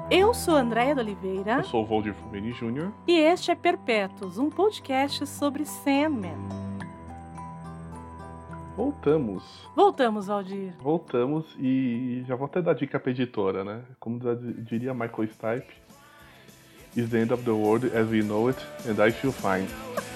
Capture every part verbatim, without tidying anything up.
Eu sou Andréia de Oliveira. Eu sou o Valdir Fumeni Júnior E este é Perpétuos, um podcast sobre Sandman. Voltamos. Voltamos, Valdir. Voltamos e já vou até dar dica pra editora, né? Como diria Michael Stipe, It's the end of the world as we know it, and I feel fine.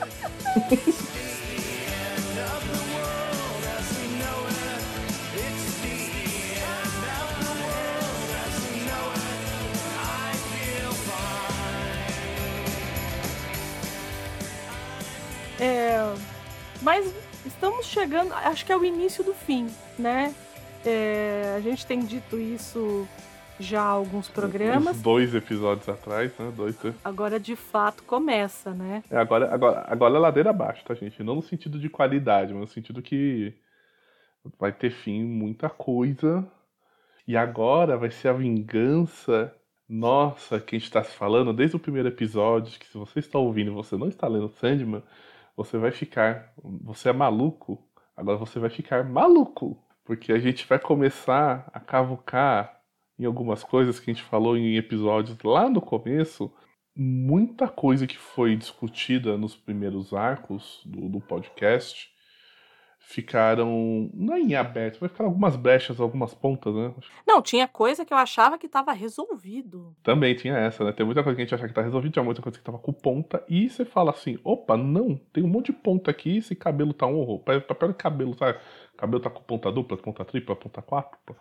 É, mas estamos chegando, acho que é o início do fim, né? É, a gente tem dito isso já há alguns programas. Uns dois episódios atrás, né? Dois, dois. Agora de fato começa, né? É, agora, agora, agora é ladeira abaixo, tá, gente? Não no sentido de qualidade, mas no sentido que vai ter fim muita coisa. E agora vai ser a vingança. Nossa, que a gente tá se falando desde o primeiro episódio, que se você está ouvindo e você não está lendo Sandman, você vai ficar... Você é maluco, agora você vai ficar maluco. Porque a gente vai começar a cavucar em algumas coisas que a gente falou em episódios lá no começo. Muita coisa que foi discutida nos primeiros arcos do, do podcast ficaram, não é em aberto, vai ficar algumas brechas, algumas pontas, né? Não, tinha coisa que eu achava que estava resolvido. Também tinha essa, né? Tem muita coisa que a gente acha que tá resolvido, tinha muita coisa que tava com ponta, e você fala assim, opa, não, tem um monte de ponta aqui, esse cabelo tá um horror. Papel de cabelo, sabe? O cabelo tá com ponta dupla, ponta tripla, ponta quádrupla.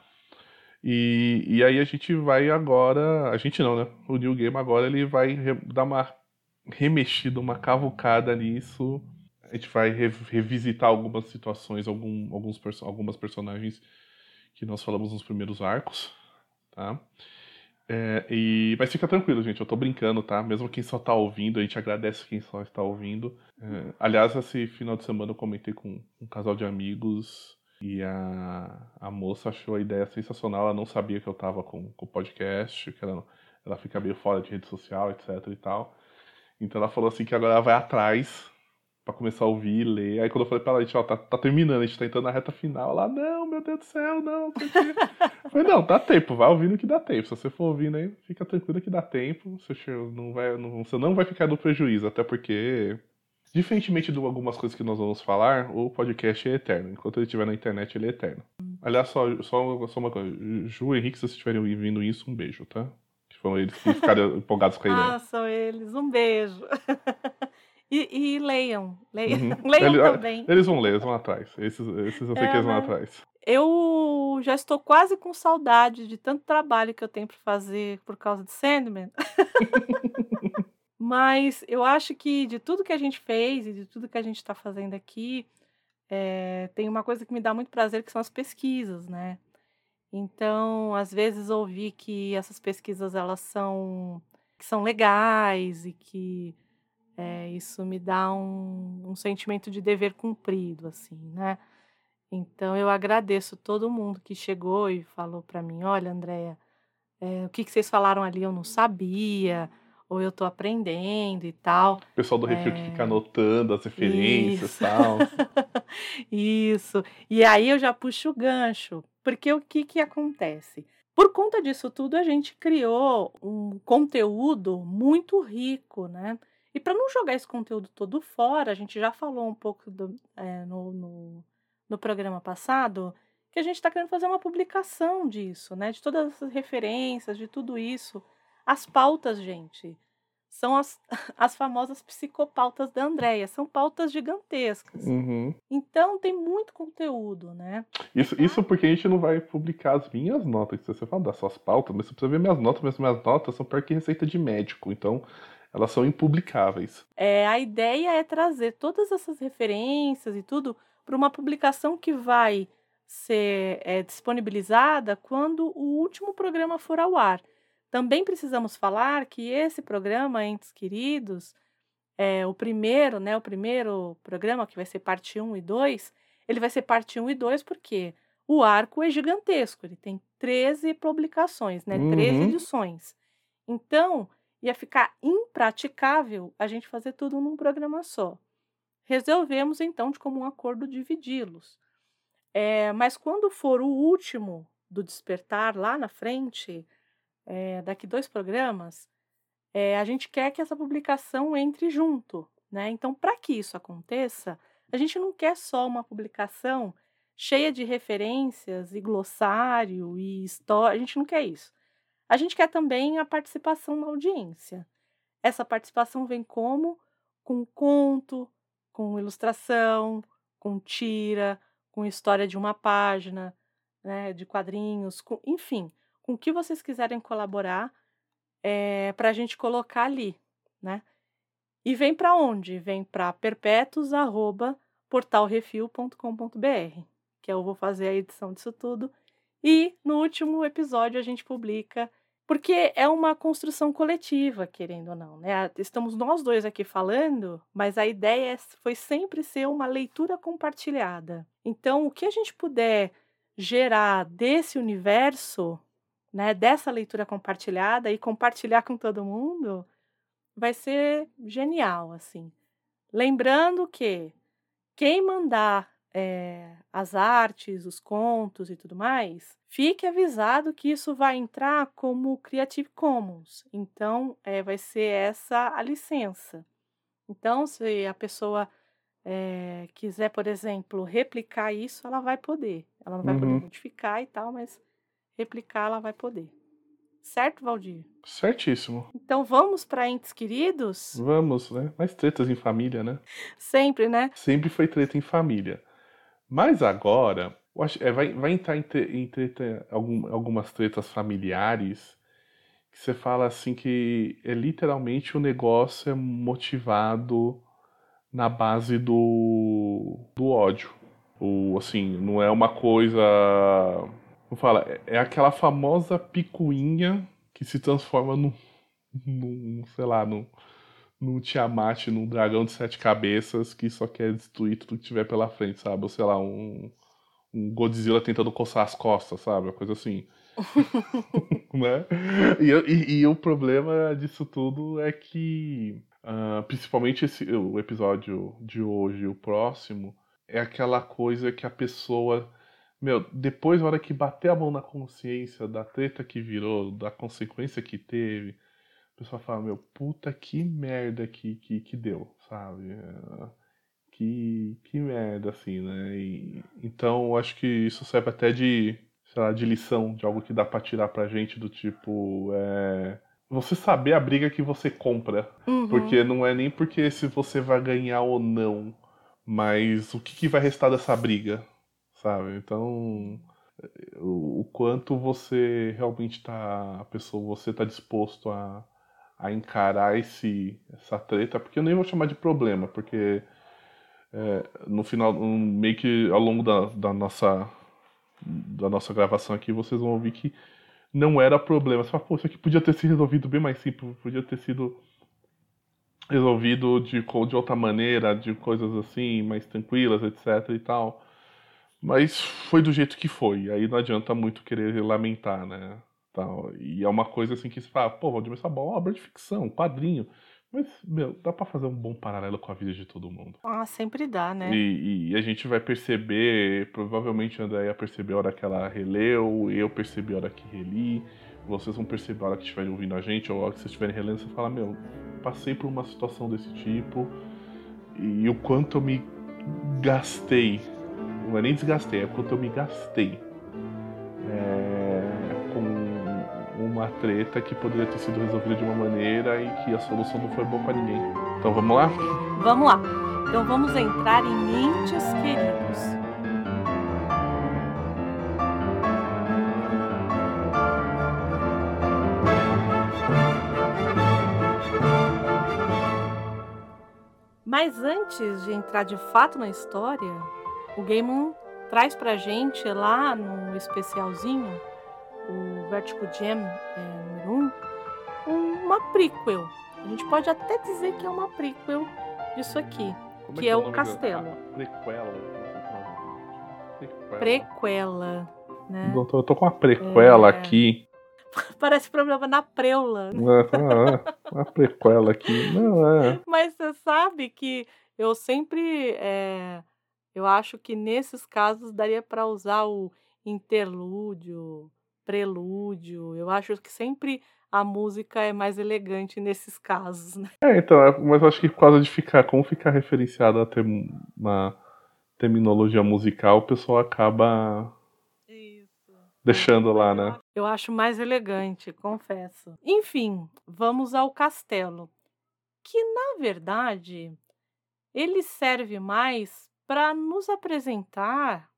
E, e aí a gente vai agora, a gente não, né? O New Game agora ele vai re, dar uma remexida, uma cavucada nisso. A gente vai re, revisitar algumas situações, algum, alguns, perso- algumas personagens que nós falamos nos primeiros arcos, tá? É, e, mas fica tranquilo, gente, eu tô brincando, tá? Mesmo quem só tá ouvindo, a gente agradece quem só está ouvindo. É, aliás, esse final de semana eu comentei com um casal de amigos e a, a moça achou a ideia sensacional. Ela não sabia que eu tava com o podcast, que ela, ela fica meio fora de rede social, etc e tal. Então ela falou assim que agora ela vai atrás pra começar a ouvir e ler. Aí quando eu falei pra ela, gente, ó, tá, tá terminando, a gente tá entrando na reta final. Ela, não, meu Deus do céu, não, porque... Eu falei, não, dá tempo, vai ouvindo que dá tempo. Se você for ouvindo aí, fica tranquilo que dá tempo. Você não vai, não, você não vai ficar no prejuízo, até porque, diferentemente de algumas coisas que nós vamos falar, o podcast é eterno. Enquanto ele estiver na internet, ele é eterno. Aliás, só, só, só uma coisa. Ju e Henrique, se vocês estiverem ouvindo isso, um beijo, tá? Que foram eles que ficaram empolgados com a ideia. Ah, são eles. Um beijo. E, e leiam, leiam, Uhum. leiam Eles, também. Eles vão ler, eles vão atrás. Esses, esses eu sei É, que eles vão né? atrás. Eu já estou quase com saudade de tanto trabalho que eu tenho para fazer por causa de Sandman. Mas eu acho que de tudo que a gente fez e de tudo que a gente está fazendo aqui, é, tem uma coisa que me dá muito prazer, que são as pesquisas, né? Então, às vezes ouvir que essas pesquisas elas são, que são legais e que é, isso me dá um, um sentimento de dever cumprido, assim, né? Então eu agradeço todo mundo que chegou e falou para mim, olha, Andréia, é, o que, que vocês falaram ali eu não sabia, ou eu tô aprendendo e tal. O pessoal do Refil que fica anotando as referências e Isso. tal. Isso. E aí eu já puxo o gancho, porque o que, que acontece? Por conta disso tudo, a gente criou um conteúdo muito rico, né? E para não jogar esse conteúdo todo fora, a gente já falou um pouco do, é, no, no, no programa passado, que a gente está querendo fazer uma publicação disso, né? De todas essas referências, de tudo isso. As pautas, gente, são as, as famosas psicopautas da Andréia. São pautas gigantescas. Uhum. Então, tem muito conteúdo, né? Isso, isso porque a gente não vai publicar as minhas notas. Você fala das suas pautas, mas você precisa ver minhas notas, mas minhas notas são pior que receita de médico. Então, elas são impublicáveis. É, a ideia é trazer todas essas referências e tudo para uma publicação que vai ser é, disponibilizada quando o último programa for ao ar. Também precisamos falar que esse programa, Entes Queridos, é, o primeiro, né, o primeiro programa, que vai ser parte um e dois, ele vai ser parte um e dois porque o arco é gigantesco, ele tem treze publicações, né, Uhum. treze edições. Então, ia ficar impraticável a gente fazer tudo num programa só. Resolvemos, então, de comum acordo, dividi-los. É, mas quando for o último do Despertar, lá na frente, é, daqui dois programas, é, a gente quer que essa publicação entre junto, né? Então, para que isso aconteça, a gente não quer só uma publicação cheia de referências e glossário e história, a gente não quer isso. A gente quer também a participação da audiência. Essa participação vem como? Com conto, com ilustração, com tira, com história de uma página, né, de quadrinhos, com, enfim, com o que vocês quiserem colaborar é, para a gente colocar ali, né? E vem para onde? Vem para perpétuos arroba portal refil ponto com ponto b r, que eu vou fazer a edição disso tudo. E no último episódio a gente publica, porque é uma construção coletiva, querendo ou não, né? Estamos nós dois aqui falando, mas a ideia foi sempre ser uma leitura compartilhada. Então, o que a gente puder gerar desse universo, né, dessa leitura compartilhada e compartilhar com todo mundo, vai ser genial, assim. Lembrando que quem mandar é, as artes, os contos e tudo mais, fique avisado que isso vai entrar como Creative Commons. Então, é, vai ser essa a licença. Então, se a pessoa é, quiser, por exemplo, replicar isso, ela vai poder. Ela não vai Uhum. poder modificar e tal, mas replicar ela vai poder. Certo, Valdir? Certíssimo. Então vamos para Entes Queridos? Vamos, né? Mais tretas em família, né? Sempre, né? Sempre foi treta em família. Mas agora, eu acho, é, vai, vai entrar em, tre- em treta, algum- algumas tretas familiares que você fala assim que é literalmente o negócio é motivado na base do, do ódio. O, assim, não é uma coisa. Como fala? É, é aquela famosa picuinha que se transforma num, num sei lá, num, num Tiamat, num dragão de sete cabeças que só quer destruir tudo que tiver pela frente, sabe? Ou sei lá, um, um Godzilla tentando coçar as costas, sabe? Uma coisa assim. Né? E, e- e o problema disso tudo é que, ah, principalmente esse, o episódio de hoje e o próximo, é aquela coisa que a pessoa. Meu, depois, na hora que bater a mão na consciência da treta que virou, da consequência que teve, a pessoa fala, meu, puta que merda que, que, que deu, sabe? É, Que, que merda, assim, né? E, então, eu acho que isso serve até de, sei lá, de lição, de algo que dá pra tirar pra gente, do tipo, é, você saber a briga que você compra. Uhum. Porque não é nem porque se você vai ganhar ou não, mas o que, que vai restar dessa briga, sabe? Então, o, o quanto você realmente tá, a pessoa, você tá disposto a, a encarar esse, essa treta, porque eu nem vou chamar de problema, porque é, no final, um, meio que ao longo da, da, nossa, da nossa gravação aqui, vocês vão ouvir que não era problema. Você fala, pô, isso aqui podia ter sido resolvido bem mais simples, podia ter sido resolvido de, de outra maneira, de coisas assim, mais tranquilas, etc e tal. Mas foi do jeito que foi, aí não adianta muito querer lamentar, né? Tal. E é uma coisa assim que você fala, pô, Valdir, mas essa bola é uma obra de ficção, um quadrinho. Mas, meu, dá pra fazer um bom paralelo com a vida de todo mundo. Ah, sempre dá, né? E, e a gente vai perceber, provavelmente a Andréia percebeu a hora que ela releu, eu percebi a hora que reli, vocês vão perceber a hora que estiverem ouvindo a gente, ou a hora que vocês estiverem relendo, você fala, meu, passei por uma situação desse tipo, e o quanto eu me gastei, não é nem desgastei, é o quanto eu me gastei é, com uma treta que poderia ter sido resolvida de uma maneira e que a solução não foi boa pra ninguém. Então vamos lá? Vamos lá. Então vamos entrar em Entes Queridos. Mas antes de entrar de fato na história, o Gaiman traz pra gente lá no especialzinho, o Vertigo Gem é, número um, uma prequel. A gente pode até dizer que é uma prequel disso aqui, Como que é o nome Castelo. da- ah, prequela. Prequela. Prequela, né? Doutor, eu tô com uma prequela É. aqui. Parece problema na preula. Ah, uma prequela aqui. Não, é. Mas você sabe que eu sempre, é, eu acho que nesses casos daria para usar o interlúdio, prelúdio. Eu acho que sempre a música é mais elegante nesses casos, né? É, então, é, mas eu acho que por causa de ficar, como ficar referenciado a ter uma terminologia musical, o pessoal acaba Isso. deixando É, lá, mas eu né? acho, eu acho mais elegante, confesso. Enfim, vamos ao castelo, que na verdade ele serve mais para nos apresentar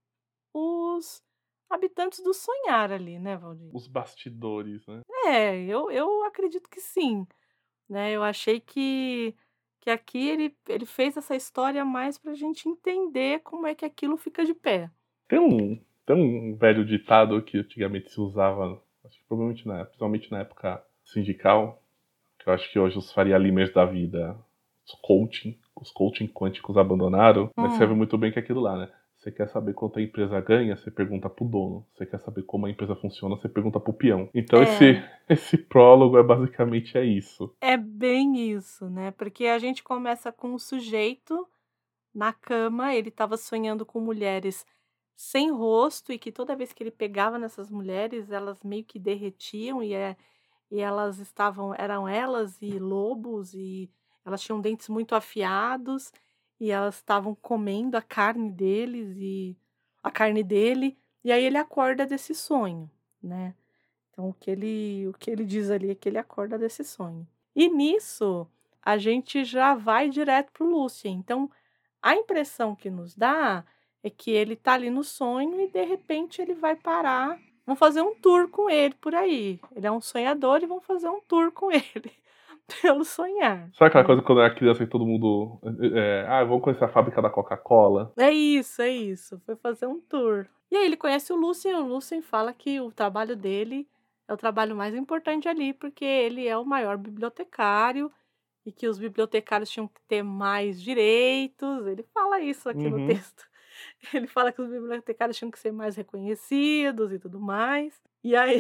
os habitantes do sonhar ali, né, Valdir? Os bastidores, né? É, eu, eu acredito que sim, né? Eu achei que, que aqui ele, ele fez essa história mais para a gente entender como é que aquilo fica de pé. Tem um, tem um velho ditado que antigamente se usava, acho que provavelmente na, principalmente na época sindical, que eu acho que hoje os Faria Limers da vida, os coaching, os coaching quânticos abandonaram, mas serve Hum, muito bem que é aquilo lá, né? Você quer saber quanto a empresa ganha, você pergunta pro dono. Você quer saber como a empresa funciona, você pergunta pro peão. Então esse, é, esse prólogo é basicamente é isso. é bem isso, né? Porque a gente começa com o sujeito na cama, ele estava sonhando com mulheres sem rosto e que toda vez que ele pegava nessas mulheres, elas meio que derretiam e, é, e elas estavam, eram elas e lobos e elas tinham dentes muito afiados e elas estavam comendo a carne deles e a carne dele, e aí ele acorda desse sonho, né? Então o que ele, o que ele diz ali é que ele acorda desse sonho. E nisso a gente já vai direto pro Lúcia. Então a impressão que nos dá é que ele tá ali no sonho e de repente ele vai parar. Vão fazer um tour com ele por aí. Ele é um sonhador e vão fazer um tour com ele pelo sonhar, Sabe aquela né? coisa quando era criança e todo mundo. É, ah, vamos conhecer a fábrica da Coca-Cola? É isso, é isso. Foi fazer um tour. E aí ele conhece o Lucien, o Lucien fala que o trabalho dele é o trabalho mais importante ali, porque ele é o maior bibliotecário e que os bibliotecários tinham que ter mais direitos. Ele fala isso aqui no Uhum. texto. Ele fala que os bibliotecários tinham que ser mais reconhecidos e tudo mais. E aí,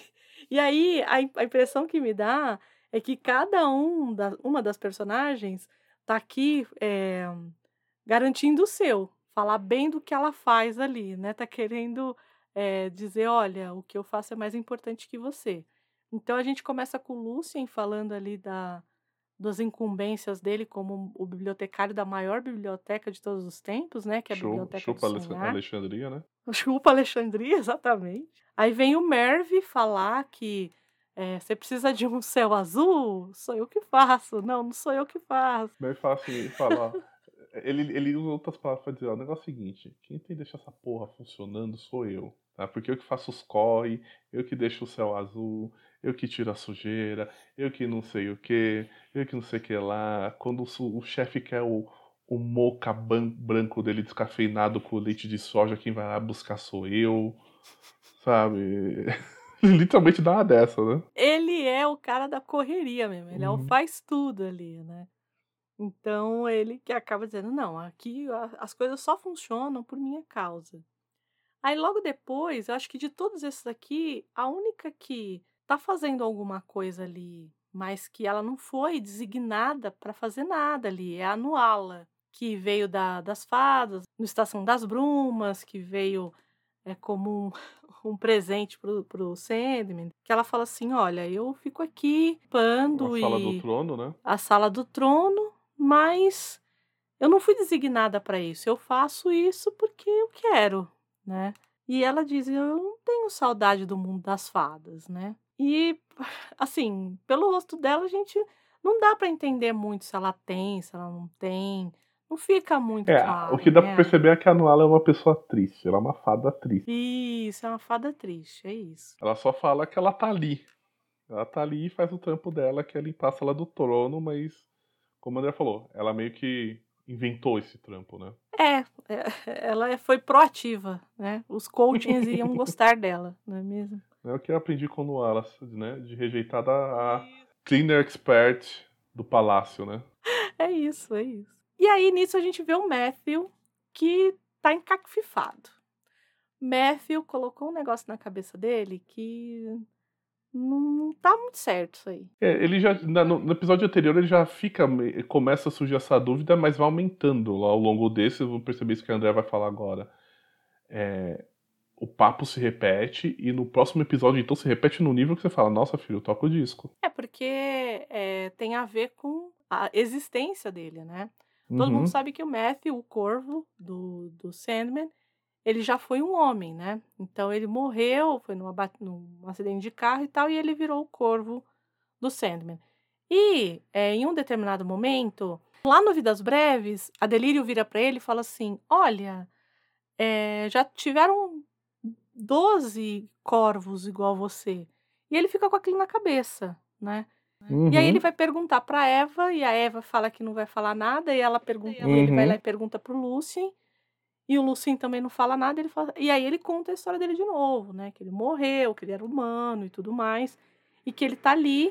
e aí a, im- a impressão que me dá é que cada um da, uma das personagens tá aqui é, garantindo o seu, falar bem do que ela faz ali, né? Tá querendo é, dizer, olha, o que eu faço é mais importante que você. Então a gente começa com o Lucien falando ali da, das incumbências dele como o bibliotecário da maior biblioteca de todos os tempos, né, que é a Chu- Biblioteca do Chupa Ale- Sonhar. Alexandria, né? O Chupa Alexandria, exatamente. Aí vem o Merv falar que eh, você precisa de um céu azul? Sou eu que faço. Não, não sou eu que faço. Daí ele fala assim, ele fala, ó, ele, ele usa outras palavras pra dizer, ó, o negócio é o seguinte, quem tem que deixar essa porra funcionando sou eu, tá? Porque eu que faço os corre, eu que deixo o céu azul, eu que tiro a sujeira, eu que não sei o que, eu que não sei o que lá. Quando o, su- o chefe quer o, o moca ban- branco dele descafeinado com leite de soja, quem vai lá buscar sou eu, sabe? Literalmente dá uma dessa, né? Ele é o cara da correria mesmo. Ele é o Uhum. faz tudo ali, né? Então ele que acaba dizendo, não, aqui a- as coisas só funcionam por minha causa. Aí logo depois, eu acho que de todos esses aqui, a única que tá fazendo alguma coisa ali, mas que ela não foi designada para fazer nada ali, é a Nuala, que veio da, das fadas, no Estação das Brumas, que veio é, como um, um presente pro, pro Sandman, que ela fala assim, olha, eu fico aqui A pando sala do e trono, né? a sala do trono, mas eu não fui designada para isso, eu faço isso porque eu quero, né. E ela diz: "Eu não tenho saudade do mundo das fadas", né. E, assim, pelo rosto dela a gente não dá para entender muito se ela tem, se ela não tem, não fica muito É, o claro, que dá pra né. perceber é que a Nuala é uma pessoa triste, ela é uma fada triste. Isso, é uma fada triste, é isso. Ela só fala que ela tá ali. Ela tá ali e faz o trampo dela, que é limpar a sala do trono, mas, como o André falou, ela meio que inventou esse trampo, né? É, eh, ela é foi proativa, né, os coachings iam gostar dela, não é mesmo? É o que eu aprendi com Nuala, né? De rejeitada a cleaner expert do palácio, né? É isso, é isso. E aí, nisso, a gente vê o Matthew, que tá encacifado. Matthew colocou um negócio na cabeça dele que não não tá muito certo isso aí. É, ele já, na- no, no episódio anterior, ele já fica, me- começa a surgir essa dúvida, mas vai aumentando lá ao longo desse. Eu vou perceber isso que a André vai falar agora. É, o papo se repete e no próximo episódio, então, se repete no nível que você fala, nossa, filho, toca o disco. É porque é, tem a ver com a existência dele, né? Todo mundo Uhum. sabe que o Matthew, o corvo do, do Sandman, ele já foi um homem, né? Então ele morreu, foi numa, ba- num acidente de carro e tal, e ele virou o corvo do Sandman. E é, em um determinado momento, lá no Vidas Breves, a Delírio vira pra ele e fala assim: Olha, é, já tiveram doze corvos igual você. E ele fica com aquilo na cabeça, né? E aí ele Uhum. vai perguntar pra Eva, e a Eva fala que não vai falar nada, e ela pergunta, e ele vai lá Uhum. e pergunta pro Lucien, e o Lucien também não fala nada, ele fala, e aí ele conta a história dele de novo, né? Que ele morreu, que ele era humano e tudo mais, e que ele tá ali,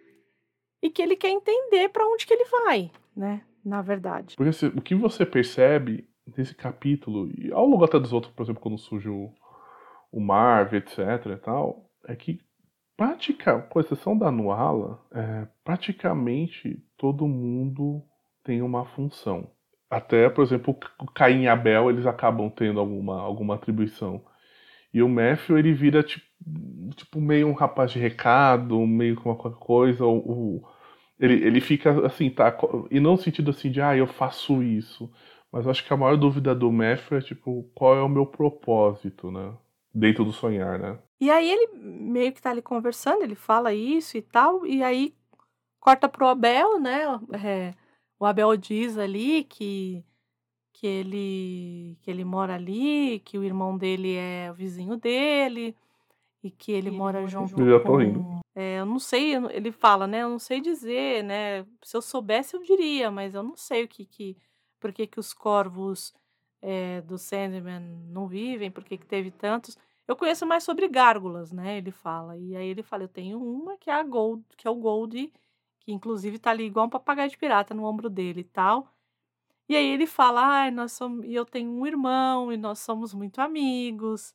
e que ele quer entender pra onde que ele vai, né? Na verdade. Porque assim, o que você percebe nesse capítulo, e ao longo até dos outros, por exemplo, quando surge o, o Marvel, etc e tal, é que prática, com exceção da Nuala, é, praticamente todo mundo tem uma função. Até, por exemplo, o Caim e Abel, eles acabam tendo alguma, alguma atribuição. E o Matthew, ele vira tipo, tipo meio um rapaz de recado, meio com qualquer coisa. O, o- ele, ele fica assim, tá? co- E não no sentido assim de, ah, eu faço isso. Mas eu acho que a maior dúvida do Matthew é, tipo, qual é o meu propósito, né? Dentro do sonhar, né? E aí ele meio que tá ali conversando, ele fala isso e tal, e aí corta pro Abel, né? É, o Abel diz ali que, que, ele, que ele mora ali, que o irmão dele é o vizinho dele, e que ele mora junto Eu já tô rindo. com. É, eu não sei, eu não- ele fala, né? Eu não sei dizer, né? Se eu soubesse, eu diria, mas eu não sei o que que. Por que, que os corvos é, do Sandman não vivem, por que, que teve tantos. Eu conheço mais sobre gárgulas, né? Ele fala. E aí ele fala: eu tenho uma que é a Gold, que é o Gold, que inclusive tá ali igual um papagaio de pirata no ombro dele e tal. E aí ele fala: ai, nós somos. E eu tenho um irmão, e nós somos muito amigos.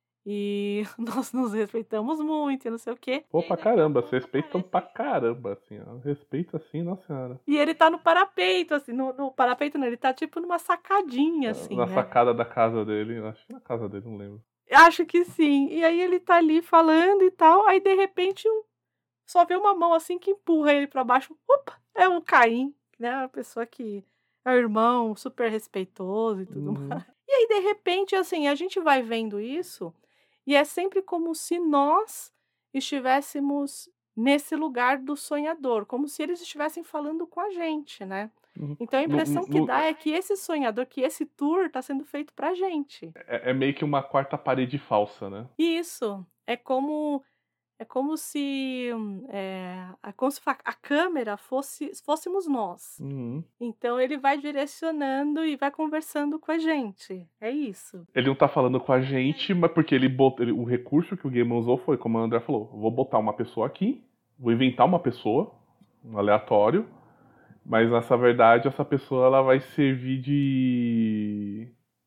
E nós nos respeitamos muito e não sei o quê. Pô, pra caramba, vocês respeitam pra caramba, assim, ó. Respeito assim, nossa senhora. E ele tá no parapeito, assim, no, no parapeito não, ele tá tipo numa sacadinha, assim, Na né? sacada da casa dele, eu acho que na casa dele, não lembro. Acho que sim. E aí ele tá ali falando e tal, aí de repente um- só vê uma mão assim que empurra ele pra baixo. Opa, é o Caim, né? Uma pessoa que é o irmão, super respeitoso e tudo mais. Uhum. E aí, de repente, assim, a gente vai vendo isso e é sempre como se nós estivéssemos nesse lugar do sonhador, como se eles estivessem falando com a gente, né? Uhum. Então a No- impressão que no- dá é que esse sonhador, que esse tour está sendo feito pra gente. é, é meio que uma quarta parede falsa, né? Isso, é como é como se, hum, eh, é como se fa a câmera fosse fôssemos nós. Uhum. Então ele vai direcionando e vai conversando com a gente, é isso. Ele não tá falando com a gente, mas porque ele botou. ele- o recurso que o Gaiman usou foi, como o André falou, vou botar uma pessoa aqui, vou inventar uma pessoa, um aleatório, mas nessa verdade essa pessoa ela vai servir de.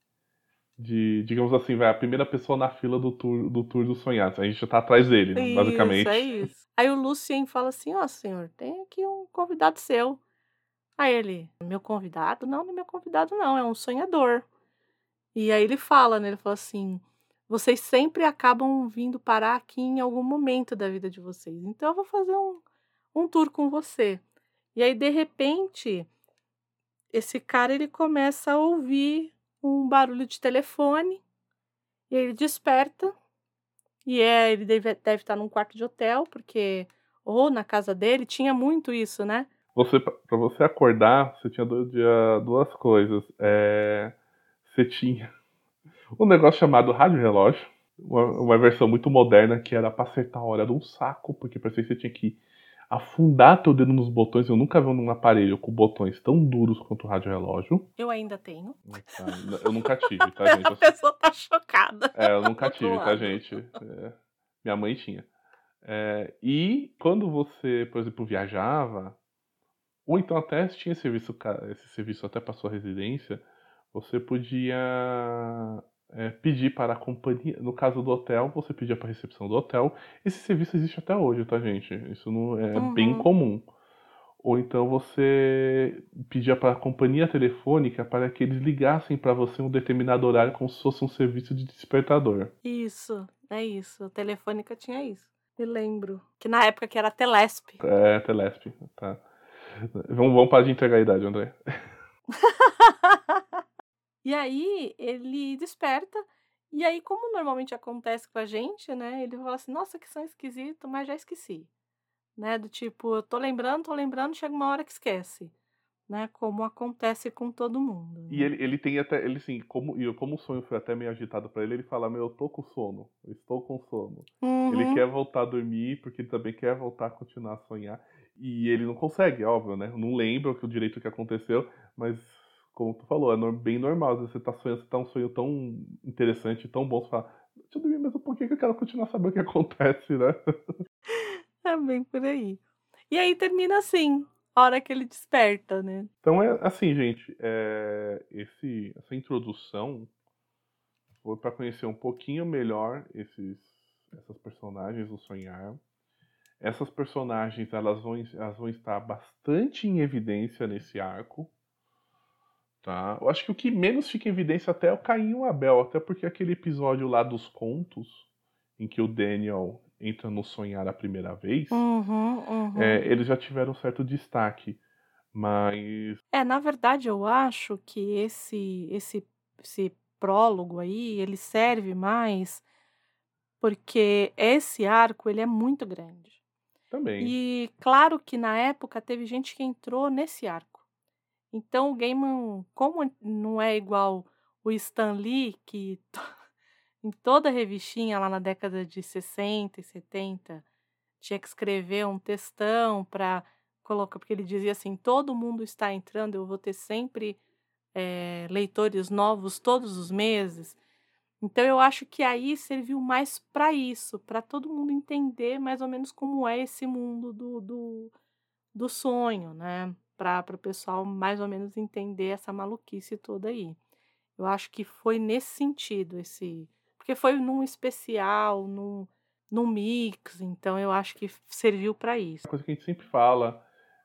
De, digamos assim, vai a primeira pessoa na fila do tour do tour dos sonhados. A gente já tá atrás dele, Isso, é basicamente. isso. Aí o Lucien fala assim: "Ó senhor, tem aqui um convidado seu". Aí ele: "Meu convidado? Não, não é meu convidado não, é um sonhador". E aí ele fala, né, ele fala assim: "Vocês sempre acabam vindo parar aqui em algum momento da vida de vocês, então eu vou fazer um um tour com você". E aí, de repente, esse cara ele começa a ouvir um barulho de telefone, e aí ele desperta, e é ele deve deve estar num quarto de hotel, porque ou na casa dele, tinha muito isso, né. Você, pra você acordar, você tinha do- dia- duas coisas. É, você tinha um negócio chamado rádio relógio, uma, uma versão muito moderna que era pra acertar a hora de um saco, porque parecia que você tinha que afundar teu dedo nos botões. Eu nunca vi um aparelho com botões tão duros quanto o rádio relógio. Eu ainda tenho. Eu nunca tive, tá, gente? A pessoa tá chocada É, eu do nunca outro tive, tá, lado. gente? É, minha mãe tinha. É, e quando você, por exemplo, viajava, ou então até se tinha serviço, ca- esse serviço até para sua residência, você podia é, pedir para a companhia. No caso do hotel, você pedia para a recepção do hotel. Esse serviço existe até hoje, tá, gente? Isso não é bem Uhum. comum. ou então você pedia para a companhia telefônica para que eles ligassem para você em um determinado horário como se fosse um serviço de despertador. Isso, é isso. A Telefônica tinha isso. Me lembro. Que na época que era Telesp. É, Telesp, tá. Vamos, vamos parar de entregar a idade, André. E aí ele desperta, e aí como normalmente acontece com a gente, né, ele fala assim, nossa, que som esquisito, mas já esqueci. Né, do tipo, eu tô lembrando, tô lembrando, chega uma hora que esquece. Né, como acontece com todo mundo. E Né? ele, ele tem até, ele assim, como, e como o sonho foi até meio agitado pra ele, ele fala, meu, eu tô com sono, eu estou com sono. Ele Uhum. quer voltar a dormir, porque ele também quer voltar a continuar a sonhar. E ele não consegue, óbvio, né? Não lembra o que o direito que aconteceu, mas como tu falou, é no- bem normal. Às vezes você tá sonhando, você tá um sonho tão interessante, tão bom, você fala, deixa eu dormir mais um pouquinho que eu quero continuar sabendo o que acontece, né? É bem por aí. E aí termina assim, a hora que ele desperta, né? Então é assim, gente, é, esse, essa introdução foi para conhecer um pouquinho melhor esses, essas personagens do Sonhar. Essas personagens elas vão, elas vão estar bastante em evidência nesse arco. Tá? Eu acho que o que menos fica em evidência até é o Caim e o Abel, até porque aquele episódio lá dos contos, em que o Daniel entra no Sonhar a primeira vez, Uhum, uhum. é, eles já tiveram um certo destaque. Mas. É, na verdade, eu acho que esse, esse, esse prólogo aí, ele serve mais porque esse arco, ele é muito grande. Também. E claro que na época teve gente que entrou nesse arco. Então o Gaiman, como não é igual o Stan Lee, que to em toda revistinha lá na década de sessenta e setenta, tinha que escrever um textão para colocar porque ele dizia assim: "Todo mundo está entrando, eu vou ter sempre, eh, leitores novos todos os meses". Então eu acho que aí serviu mais para isso, para todo mundo entender mais ou menos como é esse mundo do do do sonho, né, para para o pessoal mais ou menos entender essa maluquice toda aí. Eu acho que foi nesse sentido esse porque foi num especial, num num mix, então eu acho que serviu para isso. Uma coisa que a gente sempre fala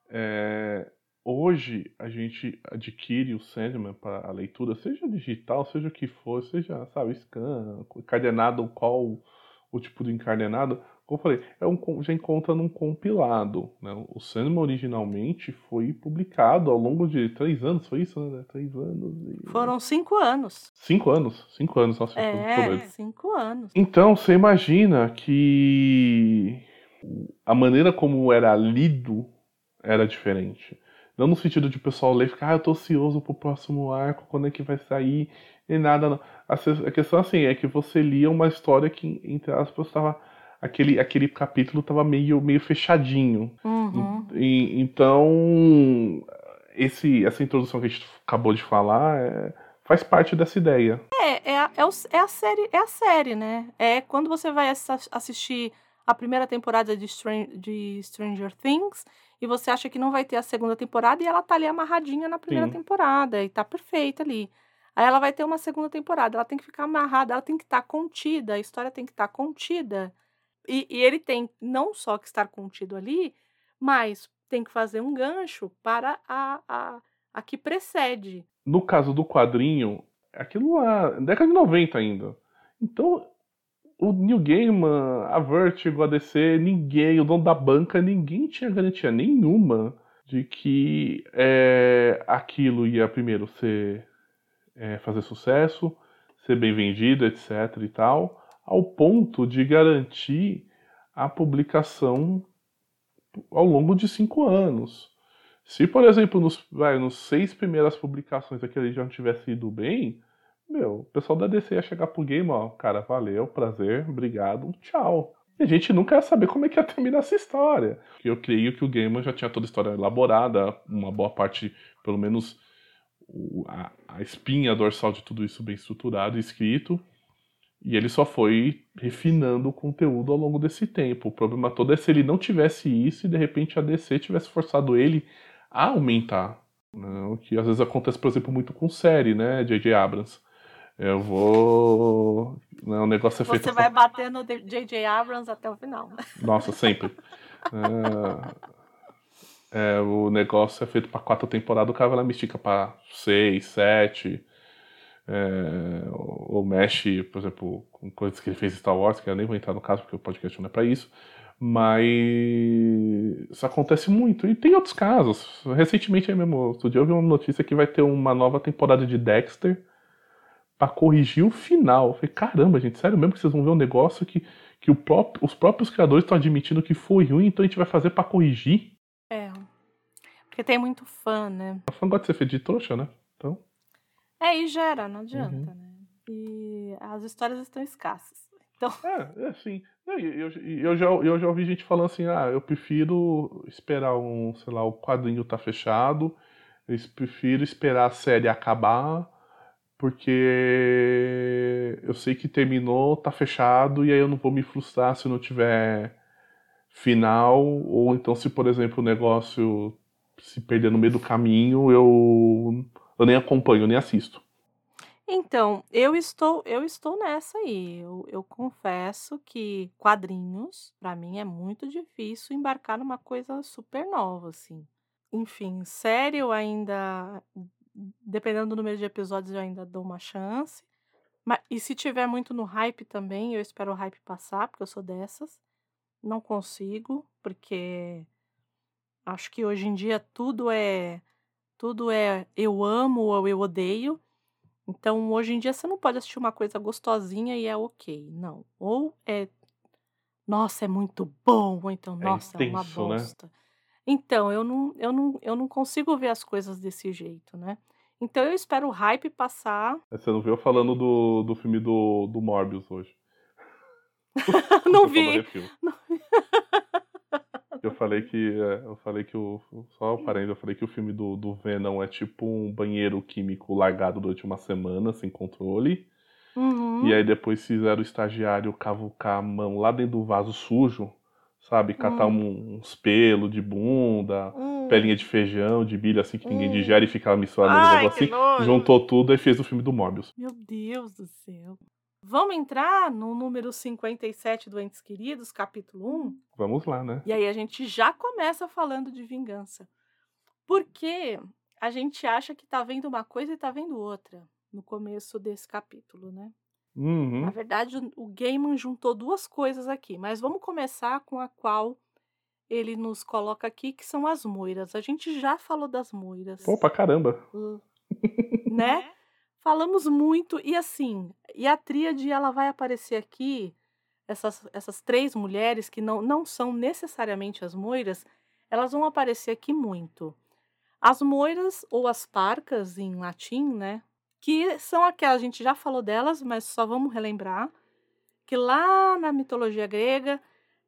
é. Hoje a gente adquire o Sandman para a leitura, seja digital, seja o que for, seja, sabe, scan, encadenado, qual o tipo de encadenado. Como eu falei, é um, com- já encontra num compilado. Né? O Sandman originalmente foi publicado ao longo de três anos, foi isso, né? Três anos e. Foram cinco anos. Cinco anos? Cinco anos, nossa, eu tô, tô É, doido. cinco anos. Então, você imagina que a maneira como era lido era diferente. Não no sentido de o pessoal ler e ficar, ah, eu tô ansioso pro próximo arco, quando é que vai sair, e nada, não. A se- a questão, assim, é que você lia uma história que, entre aspas, tava, aquele, aquele capítulo tava meio, meio fechadinho. Uhum. E- e- então, esse, essa introdução que a gente acabou de falar é, faz parte dessa ideia. É, é a é o é a série é a série, né. É quando você vai assa assistir a primeira temporada de Stran de Stranger Things, e você acha que não vai ter a segunda temporada, e ela tá ali amarradinha na primeira Sim. temporada, e tá perfeita ali. Aí ela vai ter uma segunda temporada, ela tem que ficar amarrada, ela tem que estar contida, a história tem que estar contida, e e ele tem não só que estar contido ali, mas tem que fazer um gancho para a a a que precede. No caso do quadrinho, aquilo lá, década de noventa ainda. Então, o New Gaiman, a Vertigo, a D C, ninguém, o dono da banca, ninguém tinha garantia nenhuma de que é, aquilo ia primeiro ser é, fazer sucesso, ser bem vendido, etc e tal, ao ponto de garantir a publicação ao longo de cinco anos. Se, por exemplo, nos, vai, nos seis primeiras publicações aquele já não tivesse ido bem, meu, o pessoal da D C ia chegar pro game, ó, cara, valeu, prazer, obrigado, tchau. E a gente nunca ia saber como é que ia terminar essa história. Eu creio que o Gaiman já tinha toda a história elaborada, uma boa parte, pelo menos o- a, a espinha dorsal de tudo isso bem estruturado e escrito. E ele só foi refinando o conteúdo ao longo desse tempo. O problema todo é se ele não tivesse isso e de repente a D C tivesse forçado ele a aumentar. Né? O que às vezes acontece, por exemplo, muito com série, né, J J Abrams. Eu vou. Né, o negócio é feito. Você vai bater no J J Abrams até o final, né. Nossa, sempre. É, É, o negócio é feito pra quatro temporadas, o cara vai lá me estica pra seis, sete. É, ou, ou mexe, por exemplo, com coisas que ele fez em Star Wars, que eu nem vou entrar no caso, porque o podcast não é pra isso. Mas isso acontece muito. E tem outros casos. Recentemente aí mesmo, outro dia eu vi uma notícia que vai ter uma nova temporada de Dexter pra corrigir o final. Eu falei, caramba, gente, sério mesmo que vocês vão ver um negócio que, que o próprio, os próprios criadores estão admitindo que foi ruim, então a gente vai fazer pra corrigir? É, porque tem muito fã, né? O fã gosta de ser feito de trouxa, né? Então. É, e gera, não adianta, Uhum. né? E as histórias estão escassas. Então, É, é assim. Eu, eu, eu, já, eu já ouvi gente falando assim, ah, eu prefiro esperar um, sei lá, o quadrinho tá fechado, eu es- prefiro esperar a série acabar, porque eu sei que terminou, tá fechado, e aí eu não vou me frustrar se não tiver final, ou então se, por exemplo, o negócio se perder no meio do caminho, eu, eu nem acompanho, eu nem assisto. então eu estou eu estou nessa aí. Eu, eu confesso que quadrinhos, pra mim, é muito difícil embarcar numa coisa super nova, assim. Enfim, série eu ainda, dependendo do número de episódios, eu ainda dou uma chance. Mas, e se tiver muito no hype também, eu espero o hype passar, porque eu sou dessas. Não consigo, porque acho que hoje em dia tudo é tudo é eu amo ou eu odeio. Então, hoje em dia você não pode assistir uma coisa gostosinha e é ok, não. Ou é, nossa, é muito bom, ou então, É nossa, é uma intenso, né? bosta. Então, eu não eu não eu não consigo ver as coisas desse jeito, né. Então eu espero o hype passar. Você não viu eu falando do, do filme do, do Morbius hoje. Não Eu só não vi. refiro. Eu falei que. é, Eu falei que o. Só parênteses, eu falei que o filme do, do Venom é tipo um banheiro químico largado durante uma semana, sem controle. E Uhum. aí depois fizeram o estagiário cavucar a mão lá dentro do vaso sujo, sabe? Catar Hum. um- uns pelos de bunda, pelinha Hum. de feijão, de milho assim que ninguém digere e Hum. fica misturado naquele Ai, que negócio assim. nojo. Juntou tudo e fez o filme do Morbius. Meu Deus do céu. Vamos entrar no número cinquenta e sete do Entes Queridos, capítulo um? Vamos lá, né? E aí a gente já começa falando de vingança. Porque a gente acha que tá vendo uma coisa e tá vendo outra no começo desse capítulo, né? Na Uhum. verdade, o o Gaiman juntou duas coisas aqui, mas vamos começar com a qual ele nos coloca aqui, que são as moiras. A gente já falou das moiras, Pô, pra caramba. hum, né? Falamos muito e assim, e a tríade ela vai aparecer aqui, essas essas três mulheres que não não são necessariamente as moiras, elas vão aparecer aqui muito. As moiras ou as parcas em latim, né, que são aquelas, a gente já falou delas, mas só vamos relembrar, que lá na mitologia grega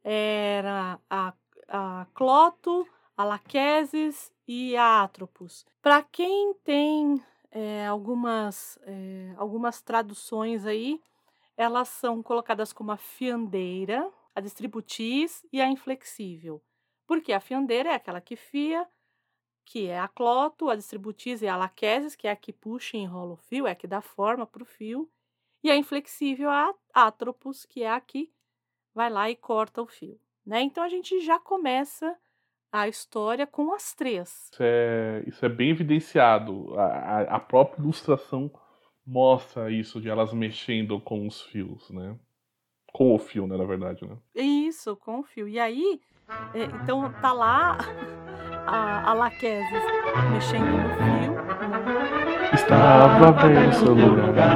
era a a Cloto, a Laquesis e a Atropos. Para quem tem, eh, algumas, eh, algumas traduções aí, elas são colocadas como a fiandeira, a distributis e a inflexível. Porque a fiandeira é aquela que fia, que é a Cloto, a distributis é a Laquesis, que é a que puxa e enrola o fio, é a que dá forma para o fio, e a inflexível é a Atropos, que é a que vai lá e corta o fio, né. Então a gente já começa a história com as três. Isso é, isso é bem evidenciado. A, a- a própria ilustração mostra isso de elas mexendo com os fios, né? Com o fio, né, na verdade, né? Isso, com o fio. E aí, eh, então tá lá a a Laquesis mexendo no fio, né. Estava bem em seu lugar.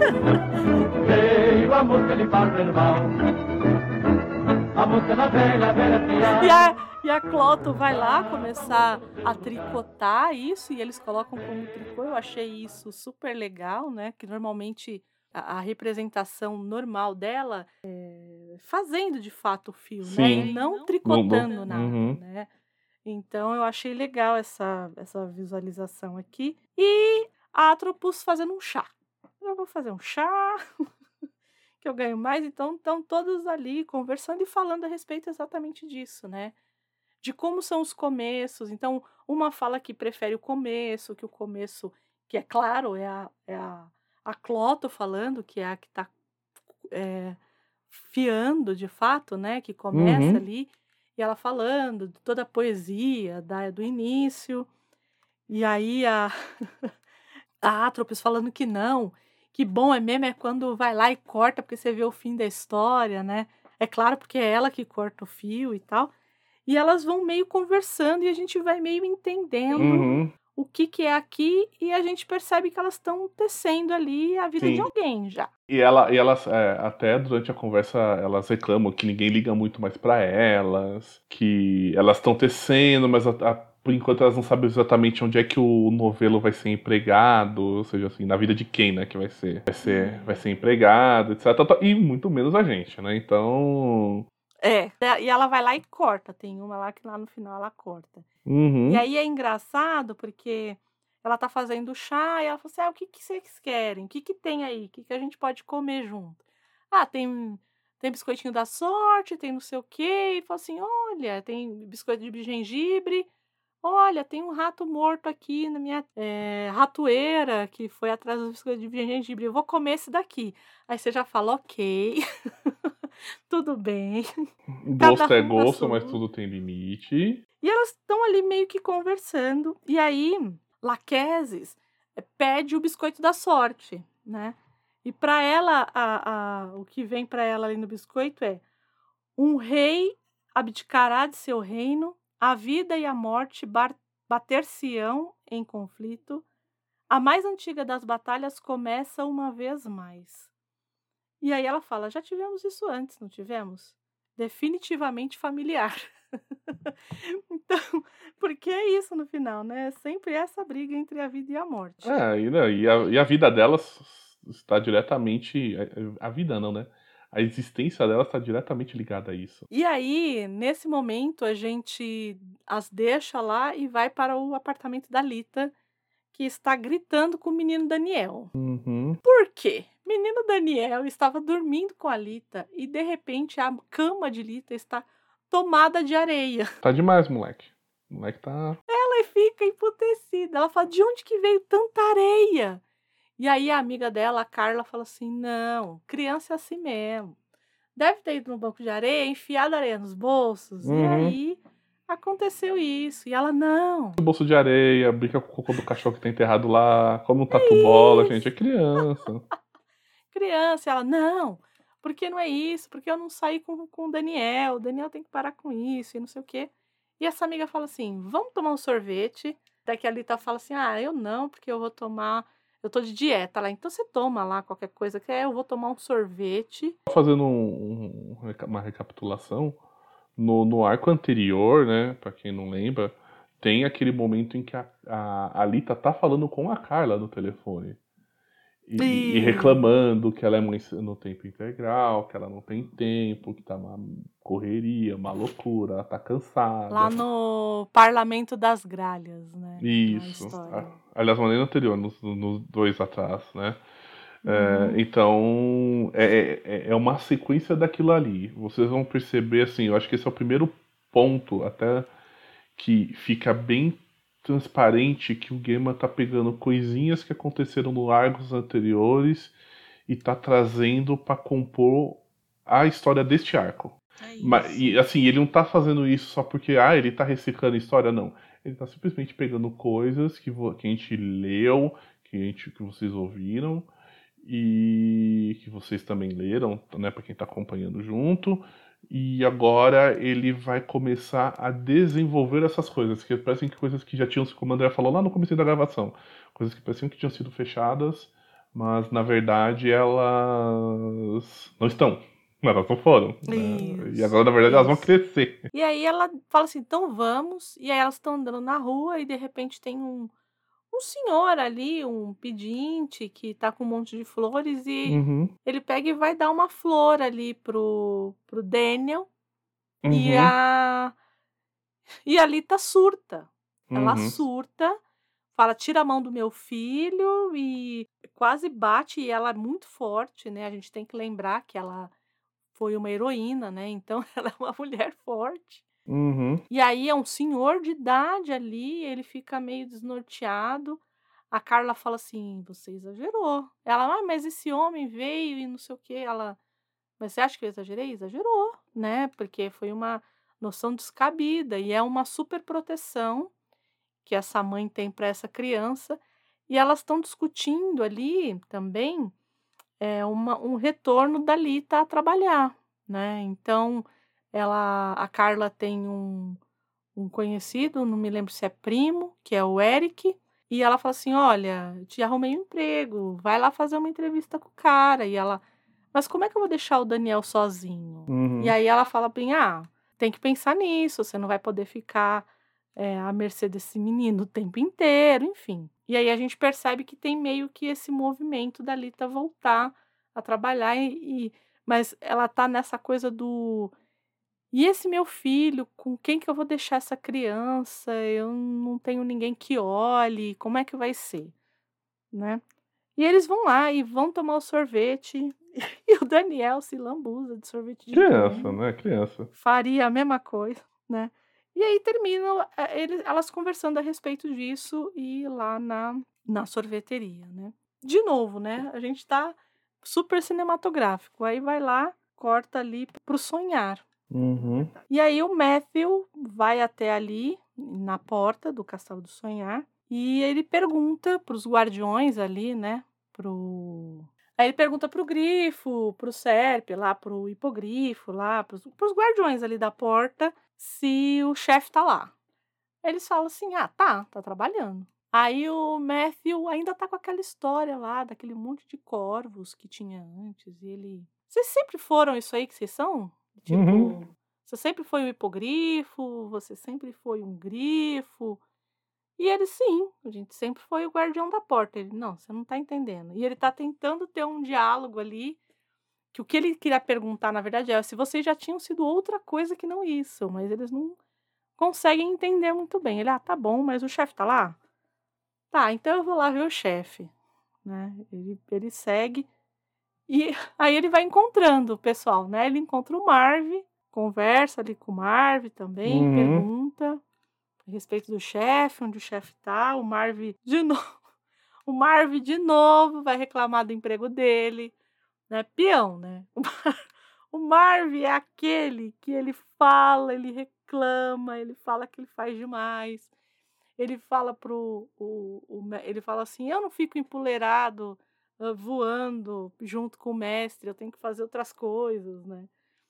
Veio a moça lhe fazer mal. A moça na velha, velha E a e a Cloto vai lá começar a tricotar isso, e eles colocam como tricô. Eu achei isso super legal, né, que normalmente a a representação normal dela é fazendo de fato o fio, né, e Sim. não No, tricotando no, nada, uhum. né. Então eu achei legal essa essa visualização aqui. E a Atropos fazendo um chá. "Eu vou fazer um chá, que eu ganho mais", então estão todos ali conversando e falando a respeito exatamente disso, né. De como são os começos. Então, uma fala que prefere o começo, que o começo, que é claro, é a é a a Cloto falando, que é a que está fiando de fato, né, que começa Uhum. ali. E ela falando de toda a poesia da do início, e aí a a Atropos falando que não, que bom é mesmo é quando vai lá e corta, porque você vê o fim da história, né. É claro, porque é ela que corta o fio e tal. E elas vão meio conversando e a gente vai meio entendendo Uhum. o que que é aqui, e a gente percebe que elas estão tecendo ali a vida de Sim. alguém já. E ela e elas, eh, até durante a conversa, elas reclamam que ninguém liga muito mais pra elas, que elas estão tecendo, mas a a por enquanto elas não sabem exatamente onde é que o novelo vai ser empregado, ou seja, assim, na vida de quem, né, que vai ser vai ser vai ser empregado, etcétera, ta e muito menos a gente, né, então É, e ela vai lá e corta, tem uma lá que lá no final ela corta. E Uhum. aí é engraçado, porque ela tá fazendo chá e ela fala assim: "Ah, o que que vocês querem? O que que tem aí? O que que a gente pode comer junto?". "Ah, tem tem biscoitinho da sorte, tem não sei o quê", e fala assim: "Olha, tem biscoito de gengibre. Olha, tem um rato morto aqui na minha, eh, ratoeira que foi atrás do biscoito de gengibre, eu vou comer esse daqui". Aí você já fala: "Ok, tudo bem, cada Gosto é um na gosto, mas sua". tudo tem limite. E elas estão ali meio que conversando, e aí Laquesis, eh, pede o biscoito da sorte, né. E pra ela a a o que vem pra ela ali no biscoito é: "Um rei abdicará de seu reino, a vida e a morte bar bater-se-ão em conflito, a mais antiga das batalhas começa uma vez mais". E aí ela fala: "Já tivemos isso antes, não tivemos? Definitivamente familiar". Então, porque é isso no final, né, é sempre essa briga entre a vida e a morte. É, e não, e a e a vida delas está diretamente eh eh, a vida não, né, a existência delas está diretamente ligada a isso. E aí, nesse momento, a gente as deixa lá e vai para o apartamento da Lita, que está gritando com o menino Daniel. Uhum. Por quê? Menino Daniel estava dormindo com a Lita e, de repente, a cama de Lita está tomada de areia. Tá demais moleque. O moleque tá Ela fica emputecida, ela fala: "De onde que veio tanta areia?". E aí a amiga dela, a Carla, fala assim: "Não, criança é assim mesmo. Deve ter ido no banco de areia, enfiado areia nos bolsos, e Uhum. aí aconteceu isso". E ela: "Não". Bolso de areia, brinca com o cocô do cachorro que tá enterrado lá, come um tatu bola, gente, é Isso. criança. Criança, e ela: "Não, porque não é isso, porque eu não saí com com o Daniel, o Daniel tem que parar com isso e não sei o quê". E essa amiga fala assim: "Vamos tomar um sorvete?". Daqui a Lita fala assim: "Ah, eu não, porque eu vou tomar eu tô de dieta lá". "Então você toma lá qualquer coisa que é, eu vou tomar um sorvete". Fazendo um um reca uma recapitulação, no no arco anterior, né, pra quem não lembra, tem aquele momento em que a a a Lita tá falando com a Carla no telefone. E e Isso. reclamando que ela é mãe no tempo integral, que ela não tem tempo, que tá uma correria, uma loucura, ela tá Lá cansada. no Parlamento das Gralhas, né, na Isso. A história. aliás, não é nem no anterior, nos nos dois atrás, né. Eh, Uhum. então é é é uma sequência daquilo ali. Vocês vão perceber, assim, eu acho que esse é o primeiro ponto até que fica bem transparente que o Gaiman tá pegando coisinhas que aconteceram no arcos anteriores e tá trazendo pra compor a história deste arco. É Ma isso. e assim, ele não tá fazendo isso só porque, ah, ele tá reciclando história, não. Ele tá simplesmente pegando coisas que vo que a gente leu, que a gente que vocês ouviram, e que vocês também leram, né, pra quem tá acompanhando junto, e agora ele vai começar a desenvolver essas coisas, que parecem que coisas que já tinham, como o André falou lá no comecinho da gravação, coisas que pareciam que tinham sido fechadas, mas na verdade elas não estão. Elas não foram, né, e agora Isso, na verdade elas vão isso. crescer. E aí ela fala assim: "Então vamos", e aí elas estão andando na rua e de repente tem um um senhor ali, um pedinte que tá com um monte de flores e Uhum. ele pega e vai dar uma flor ali para o para o Daniel, e Uhum. a e a Lita surta. Ela Uhum. surta, fala: "Tira a mão do meu filho", e quase bate, e ela é muito forte, né, a gente tem que lembrar que ela foi uma heroína, né, então ela é uma mulher forte. Uhum. E aí é um senhor de idade ali, ele fica meio desnorteado. A Carla fala assim: "Você exagerou". Ela: "Ah, mas esse homem veio e não sei o quê". Ela: "Mas você acha que eu exagerei?". Exagerou, né, porque foi uma noção descabida, e é uma super proteção que essa mãe tem para essa criança, e elas estão discutindo ali também, é uma um retorno da Lita a trabalhar, né. Então ela a Carla tem um um conhecido, não me lembro se é primo, que é o Eric, e ela fala assim: "Olha, te arrumei um emprego, vai lá fazer uma entrevista com o cara", e ela: "Mas como é que eu vou deixar o Daniel sozinho?". E Uhum. aí ela fala bem: "Ah, tem que pensar nisso, você não vai poder ficar, eh, à mercê desse menino o tempo inteiro", enfim. E aí a gente percebe que tem meio que esse movimento da Lita voltar a trabalhar e e mas ela tá nessa coisa do: "E esse meu filho, com quem que eu vou deixar essa criança? Eu não tenho ninguém que olhe, como é que vai ser?", né. E eles vão lá e vão tomar o sorvete, e o Daniel se lambuza de sorvete de Criança, limão. né, criança. Faria a mesma coisa, né. E aí terminam, eh, ele elas conversando a respeito disso e lá na na sorveteria, né. De novo, né, a gente tá super cinematográfico, aí vai lá, corta ali para o sonhar. Uhum. E aí o Matthew vai até ali, na porta do Castelo do Sonhar, e ele pergunta para os guardiões ali, né, para o aí ele pergunta para o Grifo, para o Serp, lá para o Hipogrifo, lá para os para os guardiões ali da porta, se o chefe tá lá. Eles falam assim: "Ah, tá, tá trabalhando". Aí o Matthew ainda tá com aquela história lá, daquele monte de corvos que tinha antes, e ele: "Vocês sempre foram isso aí que vocês são? Uhum. Tipo, você sempre foi um hipogrifo? Você sempre foi um grifo?". E ele: "Sim, a gente sempre foi o guardião da porta". Ele: "Não, você não tá entendendo". E ele tá tentando ter um diálogo ali, que o que ele queria perguntar, na verdade, é se vocês já tinham sido outra coisa que não isso, mas eles não conseguem entender muito bem. Ele: "Ah, tá bom, mas o chefe tá lá?". "Tá, então eu vou lá ver o chefe", né. Ele ele segue, e aí ele vai encontrando o pessoal, né. Ele encontra o Marv, conversa ali com o Marv também, Uhum. pergunta a respeito do chefe, onde o chefe tá. O Marv de novo o Marv de novo vai reclamar do emprego dele, né, peão, né. O Mar o Marv é aquele que ele fala, ele reclama, ele fala que ele faz demais. Ele fala para o o o me ele fala assim: "Eu não fico empoleirado, hã, voando junto com o mestre, eu tenho que fazer outras coisas", né.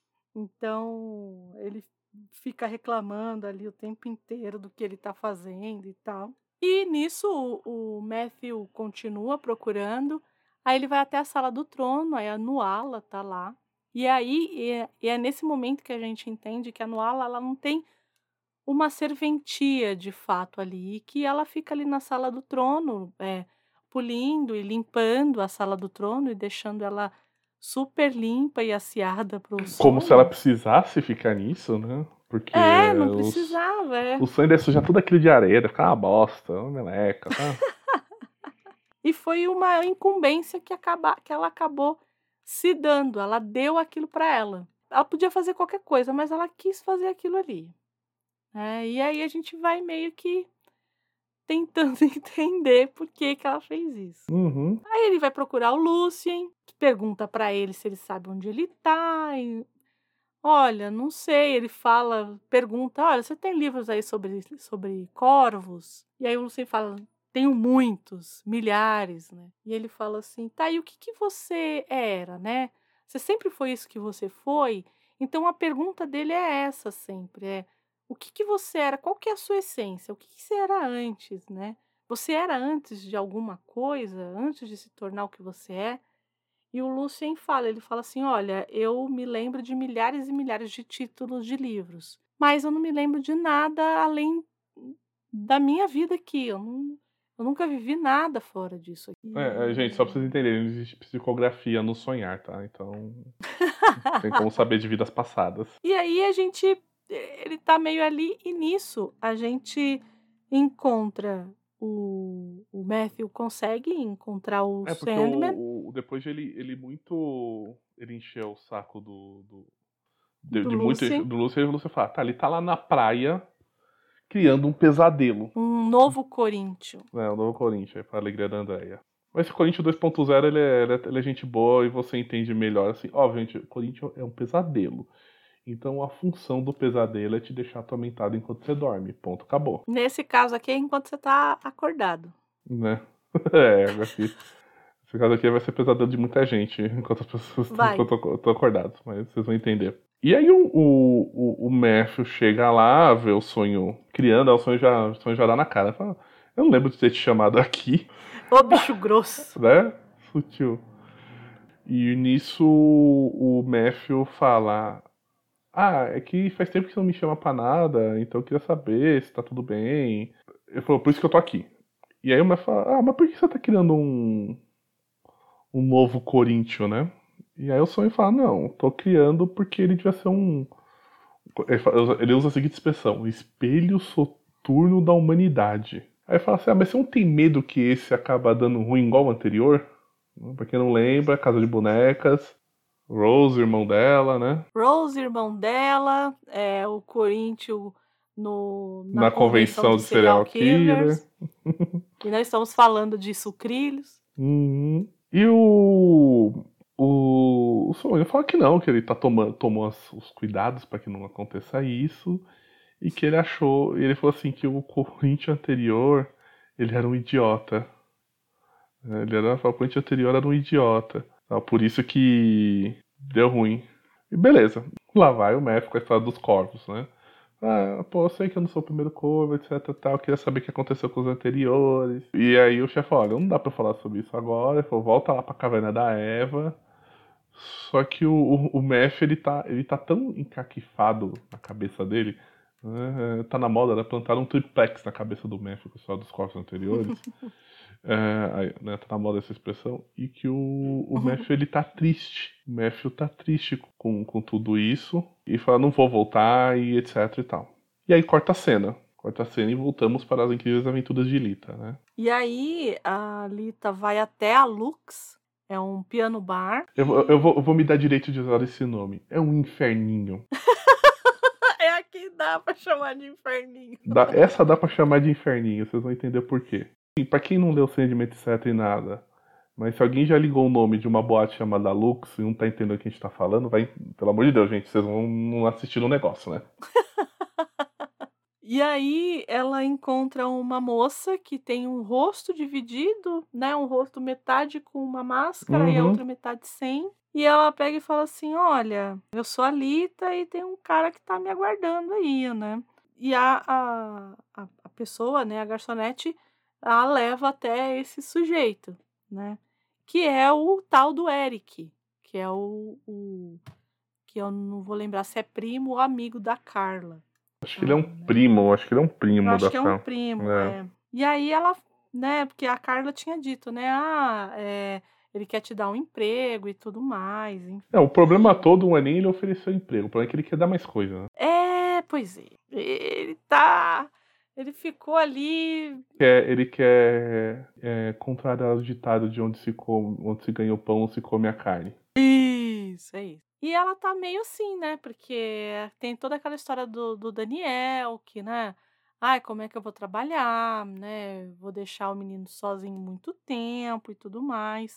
Então, ele fica reclamando ali o tempo inteiro do que ele tá fazendo e tal. E nisso o o Matthew continua procurando, aí ele vai até a sala do trono, aí a Nuala tá lá, e aí e é e é nesse momento que a gente entende que a Nuala ela não tem uma serventia de fato ali, e que ela fica ali na sala do trono, eh, polindo e limpando a sala do trono e deixando ela super limpa e aciada para o Como se ela sonho. precisasse ficar nisso, né, porque É, não os precisava, é. o sonho deve sujar tudo aquilo de areia, deve ficar uma bosta, uma meleca, tá. E foi uma incumbência que acaba que ela acabou se dando, ela deu aquilo para ela. Ela podia fazer qualquer coisa, mas ela quis fazer aquilo ali, né. E aí a gente vai meio que tentando entender por que que ela fez isso. Uhum. Aí ele vai procurar o Lucien, que pergunta pra ele se ele sabe onde ele tá e: "Olha, não sei", ele fala pergunta: "Olha, você tem livros aí sobre sobre corvos?". E aí o Lucien fala: "Tenho muitos, milhares", né. E ele fala assim: "Tá, e o que que você era, né? Você sempre foi isso que você foi?". Então a pergunta dele é essa sempre, é: "O que que você era? Qual que é a sua essência? O que que você era antes, né? Você era antes de alguma coisa, antes de se tornar o que você é?". E o Lucien fala, ele fala assim: "Olha, eu me lembro de milhares e milhares de títulos de livros, mas eu não me lembro de nada além da minha vida aqui, eu não eu nunca vivi nada fora disso aqui". É, é, gente, só pra vocês entenderem, não existe psicografia no sonhar, tá, então não tem como saber de vidas passadas. E aí a gente eh, ele tá meio ali e nisso a gente encontra o o Matthew consegue encontrar o É, porque Sandman. o o depois de ele ele muito ele encheu o saco do do de Do de muito Lucien, do Lúcio, aí o Lúcio fala: "Tá, ele tá lá na praia criando um pesadelo". um novo Coríntio. É, o novo Corinthians, pra alegria da Andrea. Mas esse Corinthians dois ponto zero, ele é ele é ele é gente boa e você entende melhor, assim, obviamente, o Corinthians é um pesadelo. Então a função do pesadelo é te deixar atormentado enquanto você dorme. Ponto, acabou. Nesse caso aqui é enquanto você tá acordado. Né? É, aqui. Esse caso aqui vai ser pesadelo de muita gente, enquanto as pessoas Vai. estão acordadas, mas vocês vão entender. E aí o, o, o, o Matthew chega lá, vê o sonho criando, aí o sonho já, o sonho já dá na cara. Fala, eu não lembro de ter te chamado aqui, Ô, bicho grosso. né? Sutil. E nisso o Matthew fala, ah, é que faz tempo que você não me chama pra nada, então eu queria saber se tá tudo bem. Ele falou, por isso que eu tô aqui. E aí o Matthew fala, ah, mas por que você tá criando um, um novo Corinthians, né? E aí o sonho fala, não, tô criando porque ele devia ser um... Ele, fala, ele usa a seguinte expressão, espelho soturno da humanidade. Aí fala assim, ah, mas você não tem medo que esse acaba dando ruim igual o anterior? Pra quem não lembra, Casa de Bonecas, Rose, irmão dela, né? Rose, irmão dela, é, o Corinthians no, na, Na convenção dos de serial killer. E nós estamos falando de sucrilhos. Uhum. E o... O, o sonho fala que não, que ele tá tomando, tomou as- os cuidados para que não aconteça isso. E que ele achou... Ele falou assim que o Corinthians anterior, ele era um idiota. Ele era, o Corinthians anterior era um idiota. Tá? Por isso que deu ruim. E beleza. Lá vai o Matthew com a história dos corvos, né? Ah, pô, eu sei que eu não sou o primeiro corvo, etc tal. Queria saber o que aconteceu com os anteriores. E aí o chefe falou, olha, não dá pra falar sobre isso agora. Ele falou, volta lá pra caverna da Eva. Só que o, o, o Matthew, ele tá, ele tá tão encaquifado na cabeça dele. Né? Tá na moda, né? Plantaram um triplex na cabeça do Matthew com a história dos corvos anteriores. É, aí, né, tá na moda essa expressão, e que o, o Matthew, ele tá triste. O Matthew tá triste com, com tudo isso, e fala, não vou voltar, e etc e tal. E aí corta a cena. Corta a cena e voltamos para as incríveis aventuras de Lita, né? E aí a Lita vai até a Lux, é um piano bar. Eu, vou- eu, vou, eu vou me dar direito de usar esse nome. É um inferninho. É aqui dá pra chamar de inferninho. Dá- essa dá pra chamar de inferninho, vocês vão entender por quê. Sim, pra quem não leu Sandman, etc e nada, mas se alguém já ligou o nome de uma boate chamada Lux e não tá entendendo o que a gente tá falando, vai, pelo amor de Deus, gente, vocês vão não assistir no negócio, né? E aí ela encontra uma moça que tem um rosto dividido, né? Um rosto metade com uma máscara e a Uhum. outra metade sem. E ela pega e fala assim, olha, eu sou a Lita e tem um cara que tá me aguardando aí, né? E a, a, a, a pessoa, né, a garçonete, a leva até esse sujeito, né? Que é o tal do Eric, que é o, o que eu não vou lembrar se é primo ou amigo da Carla. Acho que ele é um Ah, né? primo, acho que ele é um primo Eu acho da que é um Sam. primo, É. é. E aí ela, né, porque a Carla tinha dito, né, ah, é, ele quer te dar um emprego e tudo mais, enfim. É, o problema todo não é nem ele oferecer emprego, o problema é que ele quer dar mais coisa, né? É, pois é. Ele tá. Ele ficou ali. Quer- Ele quer é, contrariar o ditado de onde se, come, onde se ganha o pão, se come a carne. Isso, é isso. E ela tá meio assim, né? Porque tem toda aquela história do, do Daniel, que, né? Ai, como é que eu vou trabalhar, né? Vou deixar o menino sozinho muito tempo e tudo mais.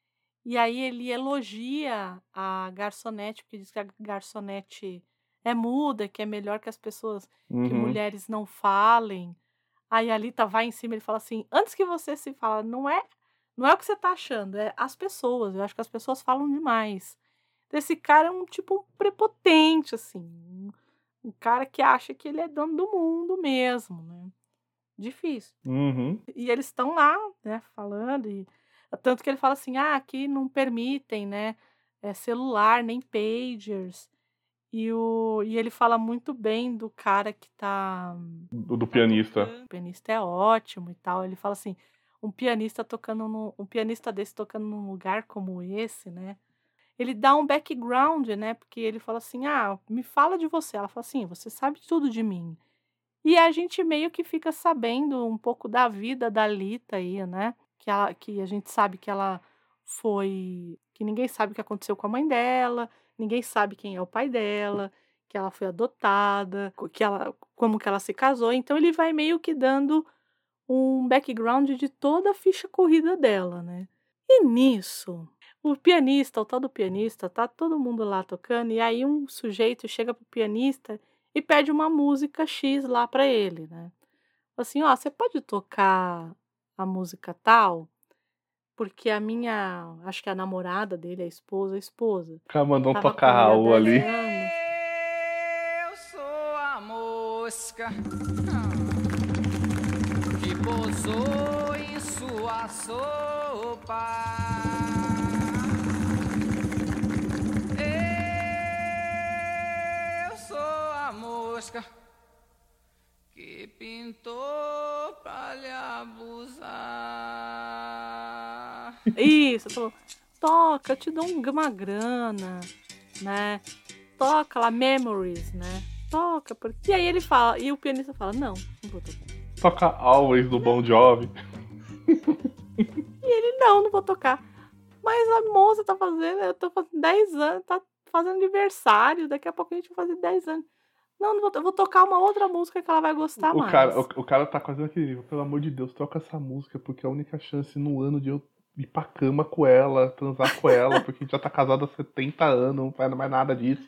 E aí ele elogia a garçonete, porque diz que a garçonete é muda, que é melhor que as pessoas, que Uhum. mulheres não falem. Aí a Lita vai em cima e ele fala assim, antes que você se fala, não é, não é o que você tá achando, é as pessoas. Eu acho que as pessoas falam demais. Esse cara é um tipo um prepotente, assim. Um, um cara que acha que ele é dono do mundo mesmo, né? Difícil. Uhum. E eles estão lá, né, falando, e tanto que ele fala assim, ah, aqui não permitem, né, é, celular, nem pagers. E, o, e ele fala muito bem do cara que tá... Do, do pianista. O pianista é ótimo e tal. Ele fala assim, um pianista tocando no, um pianista desse tocando num lugar como esse, né? Ele dá um background, né? Porque ele fala assim, ah, me fala de você. Ela fala assim, você sabe tudo de mim. E a gente meio que fica sabendo um pouco da vida da Lita aí, né? Que, ela, que a gente sabe que ela foi... Que ninguém sabe o que aconteceu com a mãe dela, ninguém sabe quem é o pai dela, que ela foi adotada, que ela, como que ela se casou. Então ele vai meio que dando um background de toda a ficha corrida dela, né? E nisso, O pianista, o tal do pianista, tá todo mundo lá tocando, e aí um sujeito chega pro pianista e pede uma música X lá pra ele, né. Fala assim: "Ó, você pode tocar a música tal? Porque a minha", acho que a namorada dele, a esposa a esposa, O cara mandou um estava toca com ele há Raul dez ali. anos. Eu sou a mosca que pousou em sua sopa. Eu sou a mosca que pintou pra lhe abusar. Isso, falou: "Toca, eu te dou um uma grana, né, toca lá Memories, né, toca porque", e aí ele fala e o pianista fala: "Não, não vou tocar". Toca Always do Bon Jovi. E ele: "Não, não vou tocar". Mas a moça tá fazendo, eu tô fazendo dez anos, tá fazendo aniversário, daqui a pouco a gente vai fazer dez anos. "Não, não vou to eu vou tocar uma outra música que ela vai gostar O cara, o, mais". o cara tá quase naquele nível. Pelo amor de Deus, toca essa música, porque é a única chance no ano de eu ir pra cama com ela, transar com ela, porque a gente já tá casado há setenta anos, não faz mais nada disso.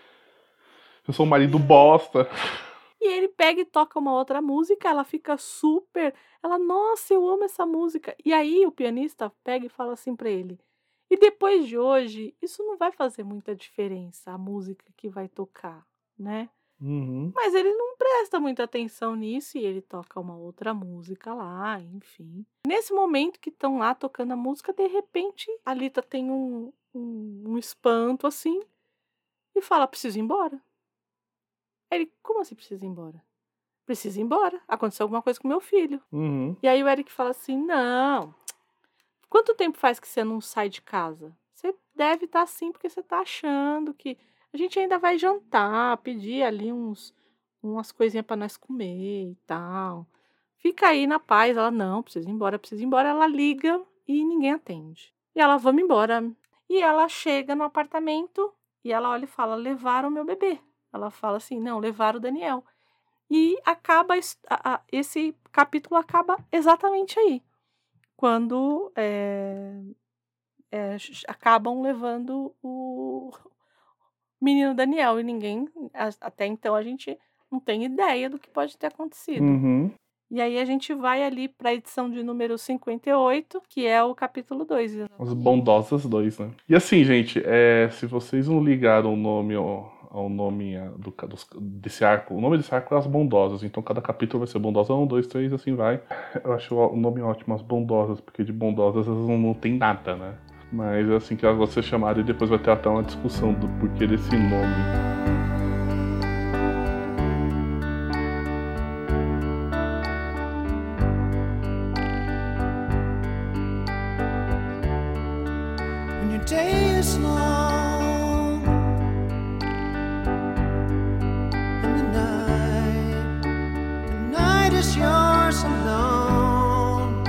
Eu sou um marido bosta. E ele pega e toca uma outra música, ela fica super, ela: "Nossa, eu amo essa música". E aí o pianista pega e fala assim pra ele: "E depois de hoje, isso não vai fazer muita diferença, a música que vai tocar, né". Uhum. Mas ele não presta muita atenção nisso e ele toca uma outra música lá, enfim. Nesse momento que estão lá tocando a música, de repente, a Lita tem um um um espanto, assim, e fala: "Preciso ir embora". Aí ele: "Como assim precisa ir embora?". "Preciso ir embora, aconteceu alguma coisa com meu filho". Uhum. E aí o Eric fala assim: "Não, quanto tempo faz que você não sai de casa? Você deve estar assim porque você está achando que a gente ainda vai jantar, pedir ali uns umas coisinhas para nós comer e tal. Fica aí na paz". Ela: "Não, preciso ir embora, preciso ir embora". Ela liga e ninguém atende. E ela: "Vamos embora". E ela chega no apartamento e ela olha e fala: "Levaram meu bebê". Ela fala assim: "Não, levaram o Daniel". E acaba a his a a esse capítulo acaba exatamente aí, quando, eh eh, ch acabam levando o menino Daniel e ninguém as até então a gente não tem ideia do que pode ter acontecido. Uhum. E aí a gente vai ali para a edição de número cinquenta e oito, que é o capítulo dois. Os Bondosas dois, né? E assim, gente, é, se vocês não ligaram o nome ao, ao nome a, do, dos- desse arco, o nome desse arco é As Bondosas, então cada capítulo vai ser Bondosa um, dois, três, assim vai. Eu acho o nome ótimo, As Bondosas, porque de bondosas elas não, não tem nada, né? Mas é assim que elas vão ser chamadas e depois vai ter até uma discussão do porquê desse nome. When your day is long and the night, the night is yours alone.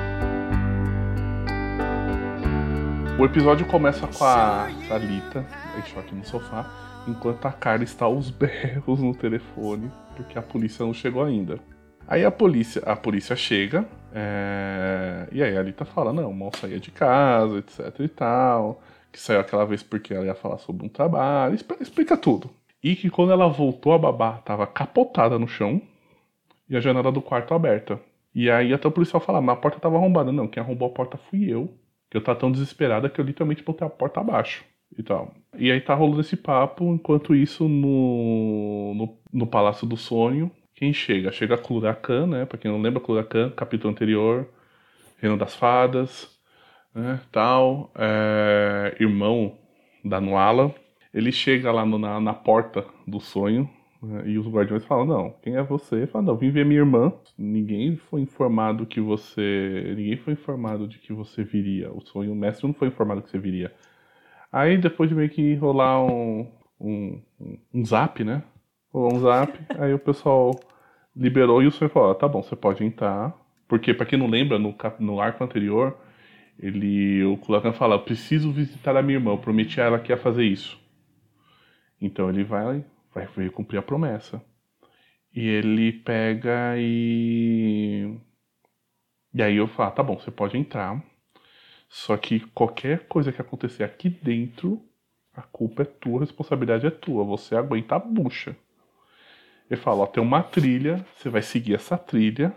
O episódio começa com a Thalita em choque no sofá, enquanto a Carla está aos berros no telefone, porque a polícia não chegou ainda. Aí a polícia, a polícia chega, é, e aí a Alita fala, não, mal saía de casa, etc e tal, que saiu aquela vez porque ela ia falar sobre um trabalho, explica, explica tudo. E que quando ela voltou, a babá estava capotada no chão e a janela do quarto aberta. E aí até o policial fala, mas a porta estava arrombada. Não, quem arrombou a porta fui eu, que eu tava tão desesperada que eu literalmente botei a porta abaixo e tal. E aí tá rolando esse papo, enquanto isso no, no, no Palácio do Sonho, quem chega? Chega a Cluracan, né? Pra quem não lembra, Cluracan, capítulo anterior, Reino das Fadas, né? Tal, é, irmão da Nuala. Ele chega lá no, na, na porta do sonho, né? E os guardiões falam, não, quem é você? Ele fala, não, vim ver minha irmã. Ninguém foi informado que você... Ninguém foi informado de que você viria. O sonho, o mestre não foi informado que você viria. Aí depois de meio que rolar um, um, um, um zap, né? Rolou um zap, aí o pessoal liberou e o senhor falou, ah, tá bom, você pode entrar. Porque, pra quem não lembra, no, cap- no arco anterior, ele, o Kulakan fala, preciso visitar a minha irmã, eu prometi a ela que ia fazer isso. Então ele vai, vai, vai cumprir a promessa. E ele pega e... E aí eu falo, tá bom, você pode entrar. Só que qualquer coisa que acontecer aqui dentro, a culpa é tua, a responsabilidade é tua. Você aguenta a bucha. Ele fala, ó, tem uma trilha, você vai seguir essa trilha.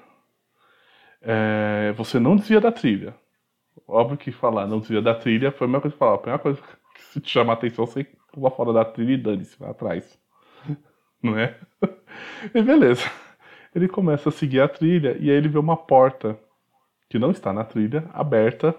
É, você não desvia da trilha. Óbvio que falar não desvia da trilha foi a mesma coisa que falar. A primeira coisa que se te chamar a atenção, você pula fora da trilha e dane-se, vai atrás. Não é? E beleza. Ele começa a seguir a trilha e aí ele vê uma porta que não está na trilha, aberta.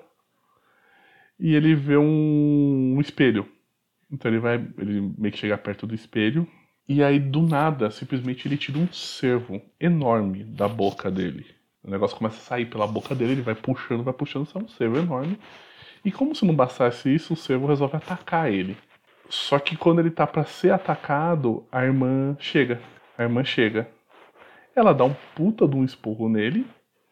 E ele vê um, um espelho. Então ele vai, ele meio que chega perto do espelho. E aí do nada, simplesmente ele tira um cervo enorme da boca dele. O negócio começa a sair pela boca dele, ele vai puxando, vai puxando, sai um cervo enorme. E como se não bastasse isso, o cervo resolve atacar ele. Só que quando ele tá pra ser atacado, a irmã chega. A irmã chega. Ela dá um puta de um esporro nele.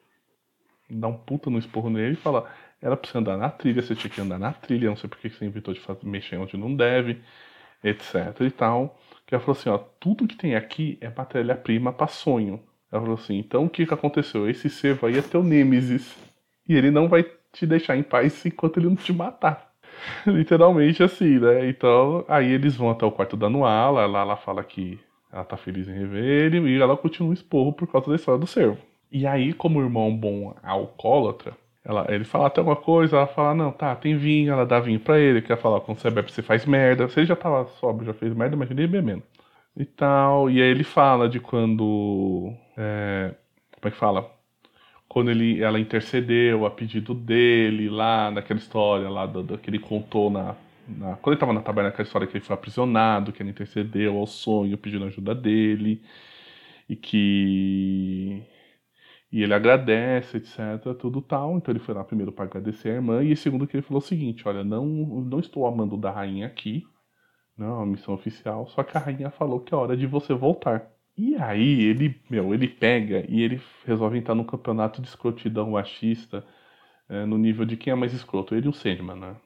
Dá um puta no esporro nele e fala... Era pra você andar na trilha, você tinha que andar na trilha, não sei porque você inventou de fazer, mexer onde não deve, etc e tal. Que ela falou assim, ó, tudo que tem aqui é matéria-prima pra sonho. Ela falou assim, então o que que aconteceu? Esse cervo aí é teu nêmesis. E ele não vai te deixar em paz enquanto ele não te matar. Literalmente assim, né? Então, aí eles vão até o quarto da Nuala, lá ela fala que ela tá feliz em rever ele, e ela continua o esporro por causa da história do cervo. E aí, como o irmão bom alcoólatra, ela, ele fala até alguma coisa, ela fala, não, tá, tem vinho, ela dá vinho pra ele, que ela fala, quando você bebe você faz merda. Se ele já tava sóbrio, já fez merda, imagina ele bebendo. E tal, e aí ele fala de quando, é, como é que fala? Quando ele, ela intercedeu a pedido dele, lá naquela história, lá do, do que ele contou na, na... Quando ele tava na taberna, naquela história que ele foi aprisionado, que ele intercedeu ao sonho, pedindo ajuda dele, e que... E ele agradece, etc, tudo tal. Então ele foi lá primeiro para agradecer a irmã. E segundo que ele falou o seguinte, olha, não, não estou amando da rainha aqui. Não é uma missão oficial. Só que a rainha falou que é hora de você voltar. E aí ele, meu, ele pega e ele resolve entrar num campeonato de escrotidão machista. É, no nível de quem é mais escroto. Ele e o Sandman, né?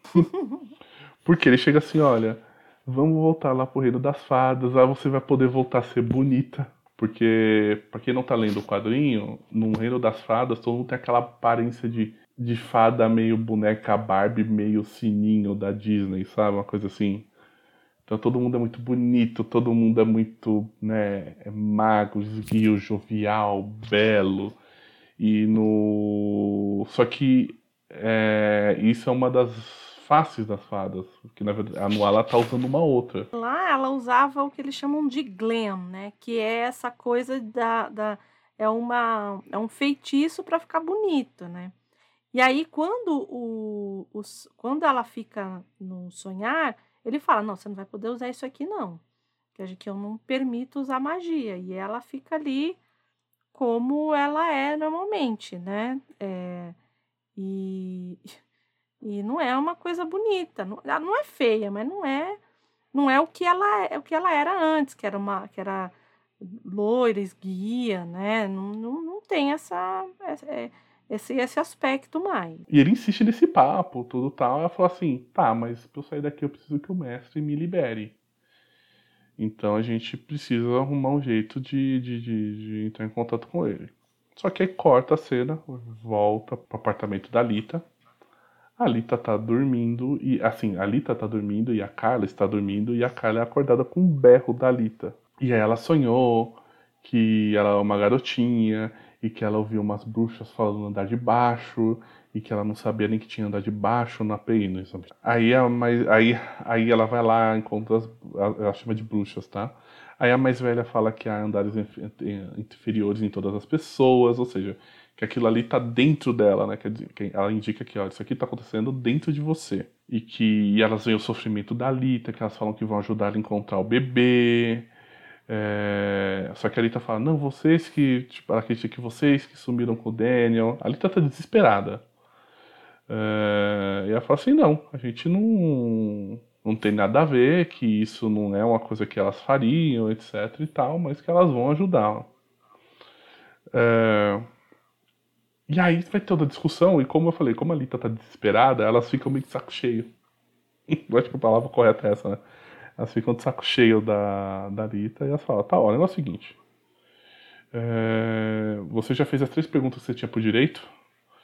Porque ele chega assim, olha, vamos voltar lá pro Reino das Fadas. Aí você vai poder voltar a ser bonita. Porque, pra quem não tá lendo o quadrinho, no Reino das Fadas, todo mundo tem aquela aparência de, de fada meio boneca Barbie, meio sininho da Disney, sabe? Uma coisa assim. Então todo mundo é muito bonito, todo mundo é muito, né, é magro, esguio, jovial, belo. E no... Só que é, isso é uma das faces das fadas, porque na verdade a Nuala tá usando uma outra. Lá ela usava o que eles chamam de glam, né? Que é essa coisa da... da é, uma, é um feitiço para ficar bonito, né? E aí quando, o, os, quando ela fica no sonhar, ele fala, não, você não vai poder usar isso aqui não, que eu não permito usar magia. E ela fica ali como ela é normalmente, né? É, e... E não é uma coisa bonita, não, ela não é feia, mas não é, não é o que ela é, o que ela era antes, que era uma, que era loira, esguia, né? Não, não, não tem essa, esse, esse aspecto mais. E ele insiste nesse papo, tudo tal. Ela fala assim, tá, mas pra eu sair daqui eu preciso que o mestre me libere. Então a gente precisa arrumar um jeito de, de, de, de entrar em contato com ele. Só que aí corta a cena, volta pro apartamento da Lita. A Lita tá dormindo, e assim, a Lita tá dormindo e a Carla está dormindo, e a Carla é acordada com um berro da Lita. E aí ela sonhou que ela é uma garotinha, e que ela ouviu umas bruxas falando no andar de baixo, e que ela não sabia nem que tinha andar de baixo na P I. Aí, a mais, aí, aí ela vai lá, encontra as, ela chama de bruxas, tá? Aí a mais velha fala que há andares inferiores em todas as pessoas, ou seja... que aquilo ali tá dentro dela, né? Quer dizer, ela indica que, ó, isso aqui tá acontecendo dentro de você. E que e elas veem o sofrimento da Lita, que elas falam que vão ajudar ela a encontrar o bebê. É... Só que a Lita fala, não, vocês que... Tipo, ela acredita que vocês que sumiram com o Daniel. A Lita tá desesperada. É... E ela fala assim, não, a gente não... Não tem nada a ver, que isso não é uma coisa que elas fariam, etc e tal, mas que elas vão ajudar. É... E aí vai ter toda a discussão, e como eu falei, como a Lita tá desesperada, elas ficam meio de saco cheio. Eu acho que a palavra correta é essa, né? Elas ficam de saco cheio da, da Lita e elas falam, tá, ó, o negócio é o seguinte. É, você já fez as três perguntas que você tinha por direito.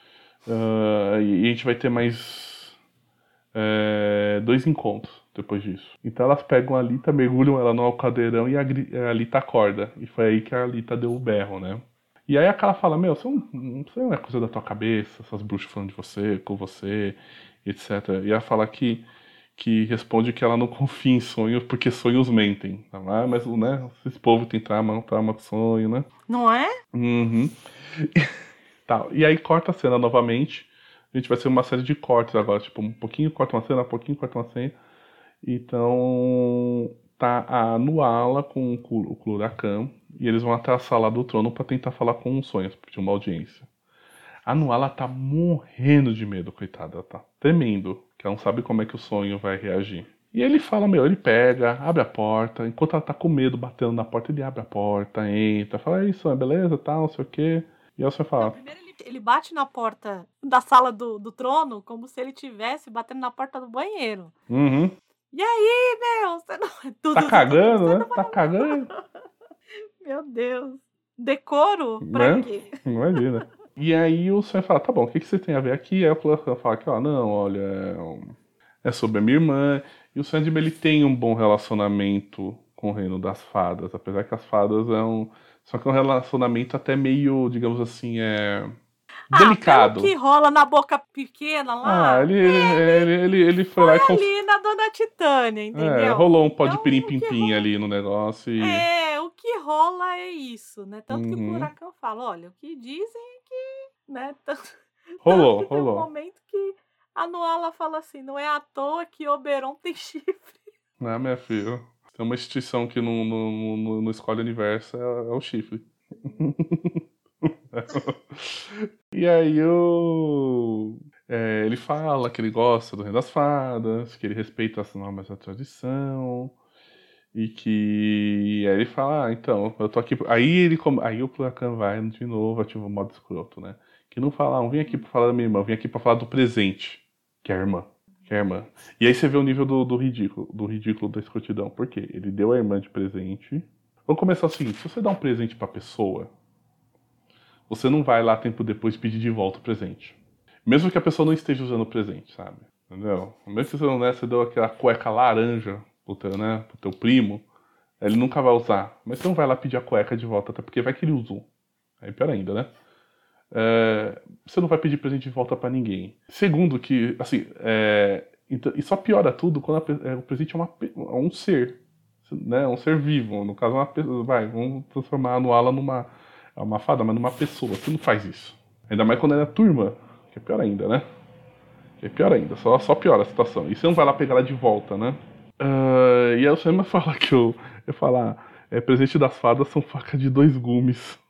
Uh, e a gente vai ter mais é, dois encontros depois disso. Então elas pegam a Alita, mergulham ela no caldeirão e a, a Alita acorda. E foi aí que a Alita deu o berro, né? E aí a cara fala, meu, isso não, isso não é coisa da tua cabeça, essas bruxas falando de você, com você, etcétera. E ela fala que, que responde que ela não confia em sonhos porque sonhos mentem. Ah, mas né, esse povo tem trauma, trauma de sonho, né? Não é? Uhum. Tá, e aí corta a cena novamente. A gente vai ser uma série de cortes agora, tipo, um pouquinho corta uma cena, um pouquinho corta uma cena. Então, tá a Nuala com o Cluracan e eles vão até a sala do trono pra tentar falar com um sonho, pedir uma audiência. A Nuala tá morrendo de medo, coitada, ela tá tremendo, que ela não sabe como é que o sonho vai reagir. E ele fala, meu, ele pega, abre a porta, enquanto ela tá com medo, batendo na porta, ele abre a porta, entra, fala, e sonho, beleza, tal, não sei o quê. E aí você fala... Primeiro ele, ele bate na porta da sala do, do trono como se ele estivesse batendo na porta do banheiro. Uhum. E aí, meu? Você não... Tudo, tá cagando, tudo, né? Tá cagando. Meu Deus. Decoro? Pra né? quê? Imagina. E aí o sonho fala, tá bom, o que, que você tem a ver aqui? Aí o Cluracan fala que, ó, não, olha, é sobre a minha irmã. E o Sandman, ele tem um bom relacionamento com o reino das fadas, apesar que as fadas é um... Só que é um relacionamento até meio, digamos assim, é... delicado. Ah, pelo que rola na boca pequena lá. Ah, ele, ele, ele, ele, ele foi, foi lá e... ali Conf... na Dona Titânia, entendeu? É, rolou um pó de então, pirim-pim-pim ali no negócio e... É, o que rola é isso, né? Tanto uhum. que o Cluracan fala, olha, o que dizem é que... né? Tanto, rolou, tanto que rolou. Tem um momento que a Nuala fala assim, não é à toa que Oberon tem chifre. Ah, minha filha, tem uma instituição que não, não, não, não escolhe o universo, é, é o chifre. E aí o... É, ele fala que ele gosta do Reino das Fadas, que ele respeita as normas da tradição, e que... Aí ele fala, ah, então, eu tô aqui... Aí, ele... aí o Cluracan vai de novo, ativa o modo escroto, né? Que não fala, ah, não vim aqui pra falar da minha irmã, eu vim aqui pra falar do presente, que é a irmã. Que é a irmã. E aí você vê o nível do, do ridículo, do ridículo da escrotidão. Por quê? Ele deu a irmã de presente. Vamos começar o seguinte, se você dá um presente pra pessoa, você não vai lá tempo depois pedir de volta o presente. Mesmo que a pessoa não esteja usando o presente, sabe? Entendeu? Mesmo que você não der, você deu aquela cueca laranja pro teu, né, pro teu primo, ele nunca vai usar. Mas você não vai lá pedir a cueca de volta, até porque vai que ele usou. Aí pior ainda, né? É, você não vai pedir presente de volta pra ninguém. Segundo que, assim, é, então, e só piora tudo quando a, é, o presente é, uma, é um ser, né? Um ser vivo. No caso, uma pessoa. Vai, vamos transformar a Nuala numa uma fada, mas numa pessoa. Você não faz isso. Ainda mais quando ela é turma, que é pior ainda, né? Que é pior ainda, só, só piora a situação. E você não vai lá pegar ela de volta, né? Uh, e aí você me fala que eu, eu falar, é, presente das fadas são facas de dois gumes.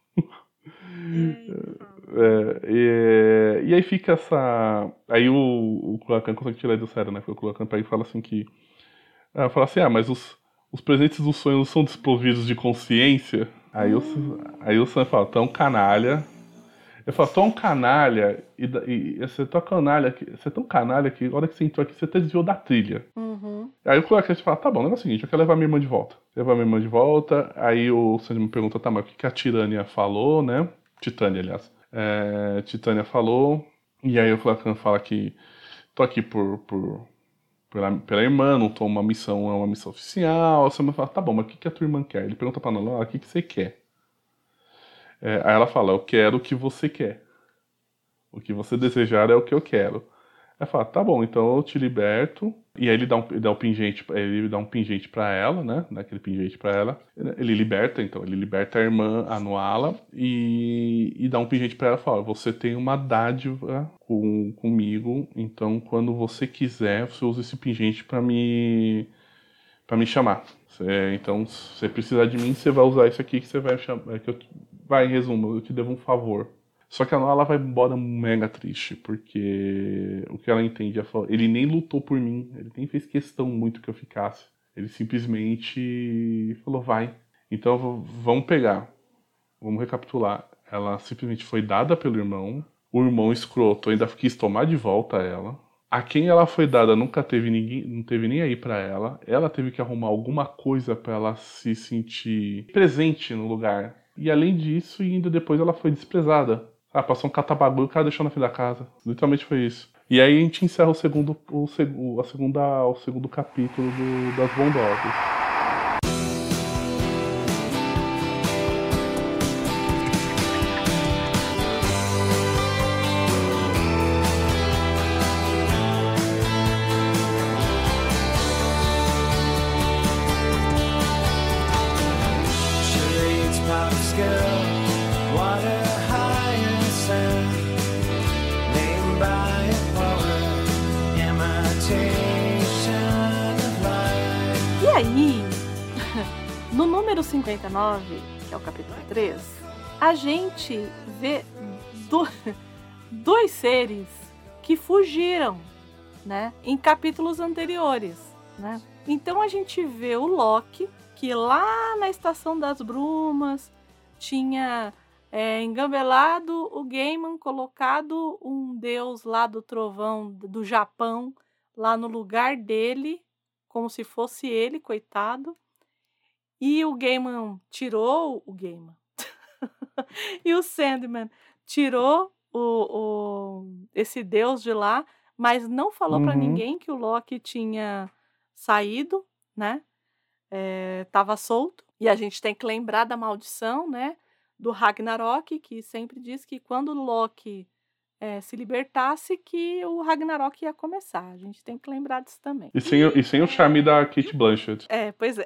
É, e, e aí fica essa... Aí o, o Cluracan consegue tirar ele do sério, né? Foi o Cluracan pega e fala assim que... Ah, fala assim, ah, mas os, os presentes dos sonhos são desprovidos de consciência. Aí o, aí o Sam fala, tu é um canalha. Eu falo, tu é um canalha, e, e você tá canalha, você é tão canalha que a hora que você entrou aqui, você até desviou da trilha. Uhum. Aí o Cluracan fala, tá bom, o negócio é o seguinte, eu quero levar minha irmã de volta. Levar minha irmã de volta, aí o Sam me pergunta, tá, mas o que, que a Tirânia falou, né? Titânia, aliás. É, Titânia falou, e aí o Cluracan fala que tô aqui por, por, pela, pela irmã, não tô uma missão, é uma missão oficial. O Sam fala, tá bom, mas o que, que a tua irmã quer? Ele pergunta pra ela, o que, que você quer? É, aí ela fala, eu quero o que você quer. O que você desejar é o que eu quero. Ela fala, tá bom, então eu te liberto. E aí ele dá um, ele dá um pingente, ele dá um pingente pra ela, né? Dá aquele pingente pra ela. Ele liberta, então, ele liberta a irmã, a Nuala, e, e dá um pingente pra ela e fala, você tem uma dádiva com, comigo, então quando você quiser, você usa esse pingente pra me, pra me chamar. Você, então, se você precisar de mim, você vai usar isso aqui que você vai chamar. É que eu, vai, em resumo, eu te devo um favor. Só que a Nuala vai embora mega triste, porque o que ela entende é falar, ele nem lutou por mim, ele nem fez questão muito que eu ficasse. Ele simplesmente falou, vai. Então vamos pegar, vamos recapitular. Ela simplesmente foi dada pelo irmão, o irmão escroto ainda quis tomar de volta ela. A quem ela foi dada nunca teve ninguém, não teve nem aí pra ela. Ela teve que arrumar alguma coisa pra ela se sentir presente no lugar. E além disso, ainda depois ela foi desprezada. Ah, passou um catabagulho e o cara deixou na frente da casa. Literalmente foi isso. E aí a gente encerra o segundo, o, seg- a segunda, o segundo capítulo do- das bondosas. Charades, pop skill, water, hyacinth, named by a poet, imitation of life. E aí, no número cinquenta e nove, que é o capítulo três, a gente vê do- dois seres que fugiram, né, em capítulos anteriores, né? Então a gente vê o Loki, que lá na Estação das Brumas tinha é, engambelado o Gaiman, colocado um deus lá do trovão do Japão lá no lugar dele, como se fosse ele, coitado. E o Gaiman tirou o Gaiman. E o Sandman tirou o, o- esse deus de lá, mas não falou pra Uhum. ninguém que o Loki tinha saído, né? É, tava solto. E a gente tem que lembrar da maldição, né? Do Ragnarok, que sempre diz que quando o Loki é, se libertasse, que o Ragnarok ia começar. A gente tem que lembrar disso também. E sem, o- e sem o charme da Kate Blanchett. É, pois é.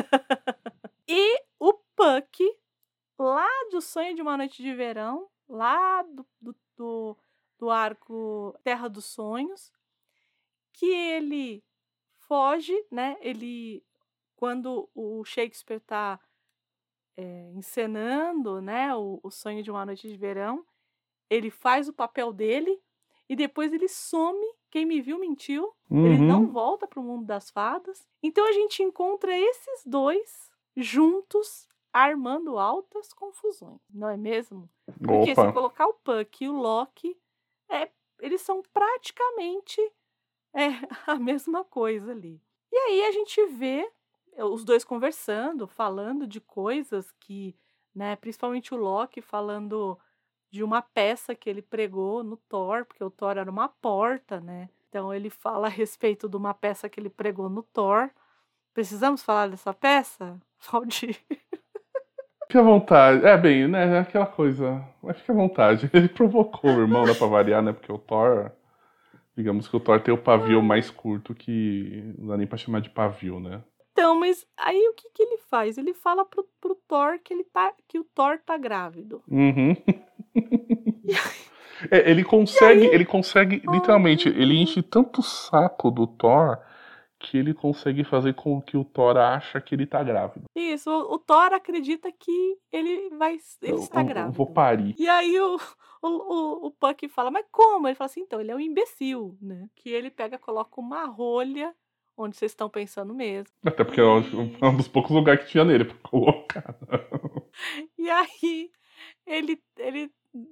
E o Puck, lá do Sonho de uma Noite de Verão, lá do, do, do, do arco Terra dos Sonhos, que ele foge, né? Ele, quando o Shakespeare está encenando, né, o, o Sonho de uma Noite de Verão, ele faz o papel dele e depois ele some. Quem me viu mentiu. Ele Uhum. não volta para o mundo das fadas. Então a gente encontra esses dois juntos armando altas confusões, não é mesmo? Porque Opa. se colocar o Puck e o Loki, é, eles são praticamente é, a mesma coisa ali. E aí a gente vê os dois conversando, falando de coisas que, né, principalmente o Loki falando de uma peça que ele pregou no Thor, porque o Thor era uma porta, né? Então ele fala a respeito de uma peça que ele pregou no Thor. Precisamos falar dessa peça, Valdir? Fique à vontade. É, bem, né? É aquela coisa. Mas fique à vontade. Ele provocou o irmão, né? Pra variar, né? Porque o Thor. Digamos que o Thor tem o pavio mais curto que. Não dá nem pra chamar de pavio, né? Então, mas aí o que, que ele faz? Ele fala pro, pro Thor que, ele tá, que o Thor tá grávido. Uhum. É, ele consegue, ele consegue, literalmente, ele enche tanto o saco do Thor que ele consegue fazer com que o Thor acha que ele tá grávido. Isso, o, o Thor acredita que ele vai, ele Eu- está eu- eu grávido. vou parir. E aí o, o, o, o Puck fala, mas como? Ele fala assim, então, ele é um imbecil, né? Que ele pega, coloca uma rolha onde vocês estão pensando mesmo. Até porque é um- é um dos poucos lugares que tinha nele pra colocar. E aí ele, ele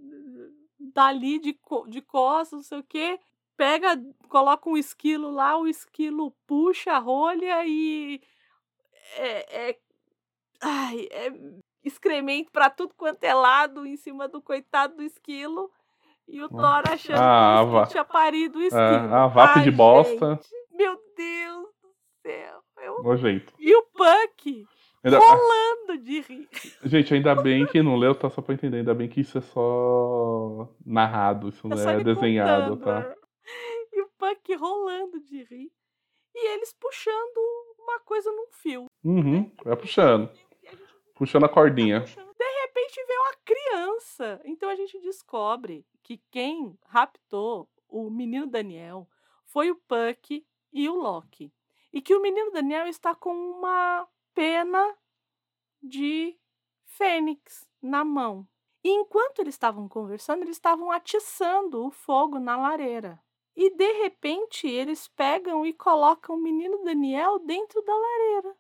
dali de, co- de costas, não sei o quê, pega, coloca um esquilo lá, o esquilo puxa a rolha e é, é, ai, é excremento pra tudo quanto é lado em cima do coitado do esquilo. E o Thor achando Ah, que o esquilo vá. tinha parido o esquilo. É, a vape Ai, de bosta. gente, meu Deus do céu. Eu... Nojento. E o Puck Ainda- rolando de rir. Gente, ainda bem que não leu, tá só pra entender. Ainda bem que isso é só narrado, isso não É só é ele desenhado, contando, tá? né? E o Puck rolando de rir. E eles puxando uma coisa num fio. Uhum, vai puxando. Puxando a cordinha. De repente vem uma criança. Então a gente descobre que quem raptou o menino Daniel foi o Puck e o Loki. E que o menino Daniel está com uma pena de fênix na mão. E enquanto eles estavam conversando, eles estavam atiçando o fogo na lareira. E de repente eles pegam e colocam o menino Daniel dentro da lareira.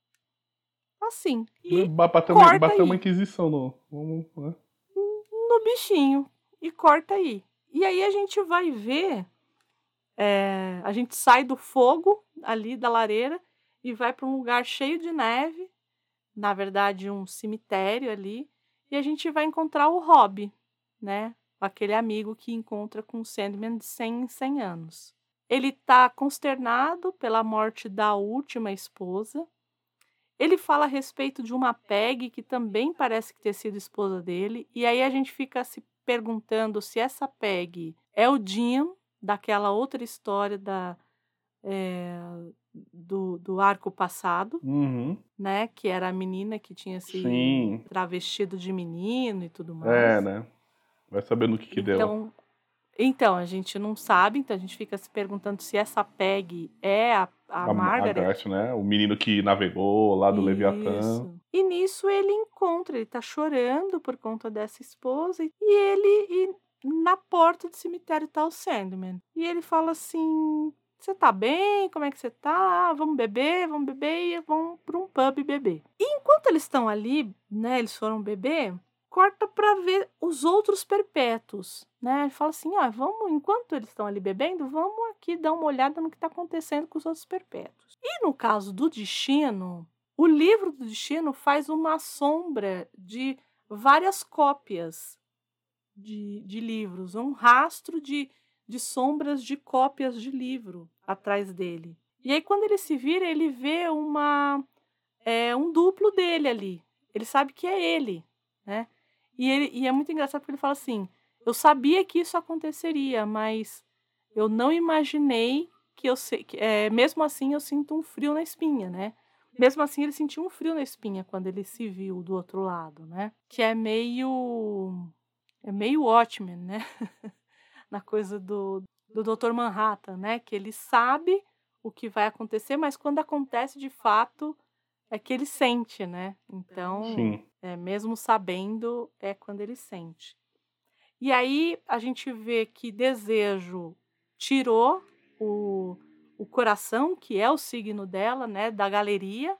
Assim. E Ba- Bateu, uma, corta bateu aí. uma inquisição no. Vamos, né? no bichinho. E corta aí. E aí a gente vai ver. é, a gente sai do fogo ali da lareira e vai para um lugar cheio de neve. Na verdade, um cemitério ali. E a gente vai encontrar o Robb, né? aquele amigo que encontra com o Sandman de cem em cem anos. Ele está consternado pela morte da última esposa. Ele fala a respeito de uma Peg que também parece que ter sido esposa dele. E aí a gente fica se perguntando se essa Peg é o Jim, daquela outra história da, é, do, do arco passado, Uhum. né? Que era a menina que tinha se Sim. travestido de menino e tudo mais. É, né? Vai saber no que que deu. Então, então, a gente não sabe, então a gente fica se perguntando se essa Peg é a, a, A Margaret. Margaret, né? O menino que navegou lá do Leviatã. Isso. E nisso ele encontra, ele tá chorando por conta dessa esposa, e ele, e na porta do cemitério tá o Sandman. E ele fala assim, você tá bem? Como é que você tá? Ah, vamos beber, vamos beber, e vão pra um pub beber. E enquanto eles estão ali, né, eles foram beber, corta para ver os outros perpétuos, né? Ele fala assim, ó, vamos, enquanto eles estão ali bebendo, vamos aqui dar uma olhada no que está acontecendo com os outros perpétuos. E no caso do Destino, o livro do Destino faz uma sombra de várias cópias de, de livros, um rastro de, de sombras de cópias de livro atrás dele. E aí quando ele se vira, ele vê uma, é, um duplo dele ali. Ele sabe que é ele, né? E, ele, e é muito engraçado porque ele fala assim, eu sabia que isso aconteceria, mas eu não imaginei que eu sei, que, é, mesmo assim eu sinto um frio na espinha, né? Mesmo assim ele sentiu um frio na espinha quando ele se viu do outro lado, né? Que é meio, é meio Watchmen, né? Na coisa do, do doutor Manhattan, né? Que ele sabe o que vai acontecer, mas quando acontece de fato é que ele sente, né? Então, Sim. é, mesmo sabendo, é quando ele sente. E aí a gente vê que Desejo tirou o, o coração, que é o signo dela, né? Da galeria.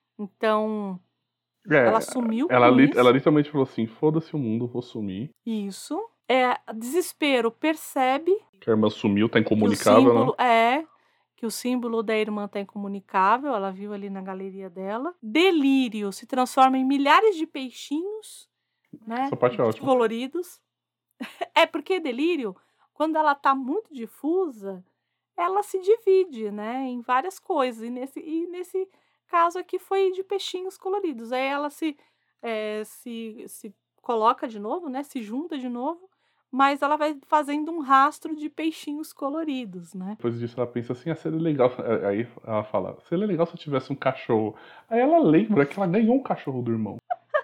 Então, É, ela sumiu ela, com li- isso. ela literalmente falou assim, foda-se o mundo, vou sumir. Isso. É, Desespero percebe Que a irmã sumiu, tá que o incomunicável, símbolo né? é que o símbolo da irmã está incomunicável, ela viu ali na galeria dela. Delírio se transforma em milhares de peixinhos, né, Essa parte é ótima. coloridos. É porque delírio, quando ela está muito difusa, ela se divide, né, em várias coisas. E nesse, e nesse caso aqui foi de peixinhos coloridos. Aí ela se, é, se, se coloca de novo, né, se junta de novo, mas ela vai fazendo um rastro de peixinhos coloridos, né? Depois disso ela pensa assim, ah, seria legal. Aí ela fala, seria legal se eu tivesse um cachorro. Aí ela lembra que ela ganhou um cachorro do irmão.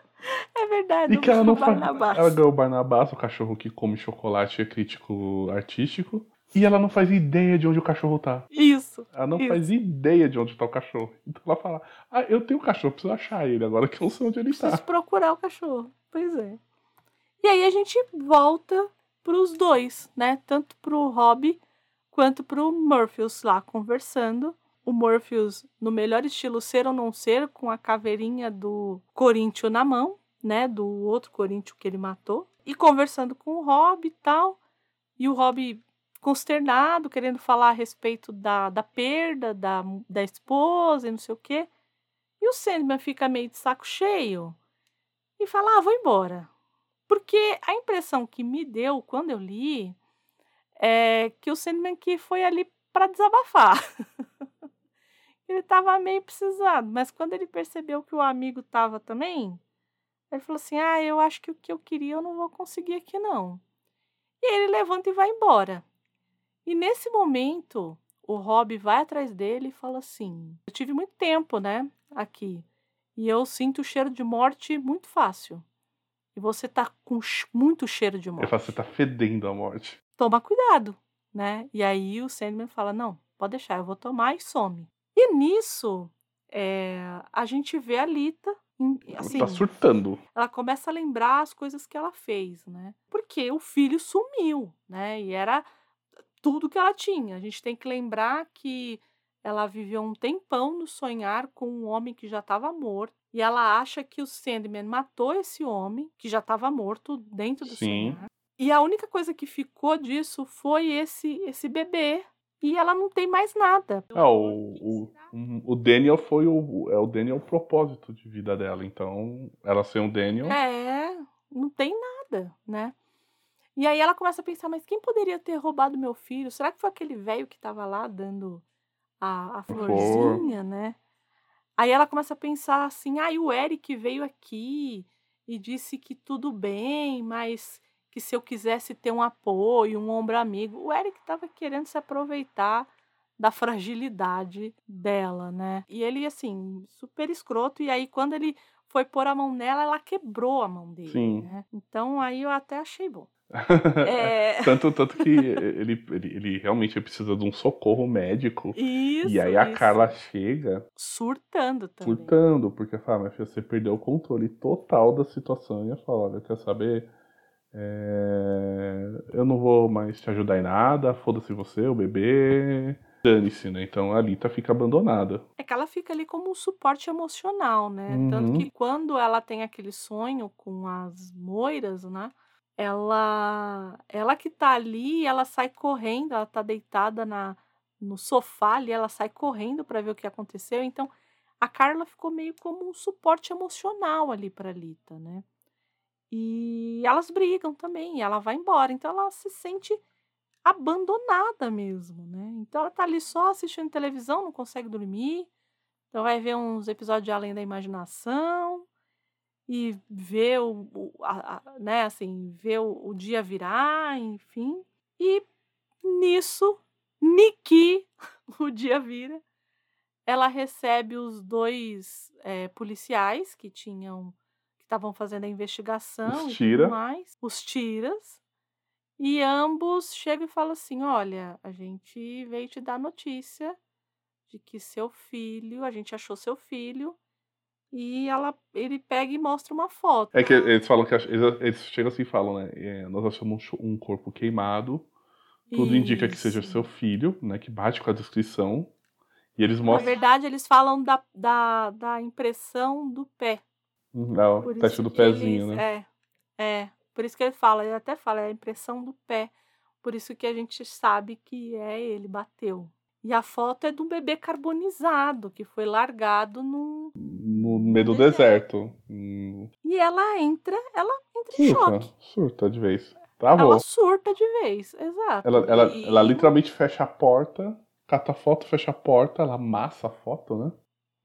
É verdade, E que ela não faz. Barnabás. Ela ganhou o Barnabás, o cachorro que come chocolate e é crítico artístico. E ela não faz ideia de onde o cachorro tá. Isso. Ela não isso. faz ideia de onde tá o cachorro. Então ela fala, ah, eu tenho um cachorro, preciso achar ele agora que eu não sei onde ele Preciso tá. procurar o cachorro. Pois é. E aí a gente volta pros dois, né? Tanto pro Robbie quanto pro Morpheus lá conversando. O Morpheus, no melhor estilo ser ou não ser, com a caveirinha do Coríntio na mão, né? Do outro Coríntio que ele matou. E conversando com o Robbie e tal. E o Robbie consternado, querendo falar a respeito da, da perda da, da esposa e não sei o quê. E o Sandman fica meio de saco cheio e fala, ah, vou embora. Porque a impressão que me deu quando eu li é que o Sandman que foi ali para desabafar. Ele estava meio precisado, mas quando ele percebeu que o amigo estava também, ele falou assim, ah, eu acho que o que eu queria eu não vou conseguir aqui não. E aí ele levanta e vai embora. E nesse momento, o Robbie vai atrás dele e fala assim, eu tive muito tempo, né, aqui, e eu sinto o cheiro de morte muito fácil. E você tá com muito cheiro de morte. Ele fala, você tá fedendo a morte. Toma cuidado, né? E aí o Sandman fala, não, pode deixar, eu vou tomar e some. E nisso, é, a gente vê a Lita, assim, Tá surtando. ela começa a lembrar as coisas que ela fez, né? Porque o filho sumiu, né? E era tudo que ela tinha. A gente tem que lembrar que ela viveu um tempão no sonhar com um homem que já estava morto. E ela acha que o Sandman matou esse homem, que já estava morto dentro do Sim. sonhar. E a única coisa que ficou disso foi esse, esse bebê. E ela não tem mais nada. Ah, o, o, o Daniel foi o. É o Daniel o propósito de vida dela. Então, ela sem o Daniel. É, não tem nada, né? E aí ela começa a pensar, mas quem poderia ter roubado meu filho? Será que foi aquele velho que estava lá dando a, a florzinha, né? Aí ela começa a pensar assim, ah, e o Eric veio aqui e disse que tudo bem, mas que se eu quisesse ter um apoio, um ombro amigo, o Eric estava querendo se aproveitar da fragilidade dela, né? E ele, assim, super escroto, e aí quando ele foi pôr a mão nela, ela quebrou a mão dele, Sim. né? Então aí eu até achei bom. É... tanto, tanto que ele, ele, ele realmente precisa de um socorro médico. Isso, e aí a isso. Carla chega surtando também. Surtando, porque fala, minha filha, você perdeu o controle total da situação. E eu falo, olha, quer saber? É... Eu não vou mais te ajudar em nada, foda-se você, o bebê. Dane-se, né? Então a Lita fica abandonada. É que ela fica ali como um suporte emocional, né? Uhum. Tanto que quando ela tem aquele sonho com as moiras, né? Ela, ela que tá ali, ela sai correndo, ela tá deitada na, no sofá ali, ela sai correndo para ver o que aconteceu. Então, a Carla ficou meio como um suporte emocional ali pra Lita, né? E elas brigam também, e ela vai embora. Então, ela se sente abandonada mesmo, né? Então, ela tá ali só assistindo televisão, não consegue dormir. Então, vai ver uns episódios de Além da Imaginação e ver o, o a, a, né, assim, ver o, o dia virar, enfim. E nisso, Niki, o dia vira, ela recebe os dois é, policiais que tinham, que estavam fazendo a investigação Os e tira. tudo mais, os tiras, e ambos chegam e falam assim, olha, a gente veio te dar notícia de que seu filho, a gente achou seu filho, e ela, ele pega e mostra uma foto. É que eles falam que eles, eles chegam assim e falam, né? É, nós achamos um corpo queimado. Tudo indica que seja Isso. seu filho, né? Que bate com a descrição. E eles Na mostram. verdade, eles falam da, da, da impressão do pé. Uhum, é, o Por teste isso do que pezinho, eles, né? É, é. Por isso que ele fala, ele até fala, é a impressão do pé. Por isso que a gente sabe que é ele, bateu. E a foto é de um bebê carbonizado, que foi largado num... No meio do deserto. Hum, E ela entra, ela entra em surta, choque. surta de vez. Travou. Ela surta de vez, exato. Ela, ela, E- ela literalmente fecha a porta, cata a foto, fecha a porta, ela amassa a foto, né?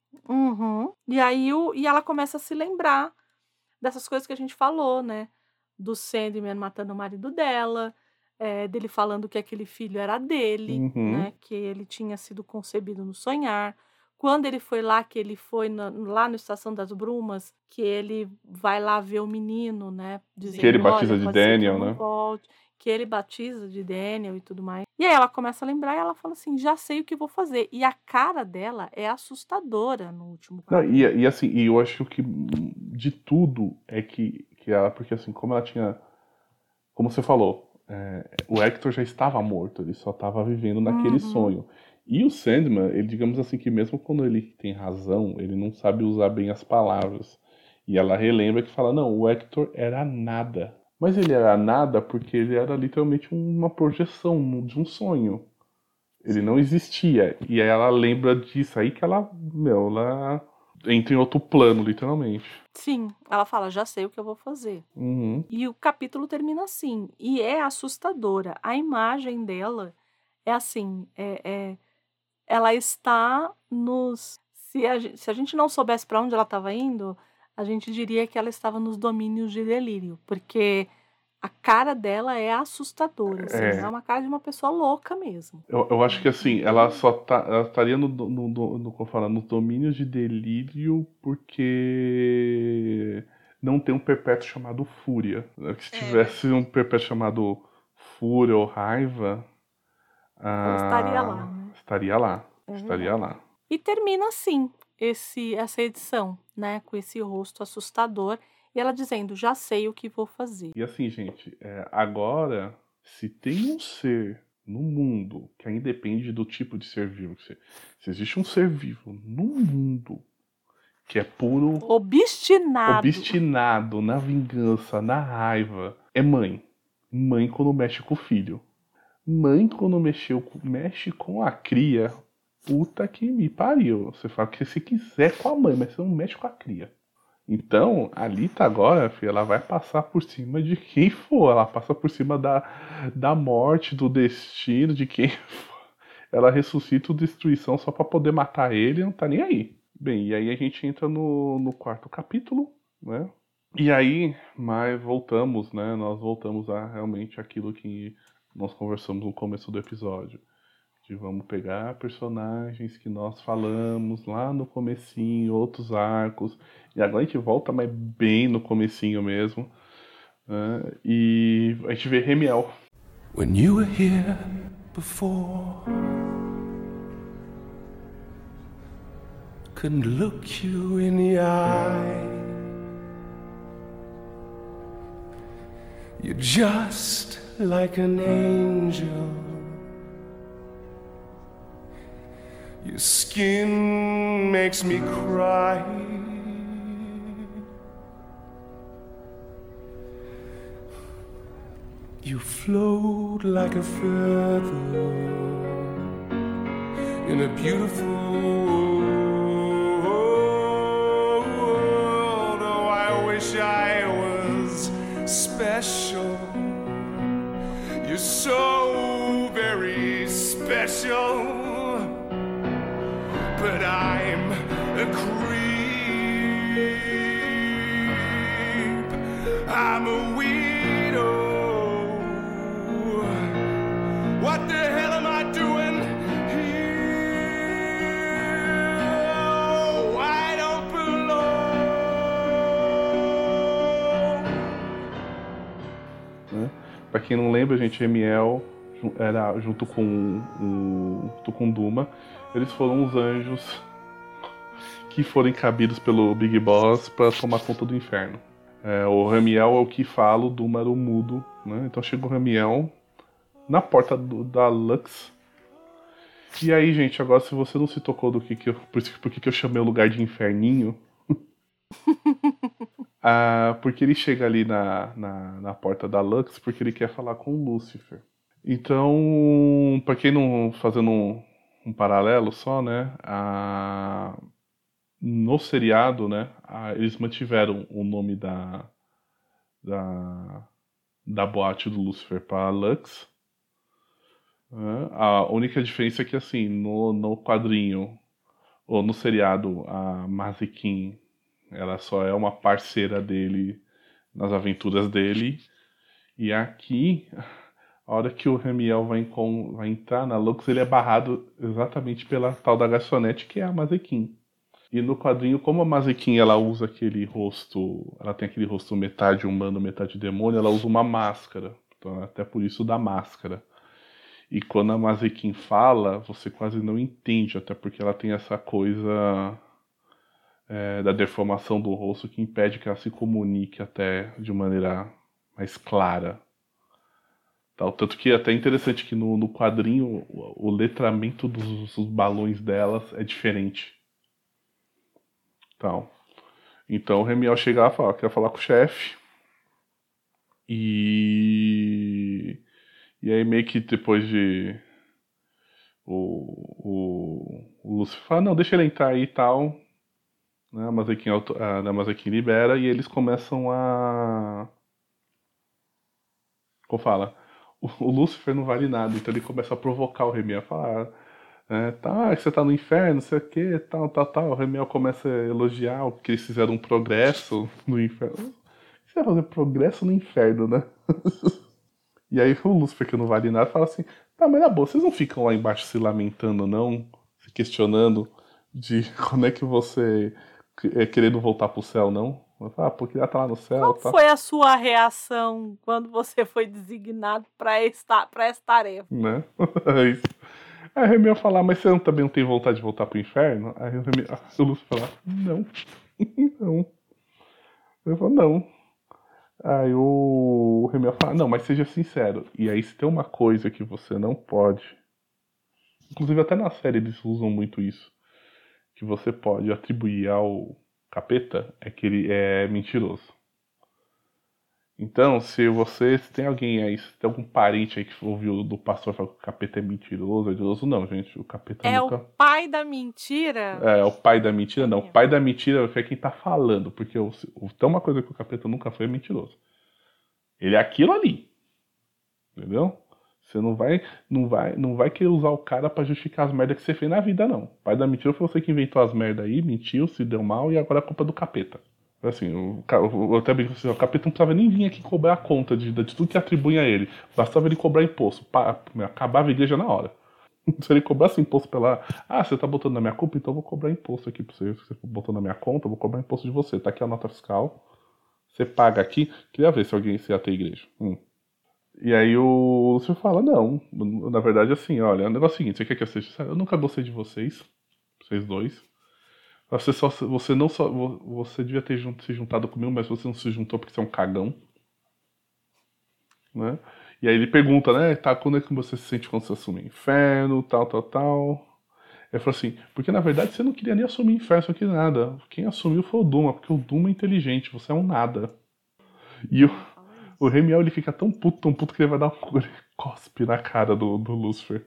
Uhum. E aí o, e ela começa a se lembrar dessas coisas que a gente falou, né? Do Sandman matando o marido dela, é, dele falando que aquele filho era dele, Uhum. né? Que ele tinha sido concebido no sonhar. Quando ele foi lá, que ele foi na- lá no Estação das Brumas, que ele vai lá ver o menino, né? Dizendo, Que ele batiza "Olha, de pode ser que eu Daniel, não né? volte", que ele batiza de Daniel e tudo mais. E aí ela começa a lembrar e ela fala assim, já sei o que vou fazer. E a cara dela é assustadora no último Não, quadro. e, e assim, e eu acho que de tudo é que, que ela, porque assim, como ela tinha, como você falou, é, o Hector já estava morto, ele só estava vivendo naquele Uhum. sonho. E o Sandman, ele, digamos assim, que mesmo quando ele tem razão, ele não sabe usar bem as palavras. E ela relembra que fala, não, o Hector era nada. Mas ele era nada porque ele era literalmente uma projeção de um sonho. Ele não existia. E aí ela lembra disso aí que ela, meu, ela entra em outro plano, literalmente. Sim, ela fala, já sei o que eu vou fazer. Uhum. E o capítulo termina assim. E é assustadora. A imagem dela é assim, é, é- ela está nos... Se a, gen- se a gente não soubesse para onde ela estava indo, a gente diria que ela estava nos domínios de delírio. Porque a cara dela é assustadora. Assim, É. é uma cara de uma pessoa louca mesmo. Eu, eu acho que assim, ela só tá, ela estaria no, no, no, no, como fala, nos domínios de delírio porque não tem um perpétuo chamado Fúria. Se É. tivesse um perpétuo chamado Fúria ou Raiva, Ela ah, estaria lá, né? estaria lá. É estaria lá. E termina assim esse, essa edição, né? Com esse rosto assustador. E ela dizendo, já sei o que vou fazer. E assim, gente, é, agora, se tem um ser no mundo que ainda depende do tipo de ser vivo, se, se existe um ser vivo no mundo que é puro Obstinado. obstinado na vingança, na raiva, é mãe. Mãe quando mexe com o filho. Mãe quando mexeu, com- mexe com a cria, puta que me pariu. Você fala que se quiser com a mãe, mas você não mexe com a cria. Então, a Alita agora, filho, ela vai passar por cima de quem for. Ela passa por cima da, da morte, do destino, de quem for. Ela ressuscita o Destruição só pra poder matar ele e não tá nem aí. Bem, e aí a gente entra no, no quarto capítulo, né? E aí, mas voltamos, né? Nós voltamos a realmente aquilo que nós conversamos no começo do episódio. De vamos pegar personagens que nós falamos lá no comecinho, outros arcos. E agora a gente volta, mas bem no comecinho mesmo. Né? E a gente vê Remiel. When you were here before, couldn't look you in the eye. You're just like an angel. Your skin makes me cry. You float like a feather in a beautiful world. Oh, I wish I was special. You're so very special. But I'm a creep. I'm a weirdo. What the hell am I doing here? Oh, I don't belong. Né? Pra quem não lembra, gente, Remiel era junto com o Tukunduma. Eles foram os anjos que foram encabidos pelo Big Boss para tomar conta do inferno. É, o Ramiel é o que fala, o Duma era o mudo, né? Então chegou o Ramiel na porta do, da Lux. E aí, gente, agora se você não se tocou do que, que eu. Por, por que, que eu chamei o lugar de inferninho? ah, porque ele chega ali na, na, na porta da Lux porque ele quer falar com o Lúcifer. Então, pra quem não. Fazendo um. Um paralelo só, né? A... No seriado, né? A... Eles mantiveram o nome da da, da boate do Lúcifer para Lux. Né? A única diferença é que, assim, no, no quadrinho ou no seriado, a Mazikin, ela só é uma parceira dele nas aventuras dele. E aqui, a hora que o Ramiel vai, com, vai entrar na Lux, ele é barrado exatamente pela tal da garçonete, que é a Mazekin. E no quadrinho, como a Mazekin ela usa aquele rosto, ela tem aquele rosto metade humano, metade demônio, ela usa uma máscara. Então, até por isso da máscara. E quando a Mazekin fala, você quase não entende, até porque ela tem essa coisa é, da deformação do rosto que impede que ela se comunique até de maneira mais clara. Tal, tanto que é até interessante que no, no quadrinho o, o letramento dos, dos balões delas é diferente. Tal. Então o Ramiel chega lá e fala, quer falar com o chefe. E... E aí meio que depois de... O, o, o Lúcifer fala, não, deixa ele entrar aí e tal. Né, a Mazekin, a Mazekin libera e eles começam a... Como fala? O, o Lúcifer não vale nada, então ele começa a provocar o Ramiel, a falar, é, tá, você tá no inferno, não sei o que, tal, tal, tal. O Ramiel começa a elogiar o que eles fizeram um progresso no inferno. Você vai fazer progresso no inferno, né? E aí o Lúcifer, que não vale nada, fala assim, tá, mas na boa, vocês não ficam lá embaixo se lamentando, não? Se questionando de quando é que você é querendo voltar pro céu, não? Ah, porque já tá lá no céu. Qual tá. foi a sua reação quando você foi designado para esta, pra essa tarefa? Né? É isso. Aí o Ramiel fala, mas você não, também não tem vontade de voltar pro inferno? Aí o, Ramiel, o Lúcio fala, não. Não. Eu falo, não. Aí o, o Ramiel fala, não, mas seja sincero. E aí se tem uma coisa que você não pode, inclusive até na série eles usam muito isso, que você pode atribuir ao capeta, é que ele é mentiroso. Então, se você se tem alguém aí, se tem algum parente aí que ouviu do pastor falar que o capeta é mentiroso, é mentiroso, não, gente. O capeta É nunca. o pai da mentira. É, o pai da mentira, É não. O mesmo. pai da mentira é quem tá falando, porque o, o, tem uma coisa que o capeta nunca foi é mentiroso. Ele é aquilo ali. Entendeu? Você não vai, não vai, não vai querer usar o cara pra justificar as merdas que você fez na vida, não. O pai da mentira foi você que inventou as merdas aí, mentiu, se deu mal e agora é culpa do capeta. Assim, o, ca- eu até brinco assim, o capeta não precisava nem vir aqui cobrar a conta de, de tudo que atribui a ele. Bastava ele cobrar imposto. Pá, acabava a igreja na hora. Se ele cobrasse imposto pela. Ah, você tá botando na minha culpa, então eu vou cobrar imposto aqui pra você. Se você botou na minha conta, eu vou cobrar imposto de você. Tá aqui a nota fiscal. Você paga aqui. Queria ver se alguém se ia ter igreja. Hum. E aí o Lúcio fala, não. Na verdade, assim, olha, o negócio é o seguinte, você quer que eu seja sincero? Eu nunca gostei de vocês. Vocês dois. Você, só, você não só. Você devia ter jun- se juntado comigo, mas você não se juntou porque você é um cagão. Né? E aí ele pergunta, né? Tá, quando é que você se sente quando você assume o inferno, tal, tal, tal. Ele falou assim, porque na verdade você não queria nem assumir o inferno, você não queria nada. Quem assumiu foi o Duma, porque o Duma é inteligente, você é um nada. E o, o Remiel, ele fica tão puto, tão puto que ele vai dar um ele cospe na cara do, do Lúcifer.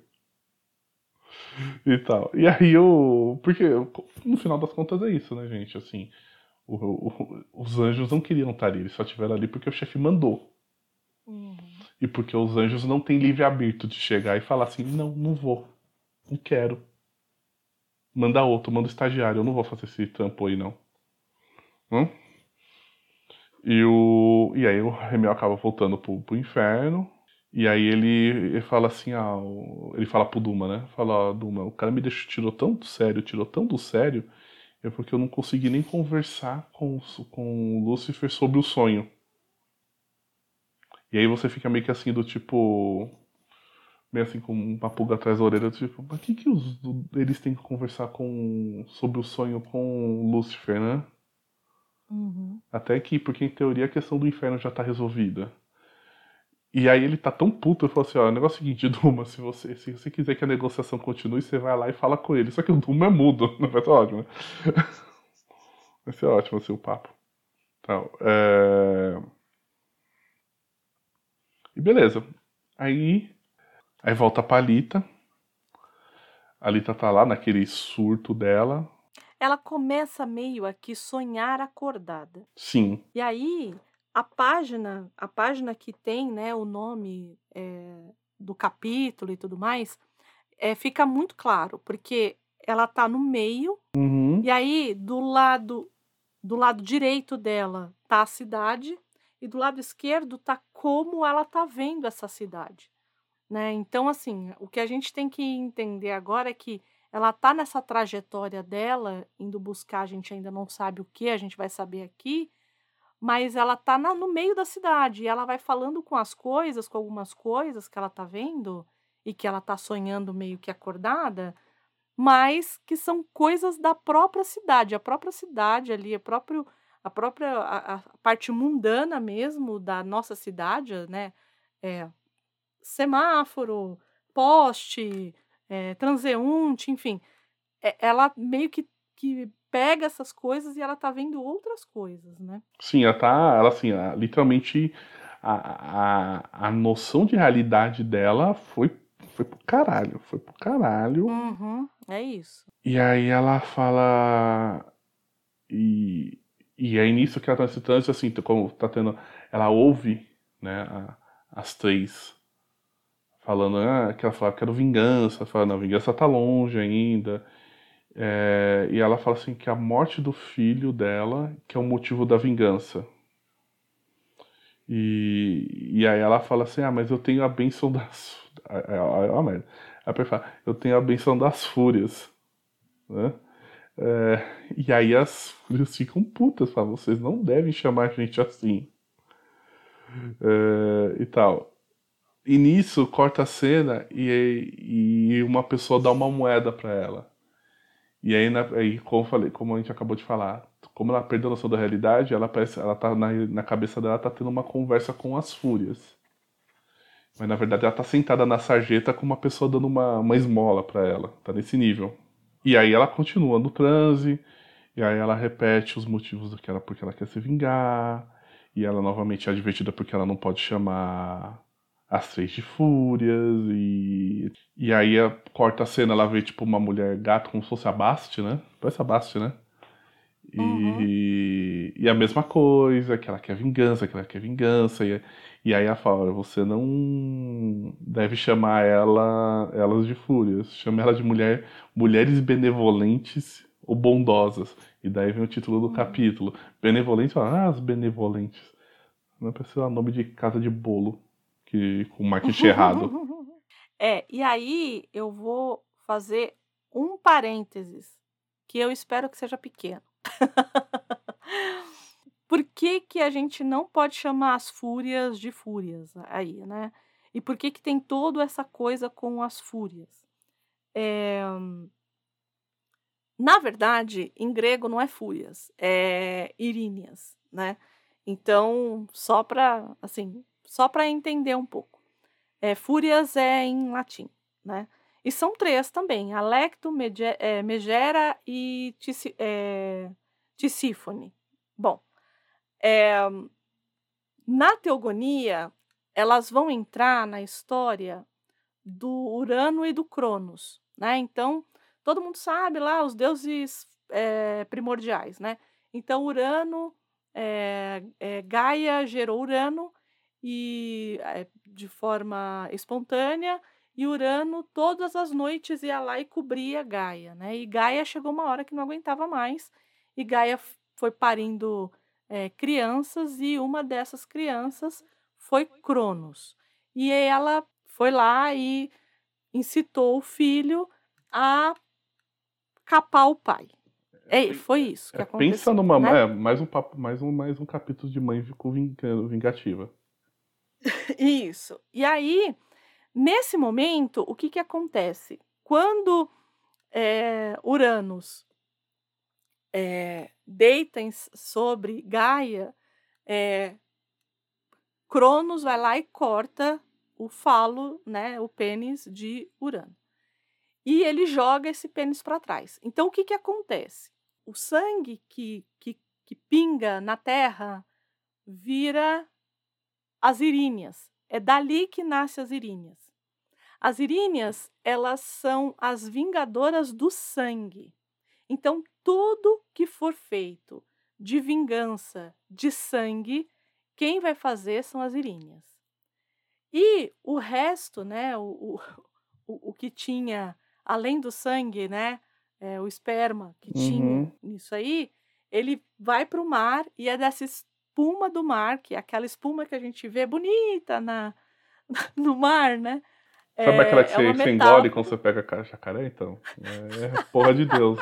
E tal. E aí o. Porque no final das contas é isso, né, gente? Assim, o, o, os anjos não queriam estar ali, eles só estiveram ali porque o chefe mandou. Uhum. E porque os anjos não têm livre-arbítrio de chegar e falar assim, não, não vou. Não quero. Manda outro, manda o estagiário, eu não vou fazer esse trampo aí, não. Hum? E, o, e aí o Remiel acaba voltando pro, pro inferno. E aí ele, ele fala assim, ah, o- ele fala pro Duma, né? Fala, ó, Duma, o cara me deixou, tirou tão do sério, tirou tão do sério, é porque eu não consegui nem conversar com, o- com o Lúcifer sobre o sonho. E aí você fica meio que assim, do tipo, meio assim com uma pulga atrás da orelha, do tipo, mas que que os, eles têm que conversar com, sobre o sonho com o Lúcifer, né? Uhum. Até que, porque em teoria a questão do inferno já tá resolvida. E aí ele tá tão puto, ele falou assim, ó, o negócio é o seguinte, Duma, se você, se você quiser que a negociação continue, você vai lá e fala com ele. Só que o Duma é mudo, vai ser ótimo, né? Vai ser ótimo assim o papo. Então, é... E beleza. Aí, aí volta pra Alita. A Alita tá lá naquele surto dela. Ela começa meio a que sonhar acordada. Sim. E aí, a página, a página que tem, né, o nome eh, do capítulo e tudo mais, eh, fica muito claro, porque ela tá no meio, Uhum. e aí do lado do lado direito dela tá a cidade, e do lado esquerdo tá como ela tá vendo essa cidade, né. Então, assim, o que a gente tem que entender agora é que ela tá nessa trajetória dela, indo buscar, a gente ainda não sabe o que, a gente vai saber aqui, mas ela tá na no meio da cidade, e ela vai falando com as coisas, com algumas coisas que ela tá vendo, e que ela tá sonhando meio que acordada, mas que são coisas da própria cidade. A própria cidade ali, a próprio a própria a a parte mundana mesmo da nossa cidade, né, eh, semáforo, poste, eh, transeunte, enfim, eh, ela meio que que pega essas coisas e ela tá vendo outras coisas, né. Sim, ela tá. Ela assim, a- literalmente a, a, a noção de realidade dela foi, foi pro caralho. Foi pro caralho. Uhum, é isso. E aí ela fala. E, e é nisso que ela tá nesse trânsito, assim, como tá tendo. Ela ouve, né, a- as três falando, ah, que ela fala, quero vingança, fala, não, vingança tá longe ainda. É, e ela fala assim que a morte do filho dela que é o motivo da vingança. E, e aí ela fala assim, ah, mas eu tenho a bênção das. É, é, é uma merda. Aí ela fala, eu tenho a bênção das fúrias. Né? É, e aí as fúrias ficam putas, falam, vocês não devem chamar a gente assim. É, e tal. E nisso corta a cena e, e uma pessoa dá uma moeda pra ela. E aí, na- aí, como eu falei, como a gente acabou de falar, como ela perdeu a noção da realidade, ela parece, ela tá na, na cabeça dela tá tendo uma conversa com as fúrias. Mas na verdade ela tá sentada na sarjeta com uma pessoa dando uma, uma esmola pra ela. Tá nesse nível. E aí ela continua no transe, e aí ela repete os motivos do que ela, porque ela quer se vingar. E ela novamente é advertida porque ela não pode chamar as três de fúrias. E, e aí a, corta a cena, ela vê tipo uma mulher gato, como se fosse a Bast, né? Parece a Bast, né? Uhum. E, e a mesma coisa, que ela quer vingança, que ela quer vingança. E, e aí ela fala, você não deve chamar ela, elas de fúrias. Chame ela de mulher, mulheres benevolentes ou bondosas. E daí vem o título do Uhum. capítulo. Benevolentes, fala, ah, as benevolentes. Não precisa nome de casa de bolo, que, com marketing errado. É, e aí eu vou fazer um parênteses, que eu espero que seja pequeno. Por que que a gente não pode chamar as fúrias de fúrias aí, né? E por que que tem toda essa coisa com as fúrias? É, na verdade, em grego não é fúrias, é iríneas, né? Então, só para assim, só para entender um pouco. É, fúrias é em latim, né? E são três também, Alecto, Mege- é, Megera e Tisi- é, Tisífone. Bom, é, na teogonia, elas vão entrar na história do Urano e do Cronos, né? Então, todo mundo sabe lá os deuses é, primordiais, né? Então, Urano, é, é, Gaia gerou Urano e é, de forma espontânea, e Urano todas as noites ia lá e cobria Gaia, né? E Gaia chegou uma hora que não aguentava mais, e Gaia f- foi parindo é, crianças, e uma dessas crianças foi Cronos. E ela foi lá e incitou o filho a capar o pai. É, foi isso que É, pensa aconteceu, numa. né? É, mais um papo, mais um, mais um capítulo de mãe com vinga- vingativa. Isso. E aí, nesse momento, o que que acontece? Quando é, Uranus é, deita em- sobre Gaia, é, Cronos vai lá e corta o falo, né, o pênis de Urano. E ele joga esse pênis para trás. Então, o que que acontece? O sangue que, que, que pinga na terra vira as iríneas. É dali que nascem as iríneas. As iríneas, elas são as vingadoras do sangue. Então, tudo que for feito de vingança, de sangue, quem vai fazer são as iríneas. E o resto, né, o, o, o, o que tinha, além do sangue, né, é, o esperma que Uhum. tinha nisso aí, ele vai para o mar, e é dessa espuma do mar, que é aquela espuma que a gente vê bonita na, no mar, né? Sabe aquela É, que é você, uma você engole quando metáfora. você pega ca- jacaré? Então, é porra de Deus.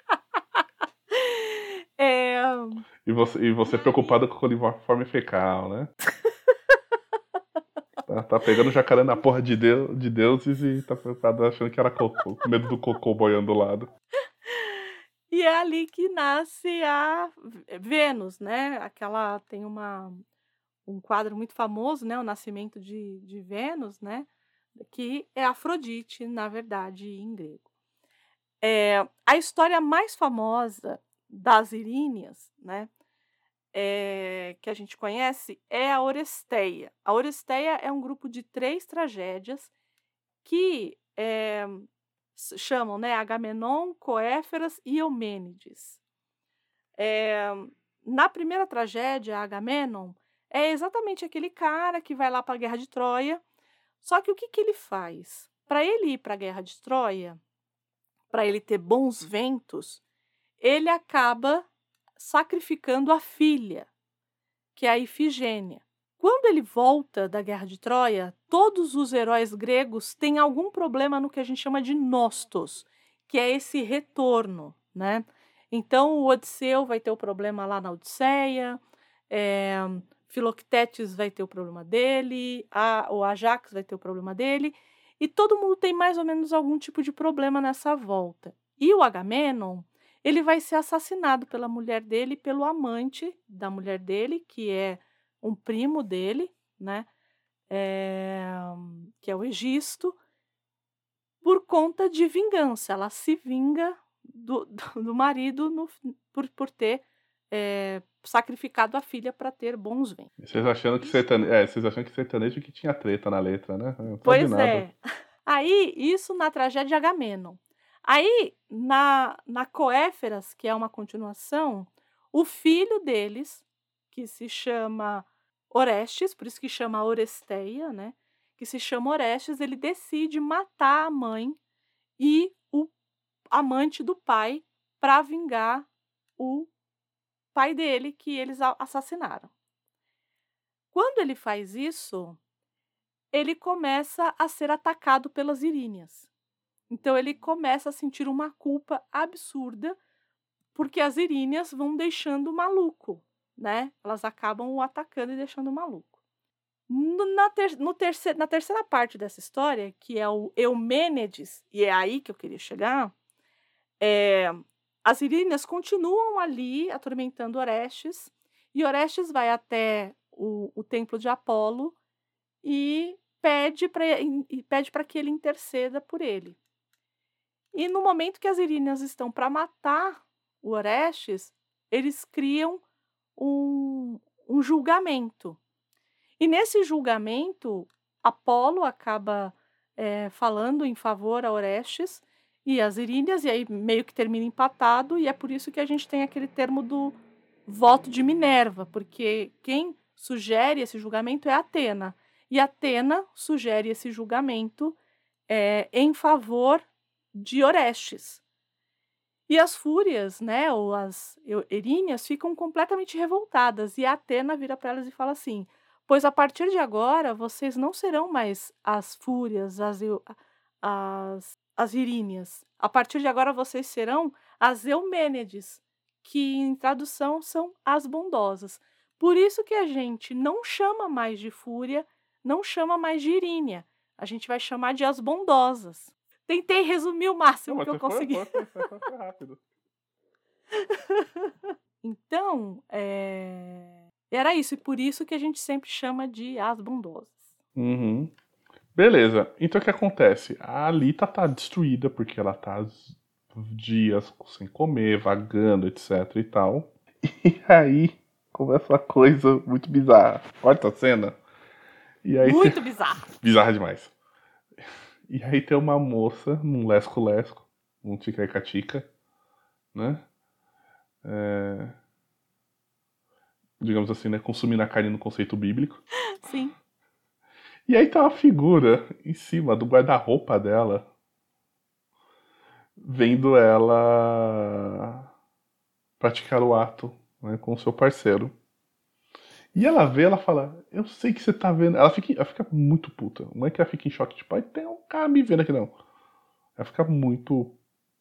É, E você, e você preocupada com o coliforme fecal, né? Tá, tá pegando jacaré na porra de Deus, de deuses e tá preocupado achando que era cocô, com medo do cocô boiando do lado. e é ali que nasce a Vênus, né? Aquela tem uma, um quadro muito famoso, né? O Nascimento de, de Vênus, né? Que é Afrodite, na verdade, em grego. É, a história mais famosa das Iríneas, né? É, que a gente conhece é a Oresteia. A Oresteia é um grupo de três tragédias que é, s- chamam, né, Agamenon, Coéferas e Eumênides. É, na primeira tragédia, Agamenon é exatamente aquele cara que vai lá para a Guerra de Troia. Só que o que, que ele faz? Para ele ir para a Guerra de Troia, para ele ter bons ventos, ele acaba sacrificando a filha, que é a Ifigênia. Quando ele volta da Guerra de Troia, todos os heróis gregos têm algum problema no que a gente chama de nostos, que é esse retorno, né? Então, o Odisseu vai ter o problema lá na Odisseia, é, Filoctetes vai ter o problema dele, a, o Ajax vai ter o problema dele, e todo mundo tem mais ou menos algum tipo de problema nessa volta. E o Agamenon, ele vai ser assassinado pela mulher dele e pelo amante da mulher dele, que é um primo dele, né? É, que é o Egisto, por conta de vingança. Ela se vinga do, do, do marido no, por, por ter é, sacrificado a filha para ter bons ventos. Vocês achando que sertanejo, é, vocês achando que sertanejo que tinha treta na letra, né? Não sabe Pois nada. é. Aí, isso na tragédia de Agamenon. Aí, na, na Coéferas, que é uma continuação, o filho deles, que se chama Orestes, por isso que chama Oresteia, né? Que se chama Orestes, ele decide matar a mãe e o amante do pai para vingar o pai dele, que eles a- assassinaram. Quando ele faz isso, ele começa a ser atacado pelas iríneas. Então ele começa a sentir uma culpa absurda, porque as iríneas vão deixando maluco, né? Elas acabam o atacando e deixando maluco. No- Na, ter- no terce- na terceira parte dessa história, que é o Eumênides, e é aí que eu queria chegar, é, as iríneas continuam ali atormentando Orestes, e Orestes vai até o, o templo de Apolo e pede para pede para que ele interceda por ele. E no momento que as iríneas estão para matar o Orestes, eles criam um, um julgamento. E nesse julgamento, Apolo acaba eh, falando em favor a Orestes e as iríneas, e aí meio que termina empatado, e é por isso que a gente tem aquele termo do voto de Minerva, porque quem sugere esse julgamento é Atena. E Atena sugere esse julgamento eh, em favor de Orestes. E as fúrias, né, ou as eu- eríneas, ficam completamente revoltadas. E a Atena vira para elas e fala assim: pois a partir de agora vocês não serão mais as fúrias, as, eu- as, as iríneas. A partir de agora vocês serão as Eumênides, que em tradução são as bondosas. Por isso que a gente não chama mais de fúria, não chama mais de irínia. A gente vai chamar de as bondosas. Tentei resumir o Não, máximo mas que eu você foi, consegui. foi, foi, foi, foi, foi rápido. Então, é, era isso. E por isso que a gente sempre chama de as bondosas. Uhum. Beleza. Então o que acontece? A Alita tá destruída porque ela tá z- dias sem comer, vagando, etc e tal. E aí começa uma coisa muito bizarra. Corta a cena. E aí Muito bizarro. bizarra demais. E aí tem uma moça num lesco-lesco, um tica-tica, né? É, digamos assim, né? Consumindo a carne no conceito bíblico. Sim. E aí tá uma figura em cima do guarda-roupa dela, vendo ela praticar o ato, né, com o seu parceiro. E ela vê, ela fala, eu sei que você tá vendo. Ela fica, ela fica muito puta. Não é que ela fica em choque, tipo, ai, tem um cara me vendo aqui, não. Ela fica muito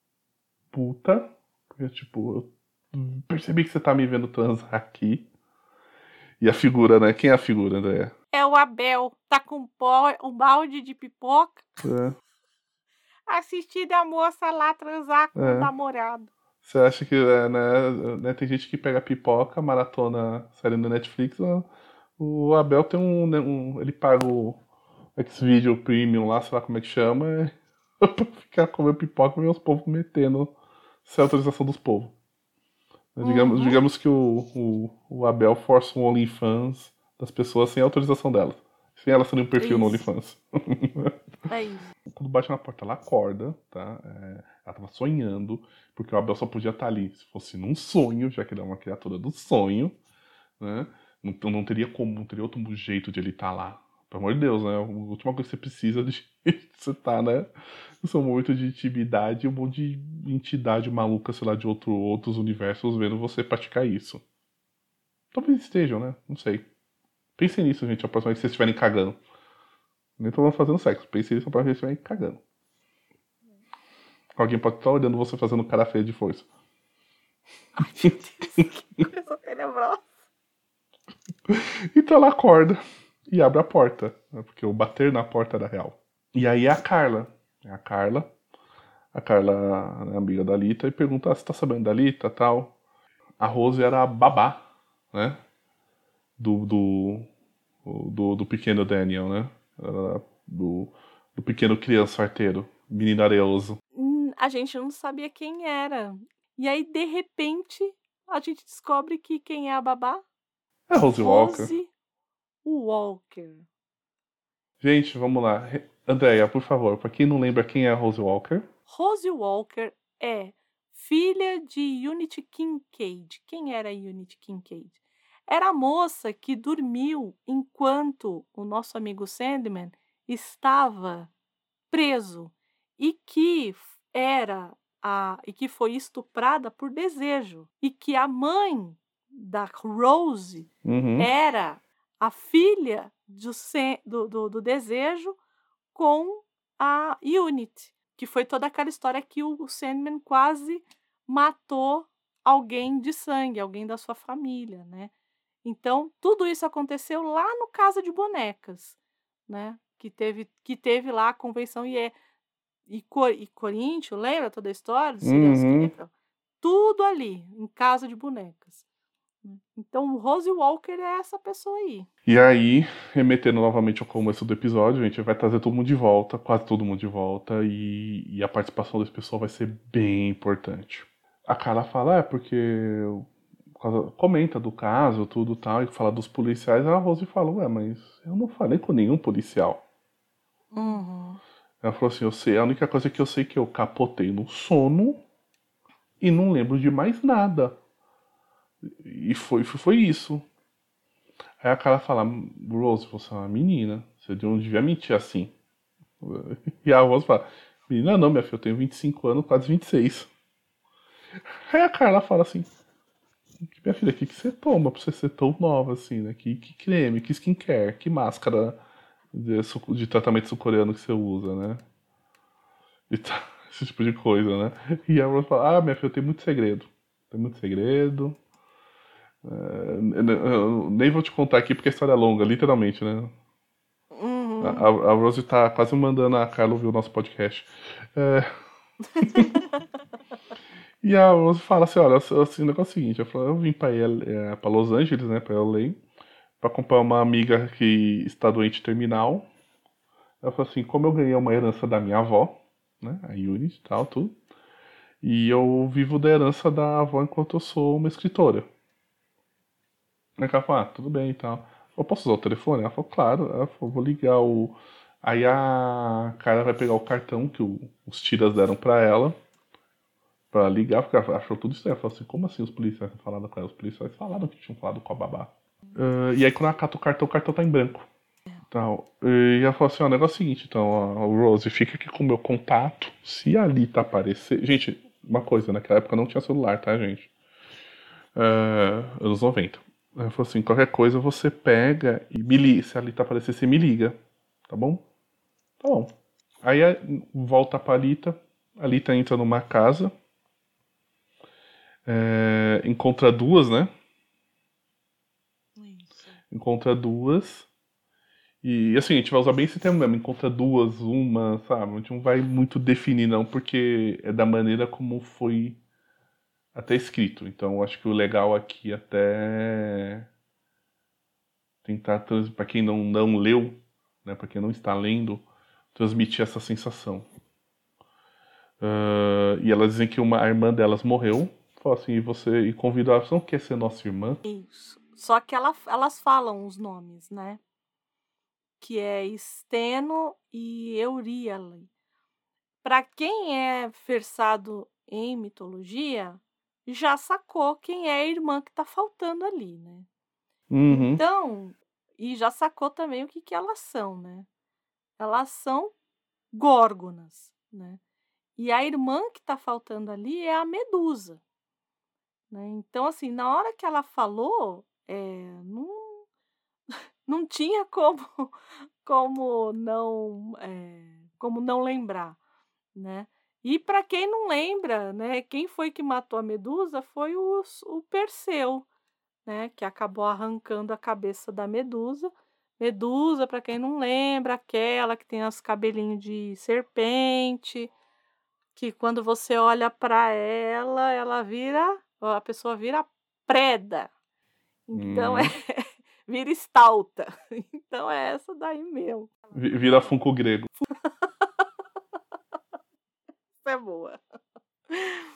puta, porque, tipo, eu percebi que você tá me vendo transar aqui. E a figura, né? Quem é a figura, André? É o Abel. Tá com pó, um balde de pipoca, É. assistindo a moça lá transar com É. o namorado. Você acha que, é, né, né, tem gente que pega pipoca, maratona série no Netflix, o, o Abel tem um, né, um- ele paga o Xvideo Premium lá, sei lá como é que chama, pra ficar comendo pipoca e ver os povos metendo sem autorização dos povos. Digamos, Uhum. digamos que o, o, o Abel força um OnlyFans das pessoas sem autorização delas. Sem elas terem um perfil no Isso. OnlyFans. É isso. Quando bate na porta, ela acorda, tá? É, ela tava sonhando, porque o Abel só podia estar ali se fosse num sonho, já que ele é uma criatura do sonho, né? Então não teria como, não teria outro jeito de ele estar lá. Pelo amor de Deus, né? A última coisa que você precisa de você estar, né? No seu momento de intimidade e um monte de entidade maluca, sei lá, de outro, outros universos vendo você praticar isso. Talvez estejam, né? Não sei. Pensem nisso, gente, a próxima vez que vocês estiverem cagando. Nem tô fazendo sexo, pensei nisso a próxima vez que vocês estiverem cagando. Alguém pode estar olhando você fazendo cara feia de força. Que coisa tenebrosa. Então ela acorda e abre a porta, né, porque o bater na porta era real. E aí é a Carla. É a Carla. A Carla é amiga da Alita e pergunta: ah, você tá sabendo da Alita tal? A Rose era a babá, né? Do, do, do, do pequeno Daniel, né? Era do, do pequeno criança arteiro, menino areoso. Hum, a gente não sabia quem era. E aí, de repente, a gente descobre que quem é a babá? É Rose Walker. Rose Walker. Gente, vamos lá. Re- Andréia, por favor, pra quem não lembra quem é a Rose Walker. Rose Walker é filha de Unity Kincaid. Quem era Unity Kincaid? Era a moça que dormiu enquanto o nosso amigo Sandman estava preso e que f- era a e que foi estuprada por desejo e que a mãe da Rose Uhum. era a filha do, Sa- do, do, do desejo com a Unity, que foi toda aquela história que o Sandman quase matou alguém de sangue, alguém da sua família, né? Então, tudo isso aconteceu lá no Casa de Bonecas, né? Que teve, que teve lá a convenção e é e, Cor, e Corinthians, lembra toda a história do Sirius Uhum. Capital? Tudo ali, em Casa de Bonecas. Então, Rose Walker é essa pessoa aí. E aí, remetendo novamente ao começo do episódio, a gente vai trazer todo mundo de volta, quase todo mundo de volta, e, e a participação desse pessoal vai ser bem importante. A Carla fala, é porque por causa- comenta do caso, tudo tal, e fala dos policiais, a Rose fala, ué, mas eu não falei com nenhum policial. Uhum. Ela falou assim, eu sei, a única coisa que eu sei é que eu capotei no sono e não lembro de mais nada. E foi, foi, foi isso. Aí a Carla fala, Rose, você é uma menina, você não devia mentir assim. E a Rose fala, menina não, minha filha, eu tenho vinte e cinco anos, quase vinte e seis. Aí a Carla fala assim, minha filha, o que, que você toma pra você ser tão nova assim, né? Que, que creme, que skincare, que máscara de, su- de tratamento sul-coreano que você usa, né? E tá, esse tipo de coisa, né? E a Rose fala, ah, minha filha, tem muito segredo. Tem muito segredo. É, eu- eu nem vou te contar aqui porque a história é longa, literalmente, né? Uhum. A, a Rose tá quase mandando a Carla ouvir o nosso podcast. É, e a Rose fala assim, olha, assim, o negócio é o seguinte, eu, falo, eu vim pra, L- é, pra Los Angeles, né, pra L A, pra acompanhar uma amiga que está doente terminal. Ela falou assim, como eu ganhei uma herança da minha avó, né, a Unity e tal, tudo, e eu vivo da herança da avó enquanto eu sou uma escritora. Aí ela falou, ah, tudo bem e tal. Eu posso usar o telefone? Ela falou, claro. Ela falou, vou ligar o... Aí a cara vai pegar o cartão que o- os tiras deram pra ela, pra ligar, porque ela achou tudo estranho. Ela falou assim, como assim os policiais não falaram com ela? Os policiais falaram que tinham falado com a babá. Ah, e aí quando ela cata o cartão, o cartão tá em branco. Tal. E ela falou assim, ó, o negócio é o seguinte, então, a Rose, fica aqui com o meu contato. Se a Alita aparecer... Gente, uma coisa, naquela época não tinha celular, tá, gente? Ah, anos noventa. Ela falou assim, qualquer coisa você pega e me liga. Se a Alita aparecer, você me liga. Tá bom? Tá bom. Aí a- volta pra Alita. A Alita entra numa casa. é, encontra duas, né? Isso. Encontra duas. E assim, a gente vai usar bem esse termo mesmo. Encontra duas, uma, sabe? A gente não vai muito definir, não, porque é da maneira como foi até escrito. Então, acho que o legal aqui até tentar, trans- pra quem não, não leu, né, para quem não está lendo, transmitir essa sensação. Ah, e elas dizem que uma, a irmã delas morreu. Fala assim, e você e convidou ela, você não quer ser nossa irmã? Isso. Só que ela, elas falam os nomes, né? Que é Steno e Euríale. Para quem é versado em mitologia, já sacou quem é a irmã que tá faltando ali, né? Uhum. Então, e já sacou também o que que elas são, né? Elas são górgonas, né? E a irmã que tá faltando ali é a Medusa, né? Então, assim, na hora que ela falou, é, não, não tinha como, como não, é, como não lembrar, né? E para quem não lembra, né, quem foi que matou a Medusa foi o, o Perseu, né, que acabou arrancando a cabeça da Medusa. Medusa, para quem não lembra, aquela que tem os cabelinhos de serpente, que quando você olha para ela, ela vira, a pessoa vira preda. Então Hum. é vira estalta. Então é essa daí mesmo. Vi- Vira Funko grego. Essa é boa. E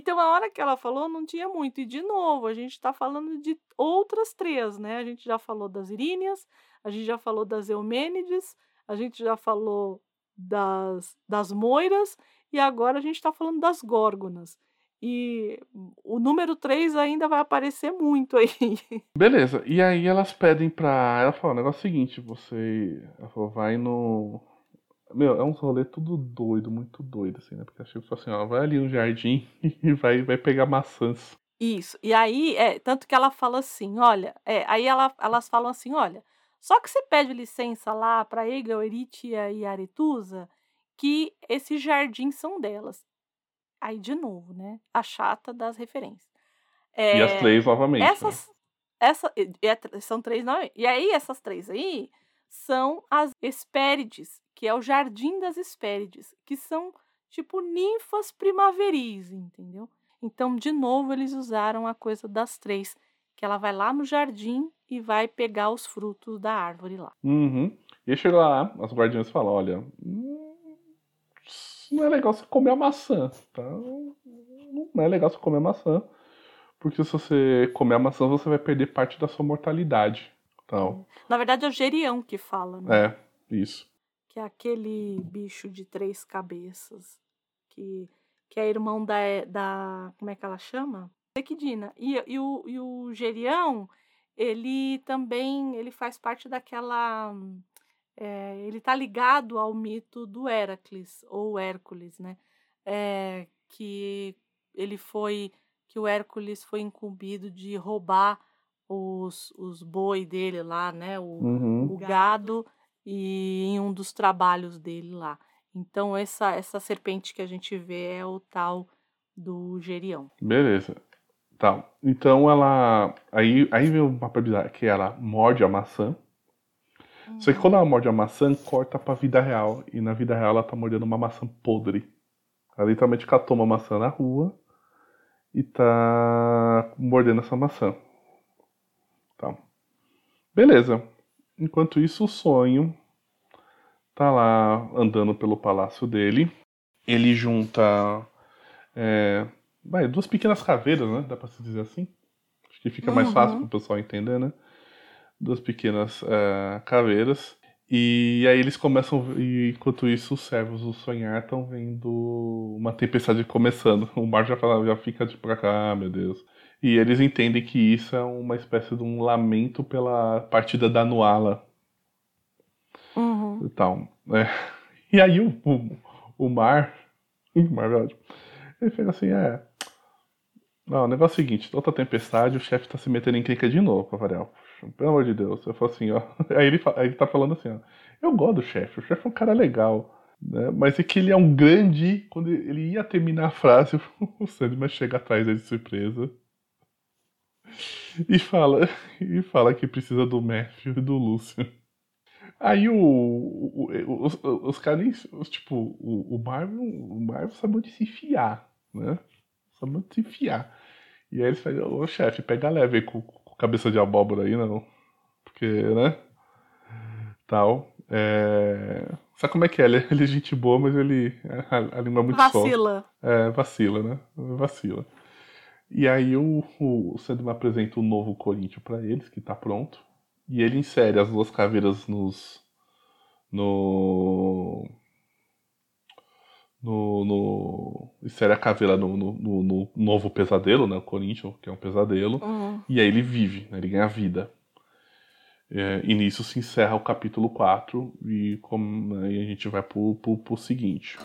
Então, a hora que ela falou, não tinha muito. E, de novo, a gente está falando de outras três, né? A gente já falou das Iríneas, a gente já falou das Eumênides, a gente já falou das, das Moiras, e agora a gente está falando das Górgonas. E o número três ainda vai aparecer muito aí. Beleza, e aí elas pedem pra. Ela fala: o negócio é o seguinte, você. Ela falou, vai no. Meu, é um rolê tudo doido, muito doido, assim, né? Porque a Chico falou assim: ó, vai ali no jardim e vai, vai pegar maçãs. Isso. E aí, é, tanto que ela fala assim, olha, é, aí ela, elas falam assim, olha, só que você pede licença lá para Egal, Eritia e Aretusa, que esses jardins são delas. Aí, de novo, né? A chata das referências. E as É, três novamente, né? essas, essa, e- e é- são três, não? E aí, essas três aí são as Hespérides, que é o Jardim das Hespérides, que são tipo ninfas primaveris, entendeu? Então, de novo, eles usaram a coisa das três, que ela vai lá no jardim e vai pegar os frutos da árvore lá. Uhum. E aí chega lá, as guardiãs falam: olha, hum, não é legal você comer a maçã, tá? Não é legal você comer a maçã, porque se você comer a maçã, você vai perder parte da sua mortalidade. Então, Na verdade, é o Gerião que fala, né? é, isso. Que é aquele bicho de três cabeças, que, que é irmão da, da. Como é que ela chama? Equidna. E, e, o, e o Gerião, ele também ele faz parte daquela. É, ele tá ligado ao mito do Heracles, ou Hércules, né? É, que ele foi. Que o Hércules foi incumbido de roubar os, os boi dele lá, né? O, Uhum. o gado e em um dos trabalhos dele lá. Então, essa, essa serpente que a gente vê é o tal do Gerião. Beleza. Tá. Então ela. Aí, aí vem uma probabilidade que ela morde a maçã. Só que quando ela morde a maçã, corta pra vida real. E na vida real ela tá mordendo uma maçã podre. Ela literalmente catou uma maçã na rua e tá mordendo essa maçã. Tá. Beleza. Enquanto isso, o sonho tá lá andando pelo palácio dele. Ele junta é, vai, duas pequenas caveiras, né? Dá pra se dizer assim? Acho que fica mais fácil pro pessoal entender, né? Duas pequenas é, caveiras. E aí eles começam, e enquanto isso, os servos do sonhar estão vendo uma tempestade começando. O mar já, fala, já fica tipo pra cá, ah, meu Deus. E eles entendem que isso é uma espécie de um lamento pela partida da Nuala. Uhum. Então, é. E aí o, o, o mar, o mar, é ótimo. Ele fica assim, é. Não, o negócio é o seguinte, outra tempestade, o chefe tá se metendo em encrenca de novo, pra variar. Pelo amor de Deus. Eu falo assim, ó. Aí ele, aí ele tá falando assim, ó. Eu gosto do chefe, o chefe é um cara legal. Né? Mas é que ele é um grande. Quando ele ia terminar a frase, o Sandman chega atrás dele de surpresa. E fala, e fala que precisa do Matthew e do Lúcio. Aí o, o, o- os, os caras nem. os- Tipo, o, o Marvel. O Marvel sabe onde se enfiar, né? Sabe onde se enfiar. E aí eles falam, ô chefe, pega leve aí com, com cabeça de abóbora aí, não. Porque, né? Tal. É... Sabe como é que é? Ele, ele é gente boa, mas ele. A, a língua é muito solta. Vacila. É, vacila, né? Vacila. E aí o, o Sandman apresenta o novo Corinthians pra eles, que tá pronto. E ele insere as duas caveiras nos. No. No. no insere a caveira no, no, no- no novo pesadelo, né? O Corinthians, que é um pesadelo. Uhum. E aí ele vive, né? Ele ganha vida. É, e nisso se encerra o capítulo quatro. E como, né, e a gente vai pro, pro, pro seguinte.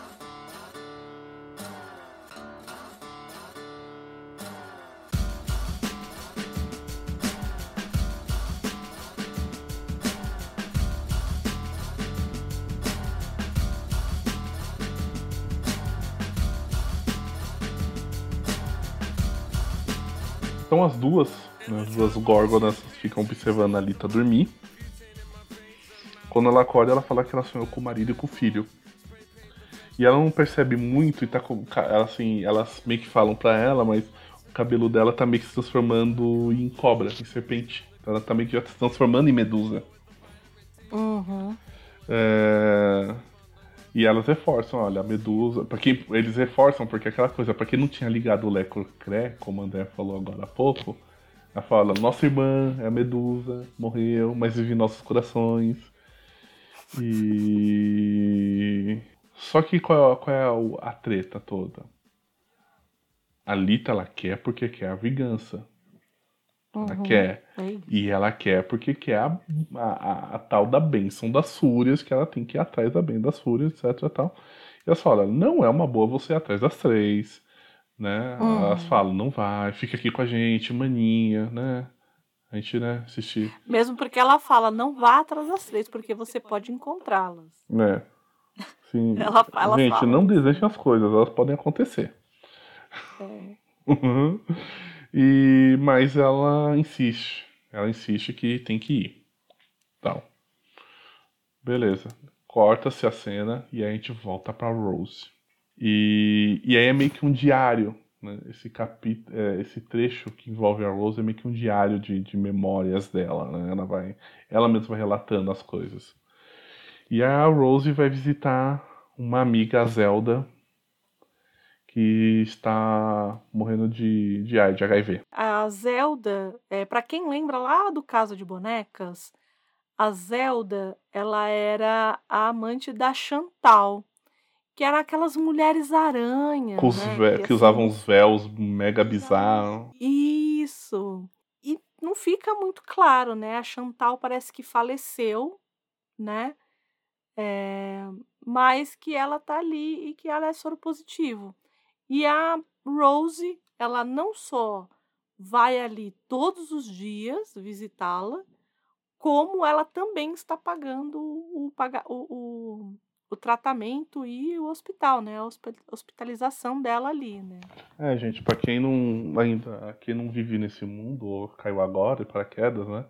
Então as duas, né, as duas górgonas ficam observando a Lita dormir. Quando ela acorda, ela fala que ela sonhou com o marido e com o filho. E ela não percebe muito e tá com. Ela, assim, elas meio que falam pra ela, mas o cabelo dela tá meio que se transformando em cobra, em serpente. Então ela tá meio que já se transformando em medusa. Uhum. É... E elas reforçam, olha, a Medusa. Pra quem, eles reforçam, porque aquela coisa, pra quem não tinha ligado o Lecocré, como o André falou agora há pouco, ela fala, nossa irmã é a Medusa, morreu, mas vive em nossos corações. E. Só que qual, qual é a, a treta toda? A Lita, ela quer porque quer a vingança. Ela Uhum, quer. é isso. E ela quer porque quer a, a, a, a tal da bênção das fúrias, que ela tem que ir atrás da bênção das fúrias, etc e tal. E elas falam, não é uma boa você ir atrás das três, né? Elas Uhum. falam, não vai, fica aqui com a gente, maninha, né? A gente, né, assistir. Mesmo porque ela fala, não vá atrás das três, porque você pode encontrá-las. Né? Sim. Ela, elas Gente, falam não isso, desejem né? as coisas, elas podem acontecer. É. Uhum. E, mas ela insiste. Ela insiste que tem que ir. Então, beleza. Corta-se a cena e aí a gente volta pra Rose. E, e aí é meio que um diário. Né? Esse, capi, é, esse trecho que envolve a Rose é meio que um diário de, de memórias dela. Né? Ela, vai, ela mesma vai relatando as coisas. E a Rose vai visitar uma amiga, a Zelda, que está morrendo de, de, de H I V. A Zelda, é, para quem lembra lá do Casa de Bonecas, a Zelda, ela era a amante da Chantal, que era aquelas mulheres aranhas, Com os né? vé- Que que usavam assim, os véus mega bizarros. isso. E não fica muito claro, né? A Chantal parece que faleceu, né? É, mas que ela tá ali e que ela é soro positivo. E a Rose, ela não só vai ali todos os dias visitá-la, como ela também está pagando o, paga- o, o, o tratamento e o hospital, né? A hospi- hospitalização dela ali, né? É, gente, pra quem não ainda, quem não vive nesse mundo ou caiu agora, de paraquedas, né?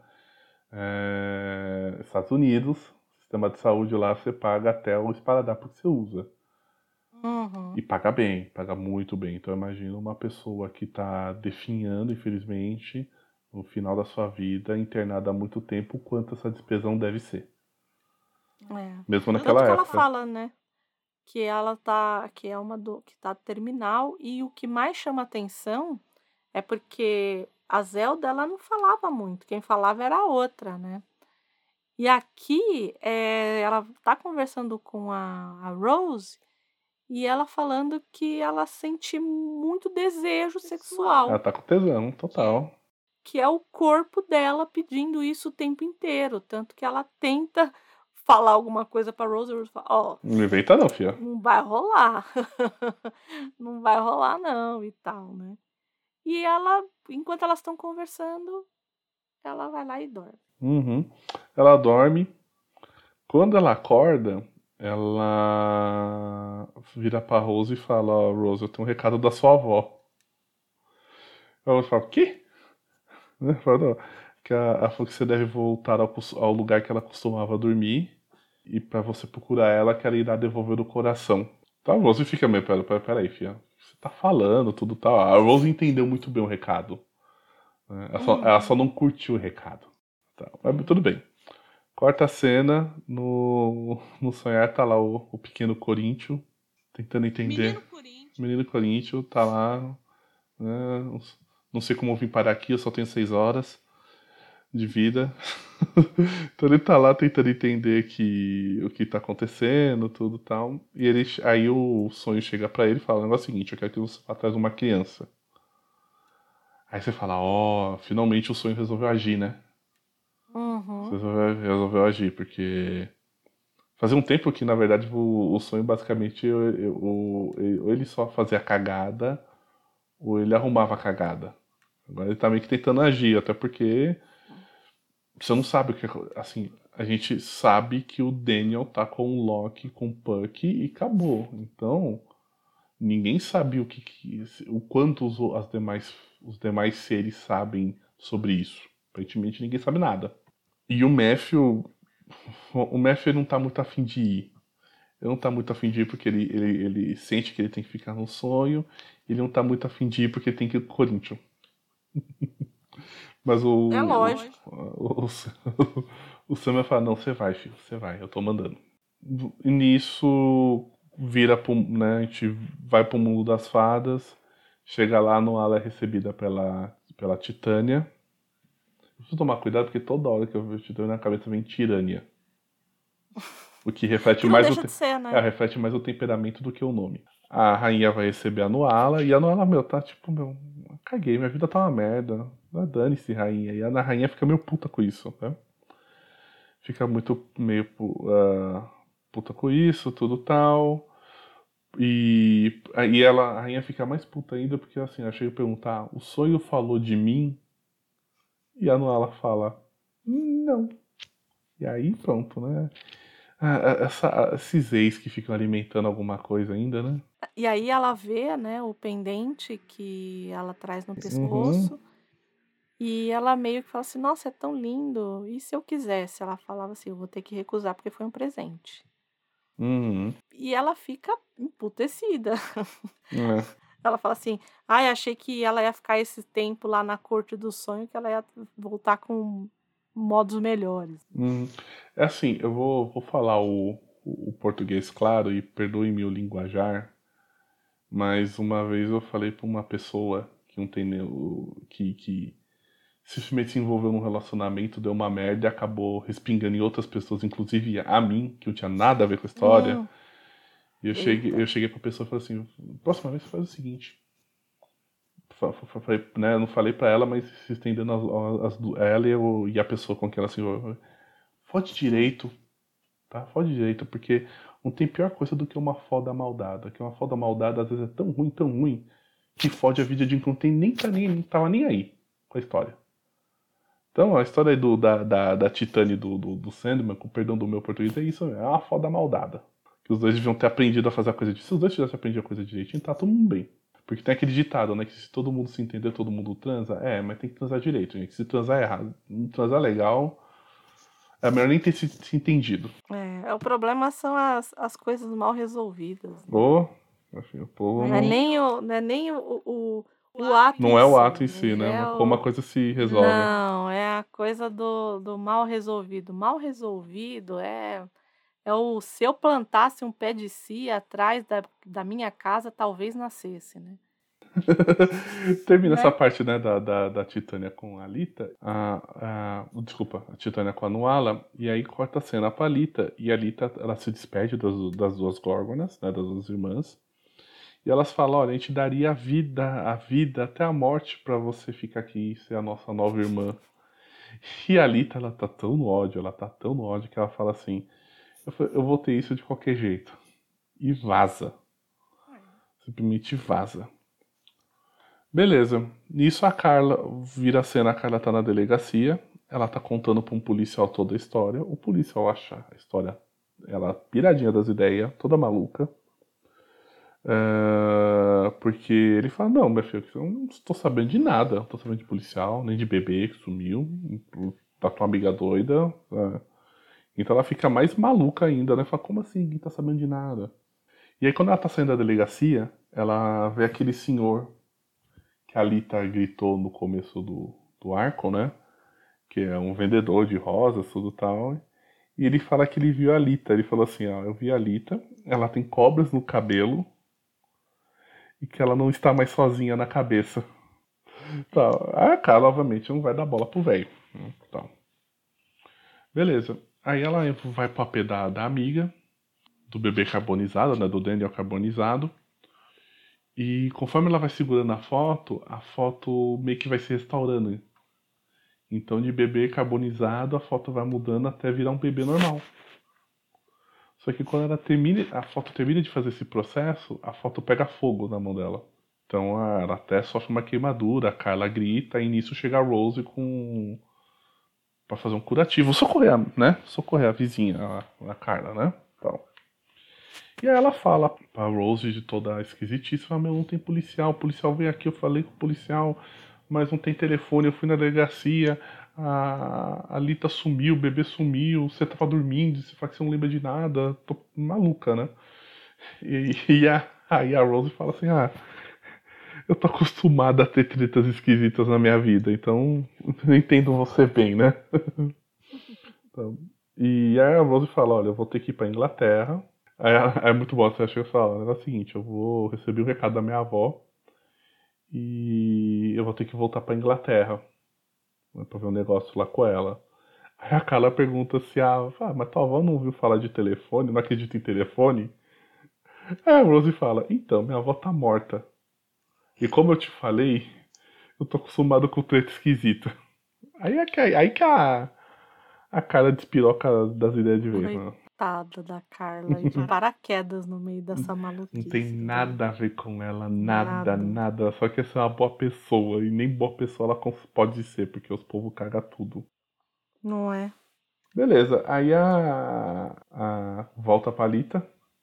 É, Estados Unidos, sistema de saúde lá você paga até o esparadrapo que você usa. Uhum. E paga bem, paga muito bem. Então imagina uma pessoa que tá definhando, infelizmente, no final da sua vida, internada há muito tempo, o quanto essa despesa não deve ser. É. Mesmo Tanto naquela que ela época. fala, né? Que ela tá, que é uma do, que tá terminal, e o que mais chama atenção é porque a Zelda, ela não falava muito, quem falava era a outra, né? E aqui, eh, ela tá conversando com a, a Rose e ela falando que ela sente muito desejo sexual, Ela tá com tesão, total. que é o corpo dela pedindo isso o tempo inteiro, tanto que ela tenta falar alguma coisa pra Rose, a Rose fala, ó, Não inventa não, filha. não vai rolar, não vai rolar não e tal, né? E ela, enquanto elas estão conversando, ela vai lá e dorme. Uhum. Ela dorme. Quando ela acorda, ela vira pra Rose e fala, ó, Rose, eu tenho um recado da sua avó. A Rose fala, o quê? Né? Fala, não, que a, ela falou que você deve voltar ao, cos- ao lugar que ela costumava dormir e pra você procurar ela que ela irá devolver o coração. Tá, a Rose fica meio, pera, pera, pera aí, filha. Você tá falando, tudo tal. A Rose entendeu muito bem o recado. Né? Ela, só, ela só Uhum. não curtiu o recado. Tá, mas tudo bem. Quarta cena, no, no sonhar tá lá o, o pequeno Corinthians, tentando entender. Menino Corinthians. Menino Corinthians tá lá, né? Não, não sei como eu vim parar aqui, eu só tenho seis horas de vida. Então ele tá lá tentando entender que, o que tá acontecendo, tudo e tal. E ele, aí o sonho chega pra ele e fala o negócio seguinte, eu quero que você vá atrás de uma criança. Aí você fala, ó, finalmente o sonho resolveu agir, né? Uhum. Resolveu, resolveu agir, porque fazia um tempo que, na verdade, o, o sonho basicamente eu, eu, eu- ou ele só fazia cagada ou ele arrumava a cagada. Agora ele tá meio que tentando agir, até porque você não sabe o que. Assim, a gente sabe que o Daniel tá com o Loki, com o Puck e acabou. Então, ninguém sabe o que, que o quanto os, as demais, os demais seres sabem sobre isso. Aparentemente ninguém sabe nada. E o Matthew, o Matthew não tá muito afim de ir. Ele não tá muito afim de ir porque ele, ele, ele sente que ele tem que ficar no sonho. Ele não tá muito afim de ir porque ele tem que ir pro Corinthians. Mas o. É lógico. O, o, o Sam vai falar, não, você vai, filho, você vai, eu tô mandando. E nisso vira pro, né, a gente vai pro mundo das fadas, chega lá, no ela é recebida pela, pela Titânia. Preciso tomar cuidado porque toda hora que eu vejo Titânia na cabeça vem Tirânia. O que reflete Que não mais o deixa te- de ser, é, né? reflete mais o temperamento do que o nome. A rainha vai receber a Nuala e a Nuala, meu, tá tipo, meu, caguei, minha vida tá uma merda. Ah, dane-se, rainha. E a rainha fica meio puta com isso, né? Fica muito meio pu- ah, puta com isso, tudo tal. E aí ela, a rainha fica mais puta ainda porque assim, ela chega a perguntar, o sonho falou de mim? E a Nuala fala, não. E aí pronto, né? Ah, ah, essa- esses ex que ficam alimentando alguma coisa ainda, né? E aí ela vê, né, o pendente que ela traz no Uhum. pescoço. E ela meio que fala assim, nossa, é tão lindo. E se eu quisesse? Ela falava assim, eu vou ter que recusar porque foi um presente. Uhum. E ela fica emputecida. É. Ela fala assim, ai, achei que ela ia ficar esse tempo lá na corte do sonho, que ela ia voltar com modos melhores. Uhum. É assim, eu vou, vou falar o, o, o português claro e perdoe-me o linguajar, mas uma vez eu falei pra uma pessoa que não tem ne- o- que, que simplesmente se envolveu num relacionamento, deu uma merda e acabou respingando em outras pessoas, inclusive a mim, que não tinha nada a ver com a história. Hum, E eu cheguei, eita. eu cheguei pra pessoa e falei assim, próxima vez você faz o seguinte. Fa- fa- fa- falei, né, eu não falei pra ela, mas se estendendo as, as, du- ela e, eu- e a pessoa com quem ela se envolveu. Fode direito, tá? Fode direito, porque não tem pior coisa do que uma foda maldada. Que uma foda maldada às vezes é tão ruim, tão ruim, que fode a vida de quem não tem nem, tá nem, nem tava nem aí com a história. Então, a história aí do, da, da, da Titânia e do, do, do Sandman, com perdão do meu português, é isso mesmo. É uma foda maldada. Que os dois deviam ter aprendido a fazer a coisa direito. Se os dois tivessem aprendido a coisa direitinho, tá todo mundo bem. Porque tem aquele ditado, né? Que se todo mundo se entender, todo mundo transa. É, mas tem que transar direito, gente. Se transar errado, não transar legal, é melhor nem ter se, se entendido. É, o problema são as, as coisas mal resolvidas. Né? Ou, assim, o povo Não é não, nem o, não é nem o, o, o ato não em é o si, ato em si, mas né? é Mas como a o... coisa se resolve. Não, é a coisa do, do mal resolvido. Mal resolvido é, é o se eu plantasse um pé de si atrás da, da minha casa, talvez nascesse, né? Termina essa Né? parte, né, da, da, da Titânia com a Alita. A, a, desculpa, a Titânia com a Nuala. E aí corta a cena pra Alita. E a Alita, ela se despede das, das duas Górgonas, né, das duas irmãs. E elas falam, olha, a gente daria a vida, a vida até a morte pra você ficar aqui e ser a nossa nova irmã. E a Alita, ela tá tão no ódio, ela tá tão no ódio que ela fala assim, eu, fa- eu vou ter isso de qualquer jeito. E vaza. Simplesmente vaza. Beleza. Nisso a Carla vira a cena, a Carla tá na delegacia, ela tá contando pra um policial toda a história. O policial acha a história, ela piradinha das ideias, toda maluca. É, porque ele fala, não, meu filho, eu não estou sabendo de nada, não tô sabendo de policial, nem de bebê que sumiu, da tua amiga doida. É. Então ela fica mais maluca ainda, né? Fala, como assim? Ninguém tá sabendo de nada. E aí quando ela tá saindo da delegacia, ela vê aquele senhor que a Alita gritou no começo do, do arco, né? Que é um vendedor de rosas, tudo tal. E ele fala que ele viu a Alita. Ele falou assim, ó, eu vi a Alita, ela tem cobras no cabelo e que ela não está mais sozinha na cabeça. Tá. A Carla, obviamente, não vai dar bola pro velho. Tá. Beleza. Aí ela vai pro apê da, da amiga, do bebê carbonizado, né? Do Daniel carbonizado. E conforme ela vai segurando a foto, a foto meio que vai se restaurando. Então de bebê carbonizado, a foto vai mudando até virar um bebê normal. Só que quando ela termina, a foto termina de fazer esse processo, a foto pega fogo na mão dela. Então ela até sofre uma queimadura, a Carla grita, e nisso chega a Rose com... pra fazer um curativo, socorrer, né? Socorrer a vizinha, a, a Carla, né? Então. E aí ela fala pra Rose de toda esquisitice, fala, meu, não tem policial, o policial veio aqui, eu falei com o policial, mas não tem telefone, eu fui na delegacia, a Alita sumiu, o bebê sumiu, você tava dormindo, você fala que você não lembra de nada, tô maluca, né? E, e a, aí a Rose fala assim, ah, eu tô acostumada a ter tretas esquisitas na minha vida, então eu entendo você bem, né? Então, E aí a Rose fala, olha, eu vou ter que ir pra Inglaterra. Aí é muito bom, você chega e fala, o negócio é o seguinte, eu vou receber o recado da minha avó e eu vou ter que voltar pra Inglaterra, né, pra ver um negócio lá com ela. Aí a Carla pergunta se a... Ah, mas tua avó não ouviu falar de telefone, não acredita em telefone? Aí a Rose fala, então, minha avó tá morta. E como eu te falei, eu tô acostumado com o treta esquisito. Aí é que, aí que a, a cara despiroca das ideias de vez, né? Coitada da Carla, e de paraquedas no meio dessa maluquice. Não tem nada a ver com ela, nada, Nada. nada. Só que essa é uma boa pessoa. E nem boa pessoa ela cons- pode ser, porque os povos cagam tudo. Não é? Beleza, aí a, a volta pra Alita.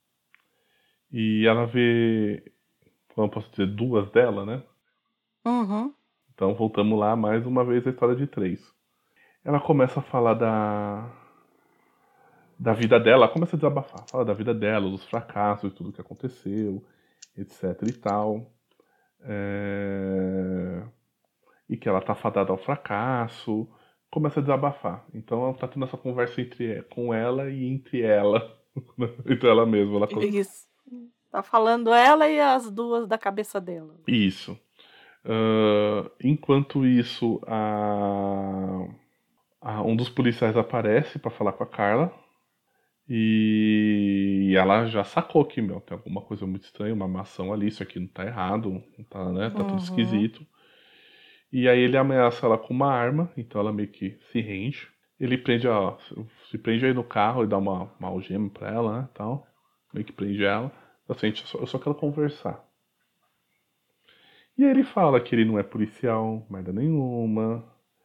E ela vê, como eu posso dizer, duas dela, né? Uhum. Então voltamos lá mais uma vez a história de três. Ela começa a falar da da vida dela, ela começa a desabafar, fala da vida dela, dos fracassos, de tudo que aconteceu, etc e tal. É... E que ela tá fadada ao fracasso, começa a desabafar. Então ela tá tendo essa conversa entre com ela e entre ela, entre ela mesma. Ela... Isso. Tá falando ela e as duas da cabeça dela. Isso. Uh, enquanto isso, a... a... um dos policiais aparece pra falar com a Carla. E ela já sacou que, meu, tem alguma coisa muito estranha, uma maçã ali, isso aqui não tá errado, não tá, né? Tá tudo Uhum. esquisito. E aí ele ameaça ela com uma arma, então ela meio que se rende. Ele prende, ó, se prende aí no carro e dá uma, uma algema pra ela, né, tal. Meio que prende ela. Assim, eu só, eu só quero conversar. E aí ele fala que ele não é policial, merda nenhuma,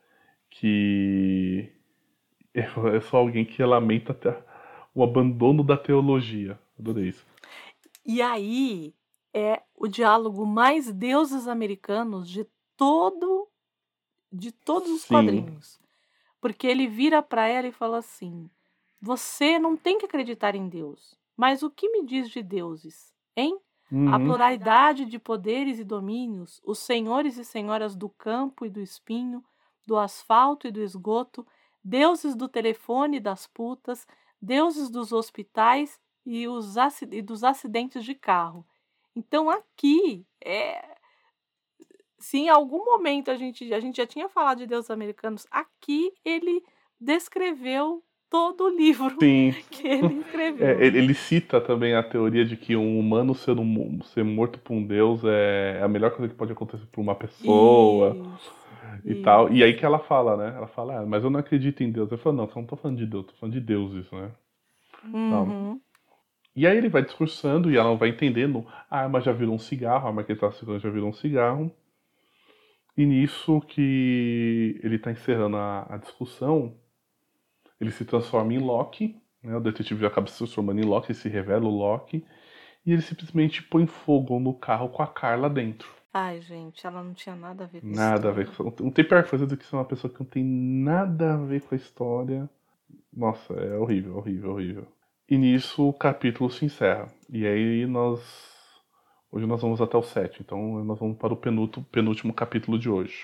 que é só alguém que lamenta até o abandono da teologia. Adorei isso. E aí é o diálogo mais deuses americanos de todo de todos os Sim. quadrinhos. Porque ele vira pra ela e fala assim: você não tem que acreditar em Deus, mas o que me diz de deuses, hein? A Uhum. pluralidade de poderes e domínios, os senhores e senhoras do campo e do espinho, do asfalto e do esgoto, deuses do telefone e das putas, deuses dos hospitais e, os aci- e dos acidentes de carro. Então aqui é. Se em algum momento a gente, a gente já tinha falado de deuses americanos, aqui ele descreveu todo o livro Sim. que ele escreveu. É, ele, ele cita também a teoria de que um humano ser, um, ser morto por um deus é a melhor coisa que pode acontecer por uma pessoa Isso, e isso. tal. E aí que ela fala, né? Ela fala, ah, mas eu não acredito em Deus. Eu falo, não, eu não tô falando de Deus, tô falando de deuses, né? Uhum. E aí ele vai discursando e ela vai entendendo, a arma já virou um cigarro, a arma que ele tá segurando já virou um cigarro. E nisso que ele tá encerrando a, a discussão, ele se transforma em Loki, né? O detetive acaba se transformando em Loki, se revela o Loki, e ele simplesmente põe fogo no carro com a Carla dentro. Ai, gente, ela não tinha nada a ver com isso. Nada a ver com isso. Não tem pior coisa do que ser uma pessoa que não tem nada a ver com a história. Nossa, é horrível, horrível, horrível. E nisso o capítulo se encerra. E aí nós... Hoje nós vamos até o sete, então nós vamos para o penúltimo, penúltimo capítulo de hoje.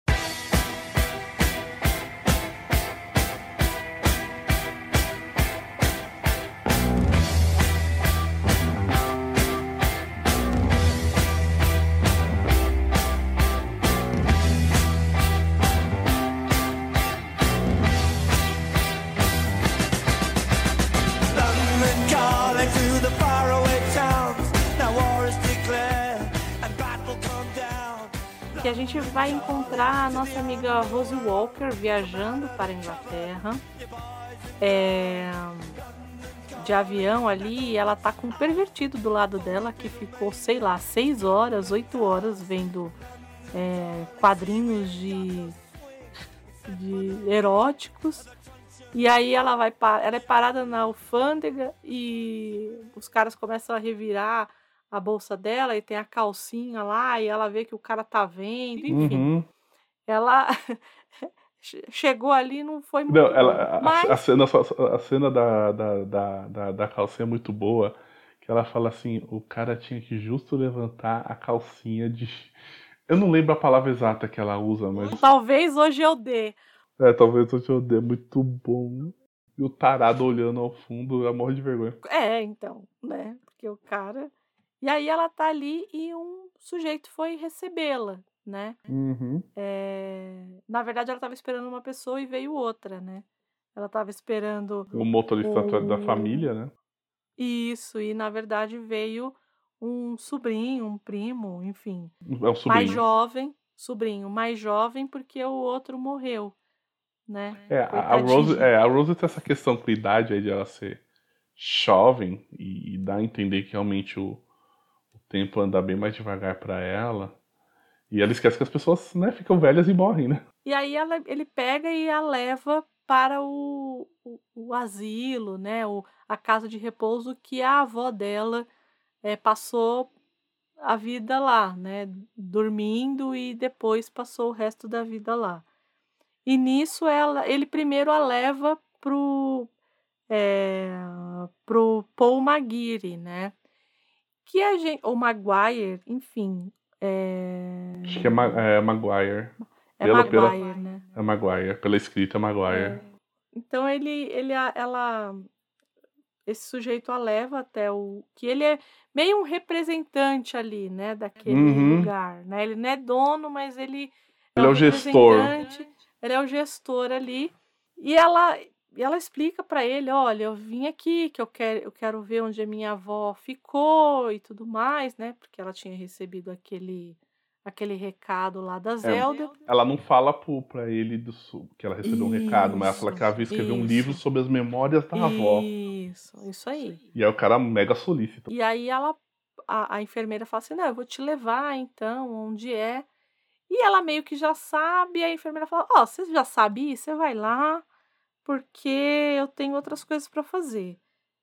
London calling to the faraway towns. Now war is declared and battle come down. Que a gente vai encontrar a nossa amiga Rose Walker viajando para a Inglaterra. É, de avião ali, e ela tá com um pervertido do lado dela que ficou, sei lá, seis horas, oito horas vendo é, quadrinhos de, de eróticos. E aí ela vai pa- ela é parada na alfândega e os caras começam a revirar a bolsa dela e tem a calcinha lá e ela vê que o cara tá vendo, enfim. Uhum. Ela che- chegou ali e não foi muito Não, bom. ela, a, Mas a cena, só- a cena da, da, da, da, da calcinha é muito boa, que ela fala assim, o cara tinha que justo levantar a calcinha de... Eu não lembro a palavra exata que ela usa, mas... talvez hoje eu dê. É, talvez eu te odeie, muito bom. E o tarado olhando ao fundo, ela morre de vergonha. É, então, né? Porque o cara. E aí ela tá ali e um sujeito foi recebê-la, né? Uhum. É, Na verdade, ela tava esperando uma pessoa e veio outra, né? Ela tava esperando O motorista o... da família, né? Isso, e na verdade veio um sobrinho, um primo, enfim. É um Mais sobrinho. jovem, sobrinho, mais jovem porque o outro morreu, né? É, a, a Rose, Coitadinho. é, a Rose tem essa questão com a idade aí de ela ser jovem e, e dá a entender que realmente o, o tempo anda bem mais devagar pra ela. E ela esquece que as pessoas, né, ficam velhas e morrem, né? E aí ela, ele pega e a leva para o, o, o asilo, né? O, a casa de repouso que a avó dela é, passou a vida lá, né? Dormindo e depois passou o resto da vida lá. E nisso ela, ele primeiro a leva pro, é, pro Paul Maguire, né? Que a gente, ou Maguire, enfim, é, Acho que é, Ma, é Maguire. é Pela, Maguire, pela, né? é Maguire. Pela escrita é Maguire. É. Então ele, ele, a- ela, esse sujeito a leva até o que ele é meio um representante ali, né, daquele Uhum. lugar, né? Ele não é dono, mas ele é Ele é um o gestor. representante, ele é o gestor ali. E ela, e ela explica para ele, olha, eu vim aqui que eu quero, eu quero ver onde a minha avó ficou e tudo mais, né? Porque ela tinha recebido aquele aquele recado lá da Zelda. Ela não fala pro, pra ele do, su- que ela recebeu um recado, mas ela fala que ela veio escrever um Isso, livro sobre as memórias da avó. Isso, isso aí. E aí o cara mega solícito. E aí ela, a, a enfermeira fala assim, não, eu vou te levar então, onde é. E ela meio que já sabe, e a enfermeira fala, ó, você já sabe isso? Você vai lá, porque eu tenho outras coisas para fazer.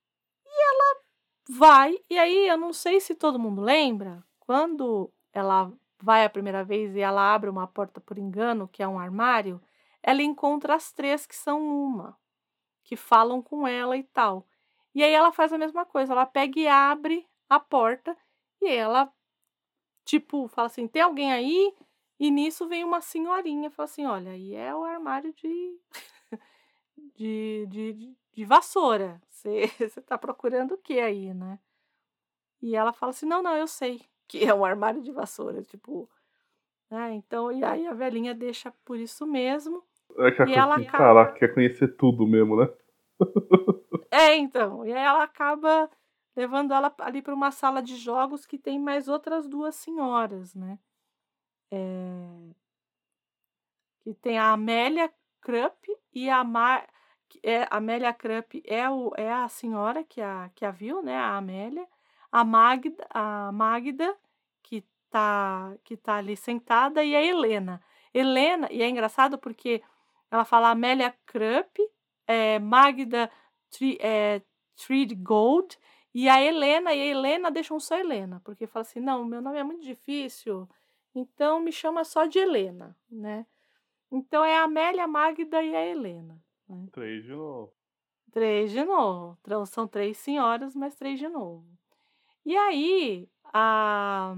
E ela vai, e aí eu não sei se todo mundo lembra, quando ela vai a primeira vez e ela abre uma porta por engano, que é um armário, ela encontra as três que são uma, que falam com ela e tal. E aí ela faz a mesma coisa, ela pega e abre a porta e ela, tipo, fala assim, tem alguém aí? E nisso vem uma senhorinha, fala assim, olha, aí é o armário de de, de, de, de vassoura, você tá procurando o que aí, né? E ela fala assim, não, não, eu sei que é um armário de vassoura, tipo, né? Então, e aí a velhinha deixa por isso mesmo. É que a E coisa ela que, acaba- cara, quer conhecer tudo mesmo, né? É, então, e aí ela acaba levando ela ali para uma sala de jogos que tem mais outras duas senhoras, né? É, que tem a Amélia Krupp e a Mar... que é, a Amélia Krupp é, o, é a senhora que a, que a viu, né? A Amélia. A Magda, a Magda que tá, que tá ali sentada, e a Helena. Helena, e é engraçado porque ela fala Amélia Krupp, é, Magda Tri, é, Gold, e a Helena, e a Helena deixam só Helena, porque fala assim, não, meu nome é muito difícil, então me chama só de Helena, né? Então é a Amélia, a Magda e a Helena. Né? Três de novo. Três de novo. Então, são três senhoras, mas três de novo. E aí, a,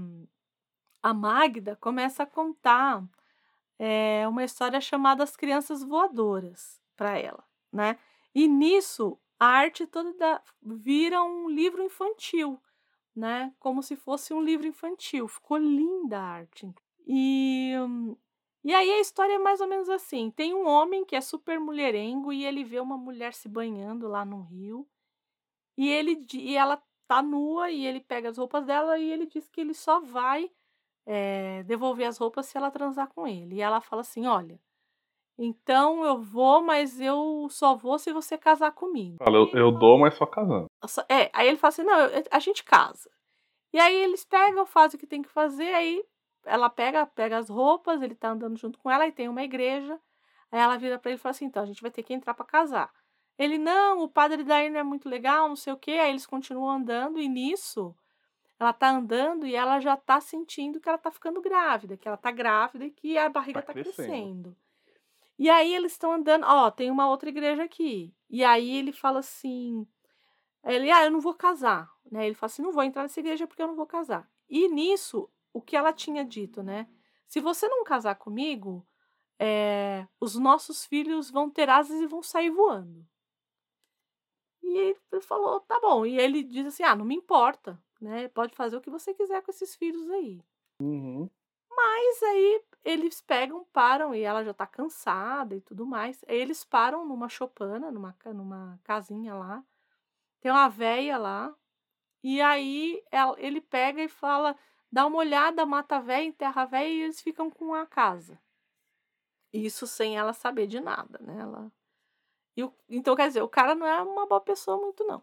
a Magda começa a contar é, uma história chamada As Crianças Voadoras para ela, né? E nisso, a arte toda da, vira um livro infantil, né? Como se fosse um livro infantil. Ficou linda a arte. E... E aí a história é mais ou menos assim, tem um homem que é super mulherengo e ele vê uma mulher se banhando lá num rio, e, ele, e ela tá nua e ele pega as roupas dela e ele diz que ele só vai é, devolver as roupas se ela transar com ele. E ela fala assim, olha, então eu vou, mas eu só vou se você casar comigo. Fala, eu, eu dou, mas só casando. É, aí ele fala assim, não, eu- a gente casa. E aí eles pegam, fazem o que tem que fazer, aí ela pega, pega as roupas, ele tá andando junto com ela e tem uma igreja. Aí ela vira pra ele e fala assim, então a gente vai ter que entrar pra casar. Ele, não, o padre daí não é muito legal, não sei o quê. Aí eles continuam andando e nisso ela tá andando e ela já tá sentindo que ela tá ficando grávida, que ela tá grávida e que a barriga Tá tá, crescendo. crescendo. E aí eles estão andando, ó, tem uma outra igreja aqui. E aí ele fala assim, ele, ah, eu não vou casar, né? Ele fala assim, não vou entrar nessa igreja porque eu não vou casar. E nisso, o que ela tinha dito, né? Se você não casar comigo, é, os nossos filhos vão ter asas e vão sair voando. E ele falou, tá bom. E ele diz assim, ah, não me importa, né? Pode fazer o que você quiser com esses filhos aí. Uhum. Mas aí eles pegam, param, e ela já tá cansada e tudo mais. Aí eles param numa choupana, numa, ca- numa casinha lá. Tem uma véia lá. E aí ela- ele pega e fala, dá uma olhada, mata a véia, enterra a véia e eles ficam com a casa. Isso sem ela saber de nada, né? Ela... E o- então, quer dizer, o cara não é uma boa pessoa muito, não.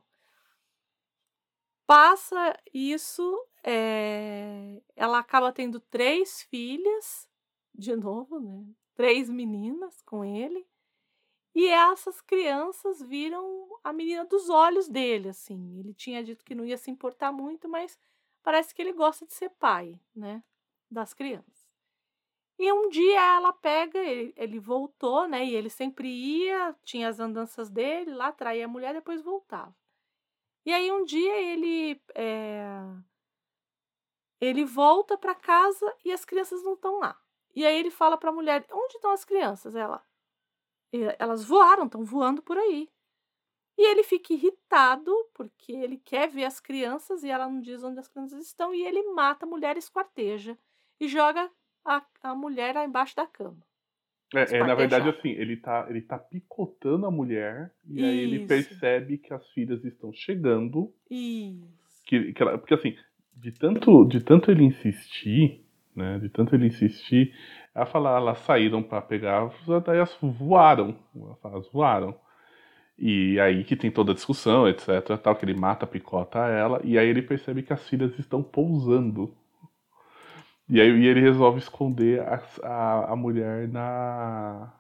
Passa isso, eh, ela acaba tendo três filhas, de novo, né? Três meninas com ele. E essas crianças viram a menina dos olhos dele, assim. Ele tinha dito que não ia se importar muito, mas parece que ele gosta de ser pai, né? Das crianças. E um dia ela pega, ele, ele voltou, né? E ele sempre ia, tinha as andanças dele, lá traía a mulher, depois voltava. E aí um dia ele eh, ele volta para casa e as crianças não estão lá. E aí ele fala para a mulher: onde estão as crianças? Ela, "E- elas voaram, estão voando por aí. E ele fica irritado porque ele quer ver as crianças e ela não diz onde as crianças estão. E ele mata a mulher, esquarteja e joga a, a mulher lá embaixo da cama. É, é, na verdade, Esquartejada. assim, ele tá, ele tá picotando a mulher e aí ele Isso, percebe que as filhas estão chegando. isso. Que, que ela- porque assim, de tanto, de tanto ele insistir, né? De tanto ele insistir, ela fala, elas saíram pra pegar, daí elas voaram. Ela fala, elas voaram. E aí que tem toda a discussão, etc, tal, que ele mata, picota ela, e aí ele percebe que as filhas estão pousando. E aí e ele resolve esconder a, a, a mulher na.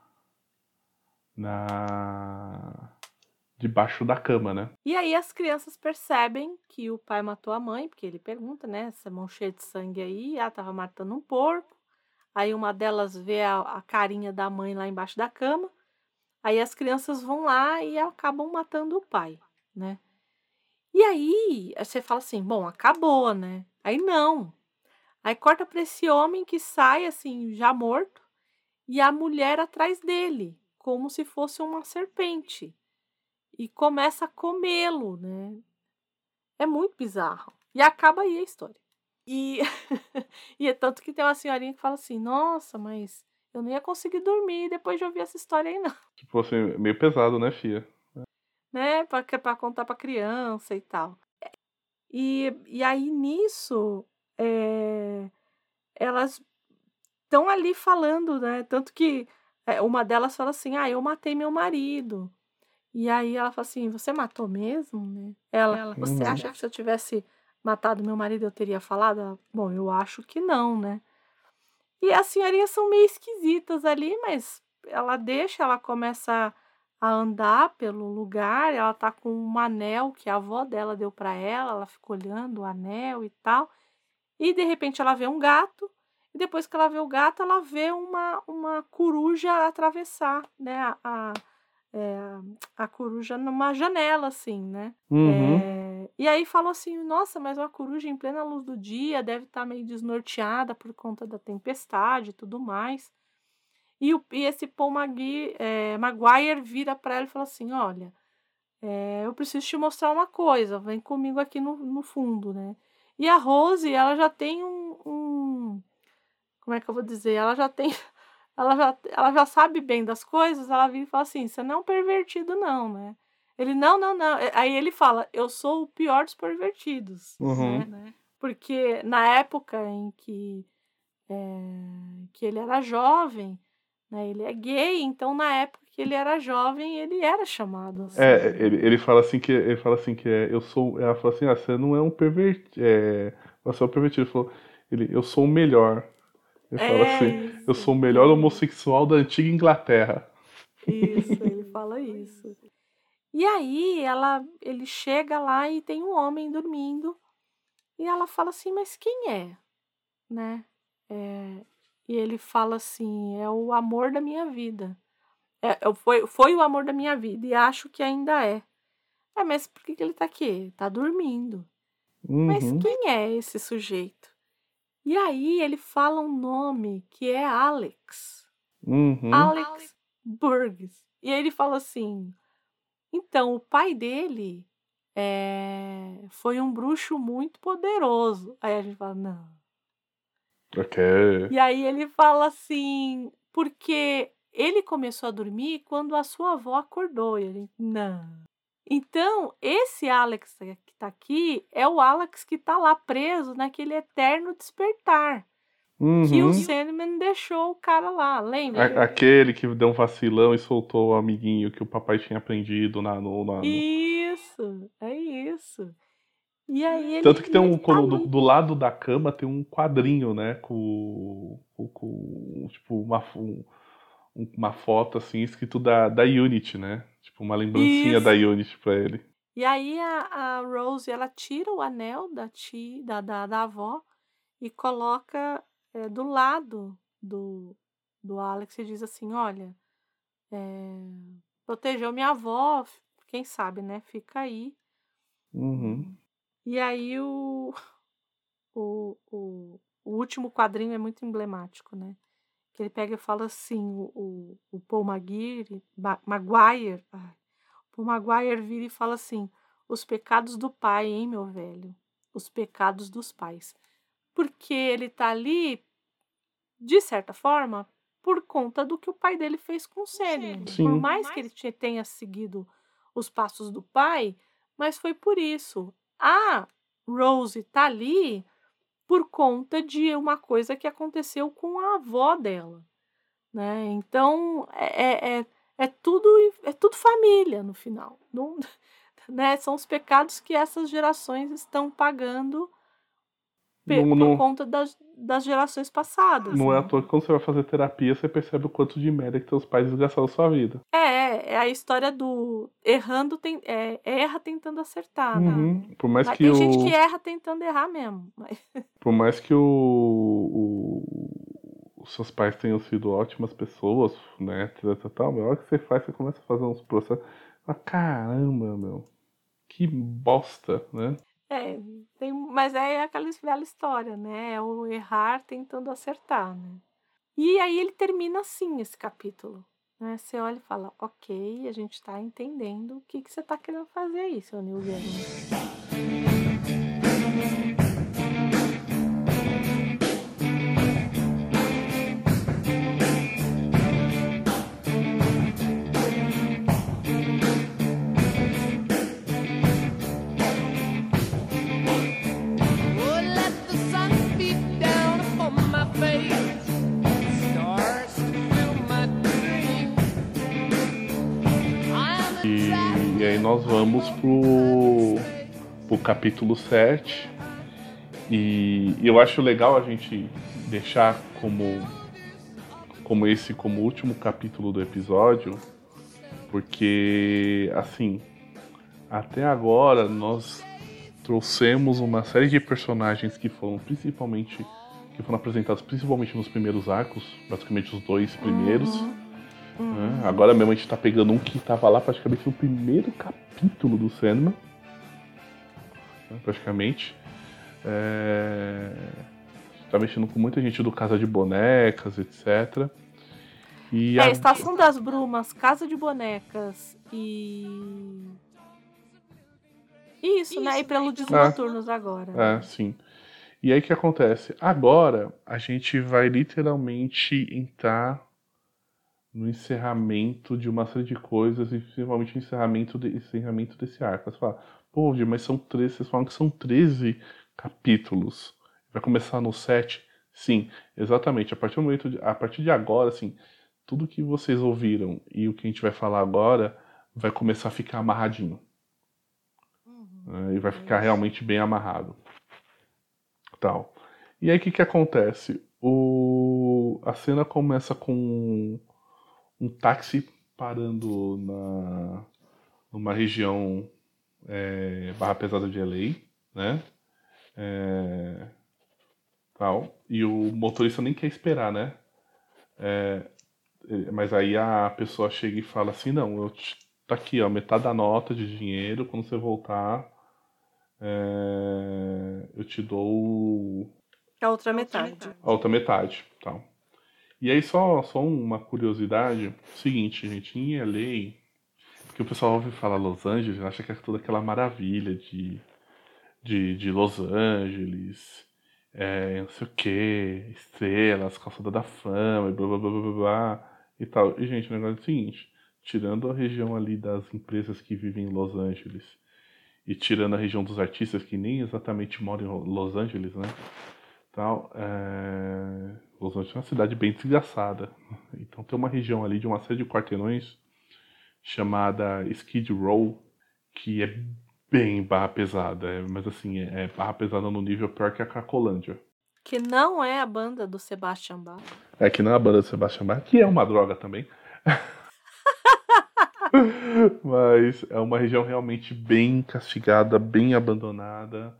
na. debaixo da cama, né? E aí as crianças percebem que o pai matou a mãe, porque ele pergunta, né? Essa mão cheia de sangue aí, ela tava matando um porco. Aí uma delas vê a, a carinha da mãe lá embaixo da cama. Aí as crianças vão lá e acabam matando o pai, né? E aí você fala assim, bom, acabou, né? Aí não. Aí corta para esse homem que sai assim, já morto, e a mulher atrás dele, como se fosse uma serpente. E começa a comê-lo, né? É muito bizarro. E acaba aí a história. E, e é tanto que tem uma senhorinha que fala assim, nossa, mas eu não ia conseguir dormir depois de ouvir essa história aí, não. Tipo assim, meio pesado, né, fia? Né? Pra, que é pra contar pra criança e tal. E, e aí, nisso, é, elas estão ali falando, né? Tanto que é, uma delas fala assim, ah, eu matei meu marido. E aí ela fala assim, você matou mesmo, né? Ela, Ela, você Uhum. acha que se eu tivesse matado meu marido eu teria falado? Ela, bom, eu acho que não, né? E as senhorinhas são meio esquisitas ali, mas ela deixa, ela começa a andar pelo lugar, ela tá com um anel que a avó dela deu para ela, ela fica olhando o anel e tal. E de repente ela vê um gato, e depois que ela vê o gato, ela vê uma, uma coruja atravessar, né, a, a, é, a coruja numa janela, assim, né? Uhum. É, e aí falou assim, nossa, mas uma coruja em plena luz do dia deve estar meio desnorteada por conta da tempestade e tudo mais. E, o, e esse Paul Magui, é, Maguire vira para ela e fala assim, olha, é, eu preciso te mostrar uma coisa, vem comigo aqui no, no fundo, né? E a Rose, ela já tem um, um, como é que eu vou dizer? Ela já tem, ela já, ela já sabe bem das coisas, ela vira e fala assim, você não é um pervertido não, né? Ele, não, não, não. Aí ele fala, eu sou o pior dos pervertidos, Uhum. né? né? Porque na época em que, é, que ele era jovem, né? Ele é gay, então na época que ele era jovem, ele era chamado assim. É, ele, ele fala assim que ele fala assim que é, eu sou, ela fala assim, ah, você não é um pervertido, é, você é um pervertido, ele falou, ele, eu sou o melhor. Ele fala É assim, isso. eu sou o melhor homossexual da antiga Inglaterra. Isso, ele fala isso. E aí ela, ele chega lá e tem um homem dormindo e ela fala assim, mas quem é, né? É, e ele fala assim, é o amor da minha vida. É, é, foi, foi o amor da minha vida e acho que ainda é. É, mas por que, que ele tá aqui? Tá dormindo. Mas Uhum. quem é esse sujeito? E aí ele fala um nome que é Alex. Uhum. Alex Burgess. E aí ele fala assim, Então, o pai dele é, foi um bruxo muito poderoso. Aí a gente fala, não. Ok. E aí ele fala assim, porque ele começou a dormir quando a sua avó acordou. E ele, não. Então, esse Alex que tá aqui é o Alex que tá lá preso naquele eterno despertar. Que o Uhum. Sandman deixou o cara lá, lembra? A- aquele que deu um vacilão e soltou o amiguinho que o papai tinha aprendido na, no, na- no- Isso, é isso. E aí ele, Tanto que tem e um. ele tá quando- do, ali. do lado da cama tem um quadrinho, né? Com. com, com, tipo, uma, fo- um- uma foto assim, escrito da, da Unity, né? Tipo, uma lembrancinha da Isso. Unity pra ele. E aí a, a Rose, ela tira o anel da tia, da, da, da avó e coloca é, do lado do, do Alex e diz assim, olha, é, protegeu minha avó, quem sabe, né? Fica aí. Uhum. E aí o, o, o, o último quadrinho é muito emblemático, né? Que ele pega e fala assim, o, o, o Paul Maguire, Ba- Maguire, ai, Paul Maguire vira e fala assim, os pecados do pai, hein, meu velho? Os pecados dos pais. Porque ele tá ali, de certa forma, por conta do que o pai dele fez com o Sandman. Sim. Por mais que ele te- tenha seguido os passos do pai, mas foi por isso. A Rose tá ali por conta de uma coisa que aconteceu com a avó dela, né? Então é, é, é, é tudo é tudo família no final, não, né? São os pecados que essas gerações estão pagando pe- Não, por não, conta das, das gerações passadas, não é à né? toa que quando você vai fazer terapia, você percebe o quanto de merda que teus pais desgastaram sua vida. É, é a história do errando, tem, é, erra tentando acertar, né? Uhum. Por mais Mas que tem o. gente que erra tentando errar mesmo. Mas... Por mais que o, o- os seus pais tenham sido ótimas pessoas, né? Tal, tal, tal, a hora que você faz, você começa a fazer uns processos. Ah, caramba, meu. Que bosta, né? É, tem, mas é aquela velha história, né? É o errar tentando acertar, né? E aí ele termina assim esse capítulo, né? Você olha e fala, ok, a gente tá entendendo o que, que você tá querendo fazer aí, seu Neil Gaiman. Oh, let the sun beat down upon my face. Stars to fill my dream. I am E, e aí nós vamos pro, pro capítulo sete. E eu acho legal a gente deixar como, como esse como último capítulo do episódio, porque assim, até agora nós trouxemos uma série de personagens que foram principalmente que foram apresentados principalmente nos primeiros arcos, basicamente os dois primeiros. Né? Agora mesmo a gente tá pegando um que tava lá praticamente no primeiro capítulo do Sandman, né, praticamente. É... Tá mexendo com muita gente do Casa de Bonecas, etcétera. E É, a- Estação das Brumas, Casa de Bonecas e... Isso, né? E Prelúdios É. Noturnos agora. né? É, sim. E aí o que acontece? Agora a gente vai literalmente entrar no encerramento de uma série de coisas e principalmente o encerramento, de, encerramento desse arco. Você fala, pô, Di, mas são treze, vocês falam que são treze capítulos. Vai começar no sete? Sim, exatamente. A partir do momento de, a partir de agora, assim, tudo que vocês ouviram e o que a gente vai falar agora vai começar a ficar amarradinho. Né, e vai ficar realmente bem amarrado. Tal. E aí o que, que acontece? O... A cena começa com um táxi parando na numa região é, barra pesada de L A, né? É, tal. E o motorista nem quer esperar, né? É, mas aí a pessoa chega e fala assim, não, eu te, tá aqui, ó, metade da nota de dinheiro, quando você voltar, é, eu te dou A outra metade. a outra metade, tal. E aí só, só uma curiosidade, seguinte, gente, em L A, Porque o pessoal ouve falar Los Angeles, acha que é toda aquela maravilha de, de, de Los Angeles, é, não sei o que, estrelas, calçada da fama, e blá blá blá blá blá blá, e tal. E, gente, o negócio é o seguinte, tirando a região ali das empresas que vivem em Los Angeles, e tirando a região dos artistas que nem exatamente moram em Los Angeles, né? Tal, é... Los Angeles é uma cidade bem desgraçada. Então tem uma região ali de uma série de quarteirões chamada Skid Row, que é bem barra pesada, é, mas assim, é, é barra pesada no nível pior que a Cracolândia. Que não é a banda do Sebastian Bach. É que não é a banda do Sebastian Bach, que é uma droga também. Mas é uma região realmente bem castigada, bem abandonada.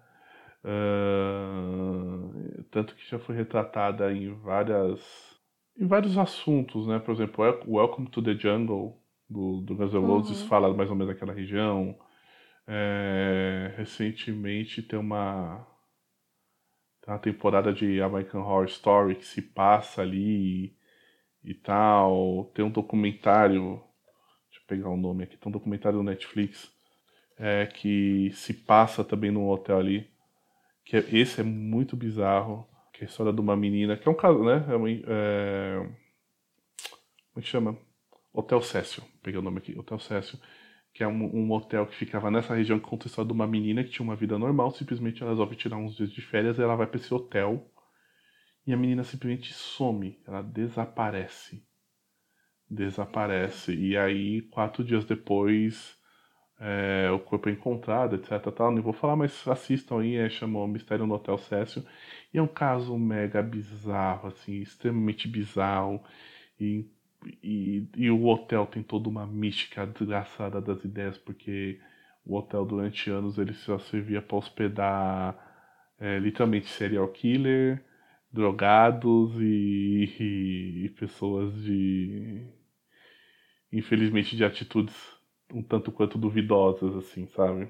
Uh, tanto que já foi retratada em várias em vários assuntos, né? Por exemplo, Welcome to the Jungle do, do Guns N' Roses, uhum. Fala mais ou menos daquela região. É, recentemente tem uma tem uma temporada de American Horror Story que se passa ali e, e tal. Tem um documentário, deixa eu pegar o nome aqui, tem um documentário do Netflix é, que se passa também num hotel ali. Que é, esse é muito bizarro, que é a história de uma menina, que é um caso, né? É, uma, é, como é que chama? Hotel Cecil, peguei o nome aqui, Hotel Cecil, que é um, um hotel que ficava nessa região que conta a história de uma menina que tinha uma vida normal, simplesmente ela resolve tirar uns dias de férias e ela vai para esse hotel e a menina simplesmente some, ela desaparece. Desaparece. E aí, quatro dias depois... É, o corpo é encontrado, etc. Tal. Não vou falar, mas assistam aí, é, chamou Mistério no Hotel Cecil. E é um caso mega bizarro, assim, extremamente bizarro. E, e, e o hotel tem toda uma mística desgraçada das ideias, porque o hotel durante anos ele só servia para hospedar é, literalmente serial killer, drogados e, e, e pessoas de... infelizmente de atitudes um tanto quanto duvidosas, assim, sabe?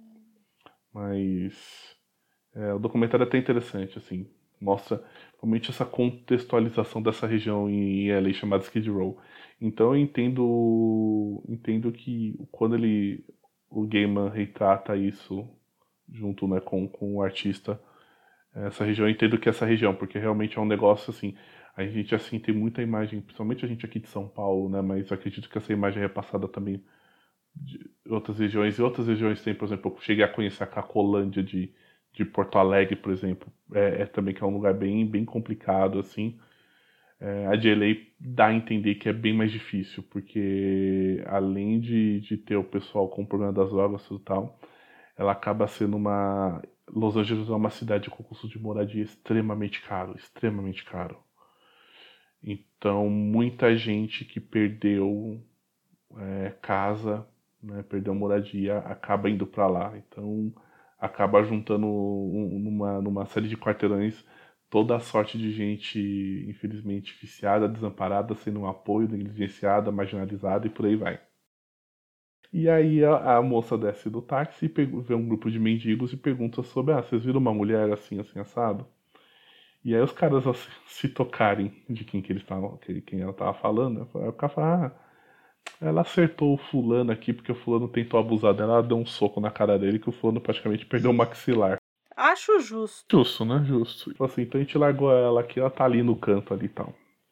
Mas é, o documentário é até interessante, assim, mostra realmente essa contextualização dessa região em L A chamada Skid Row. Então eu entendo, entendo que quando ele, o Gaiman retrata isso junto, né, com, com o artista, essa região, eu entendo que essa região, porque realmente é um negócio assim, a gente assim tem muita imagem, principalmente a gente aqui de São Paulo, né, mas eu acredito que essa imagem é repassada também de outras regiões, e outras regiões tem, por exemplo, eu cheguei a conhecer a Cracolândia de, de Porto Alegre, por exemplo, é, é também que é um lugar bem, bem complicado, assim. É, a de L A dá a entender que é bem mais difícil, porque além de, de ter o pessoal com o problema das drogas e tal, ela acaba sendo uma... Los Angeles é uma cidade com custo de moradia extremamente caro, extremamente caro. Então, muita gente que perdeu é, casa, né, perdeu moradia, acaba indo para lá. Então, acaba juntando um, numa, numa série de quarteirões toda a sorte de gente, infelizmente, viciada, desamparada, sendo um apoio, negligenciada, marginalizada e por aí vai. E aí a, a moça desce do táxi e pega, vê um grupo de mendigos e pergunta sobre, ah, vocês viram uma mulher assim, assim, assado? E aí os caras assim, se tocarem de quem que eles tavam, quem ela tava falando, né? Aí o cara fala, ah, ela acertou o fulano aqui porque o fulano tentou abusar dela, ela deu um soco na cara dele que o fulano praticamente perdeu o maxilar. Acho justo. Justo, né? Justo. Tipo assim, então a gente largou ela aqui, ela tá ali no canto ali e tal.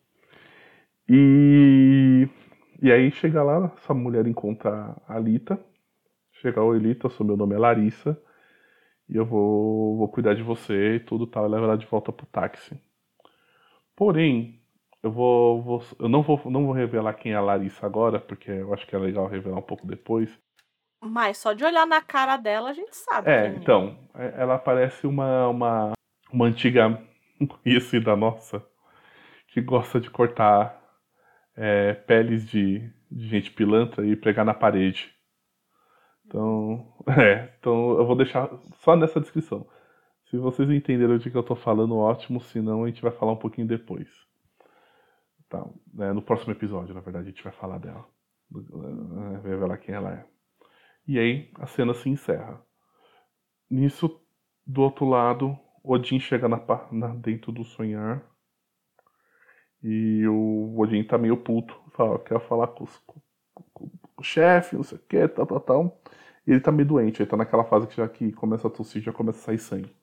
E... E aí chega lá, essa mulher encontra a Alita. Chega, oi Alita, seu meu nome é Larissa. E eu vou, vou cuidar de você e tudo tal. E leva ela de volta pro táxi. Porém, eu vou, vou, eu não vou, não vou revelar quem é a Larissa agora, porque eu acho que é legal revelar um pouco depois. Mas só de olhar na cara dela a gente sabe. É, quem então, ela parece uma, uma, uma antiga conhecida nossa que gosta de cortar é, peles de, de gente pilantra e pregar na parede. Então, é, então eu vou deixar só nessa descrição. Se vocês entenderam de que eu tô falando, ótimo, senão a gente vai falar um pouquinho depois. Tá, é, no próximo episódio, na verdade, a gente vai falar dela. Vai revelar quem ela é. E aí, a cena se encerra. Nisso, do outro lado, Odin chega na, na, dentro do sonhar. E o Odin tá meio puto. Fala, quero falar com, com, o chefe, não sei o que, tal, tal, tal. E ele tá meio doente, ele tá naquela fase que já que começa a tossir, já começa a sair sangue.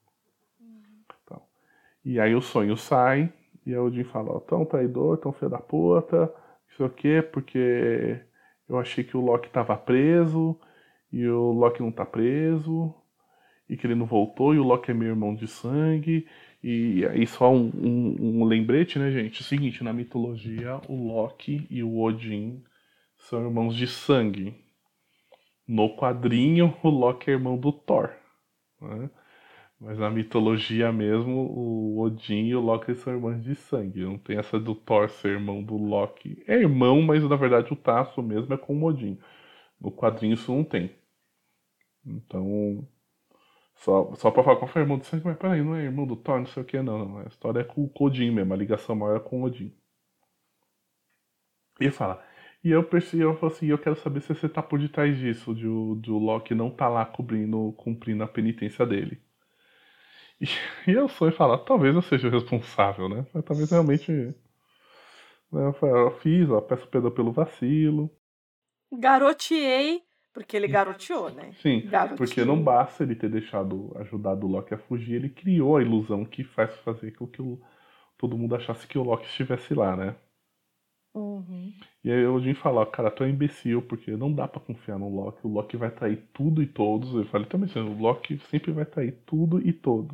Então, e aí o sonho sai, e aí o Odin fala, ó, tão traidor, tão filho da puta, não sei o que, porque eu achei que o Loki tava preso, e o Loki não tá preso, e que ele não voltou, e o Loki é meu irmão de sangue, e aí só um, um, um lembrete, né, gente? É o seguinte, na mitologia, o Loki e o Odin são irmãos de sangue. No quadrinho, o Loki é irmão do Thor, né? Mas na mitologia mesmo, o Odin e o Loki são irmãos de sangue. Não tem essa do Thor ser irmão do Loki. É irmão, mas na verdade o traço mesmo é com o Odin. No quadrinho isso não tem. Então, só, só pra falar qual foi irmão de sangue, mas peraí, não é irmão do Thor, não sei o que, não, não. A história é com o Odin mesmo, a ligação maior é com o Odin. E ele fala, e eu percebi, eu falo assim, eu quero saber se você tá por detrás disso, de o, de o Loki não tá lá cobrindo, cumprindo a penitência dele. E, e eu sou e falo, talvez eu seja o responsável, né? Mas talvez realmente, né, eu, falo, eu fiz, ó, peço perdão pelo vacilo. Garoteei, porque ele garoteou, né? Sim, Garoteei. porque não basta ele ter deixado, ajudado o Loki a fugir, ele criou a ilusão que faz fazer com que o, todo mundo achasse que o Loki estivesse lá, né? Uhum. E aí o Odin fala, cara, tu é imbecil, porque não dá pra confiar no Loki, o Loki vai trair tudo e todos. Eu falei, também assim, o Loki sempre vai trair tudo e todos.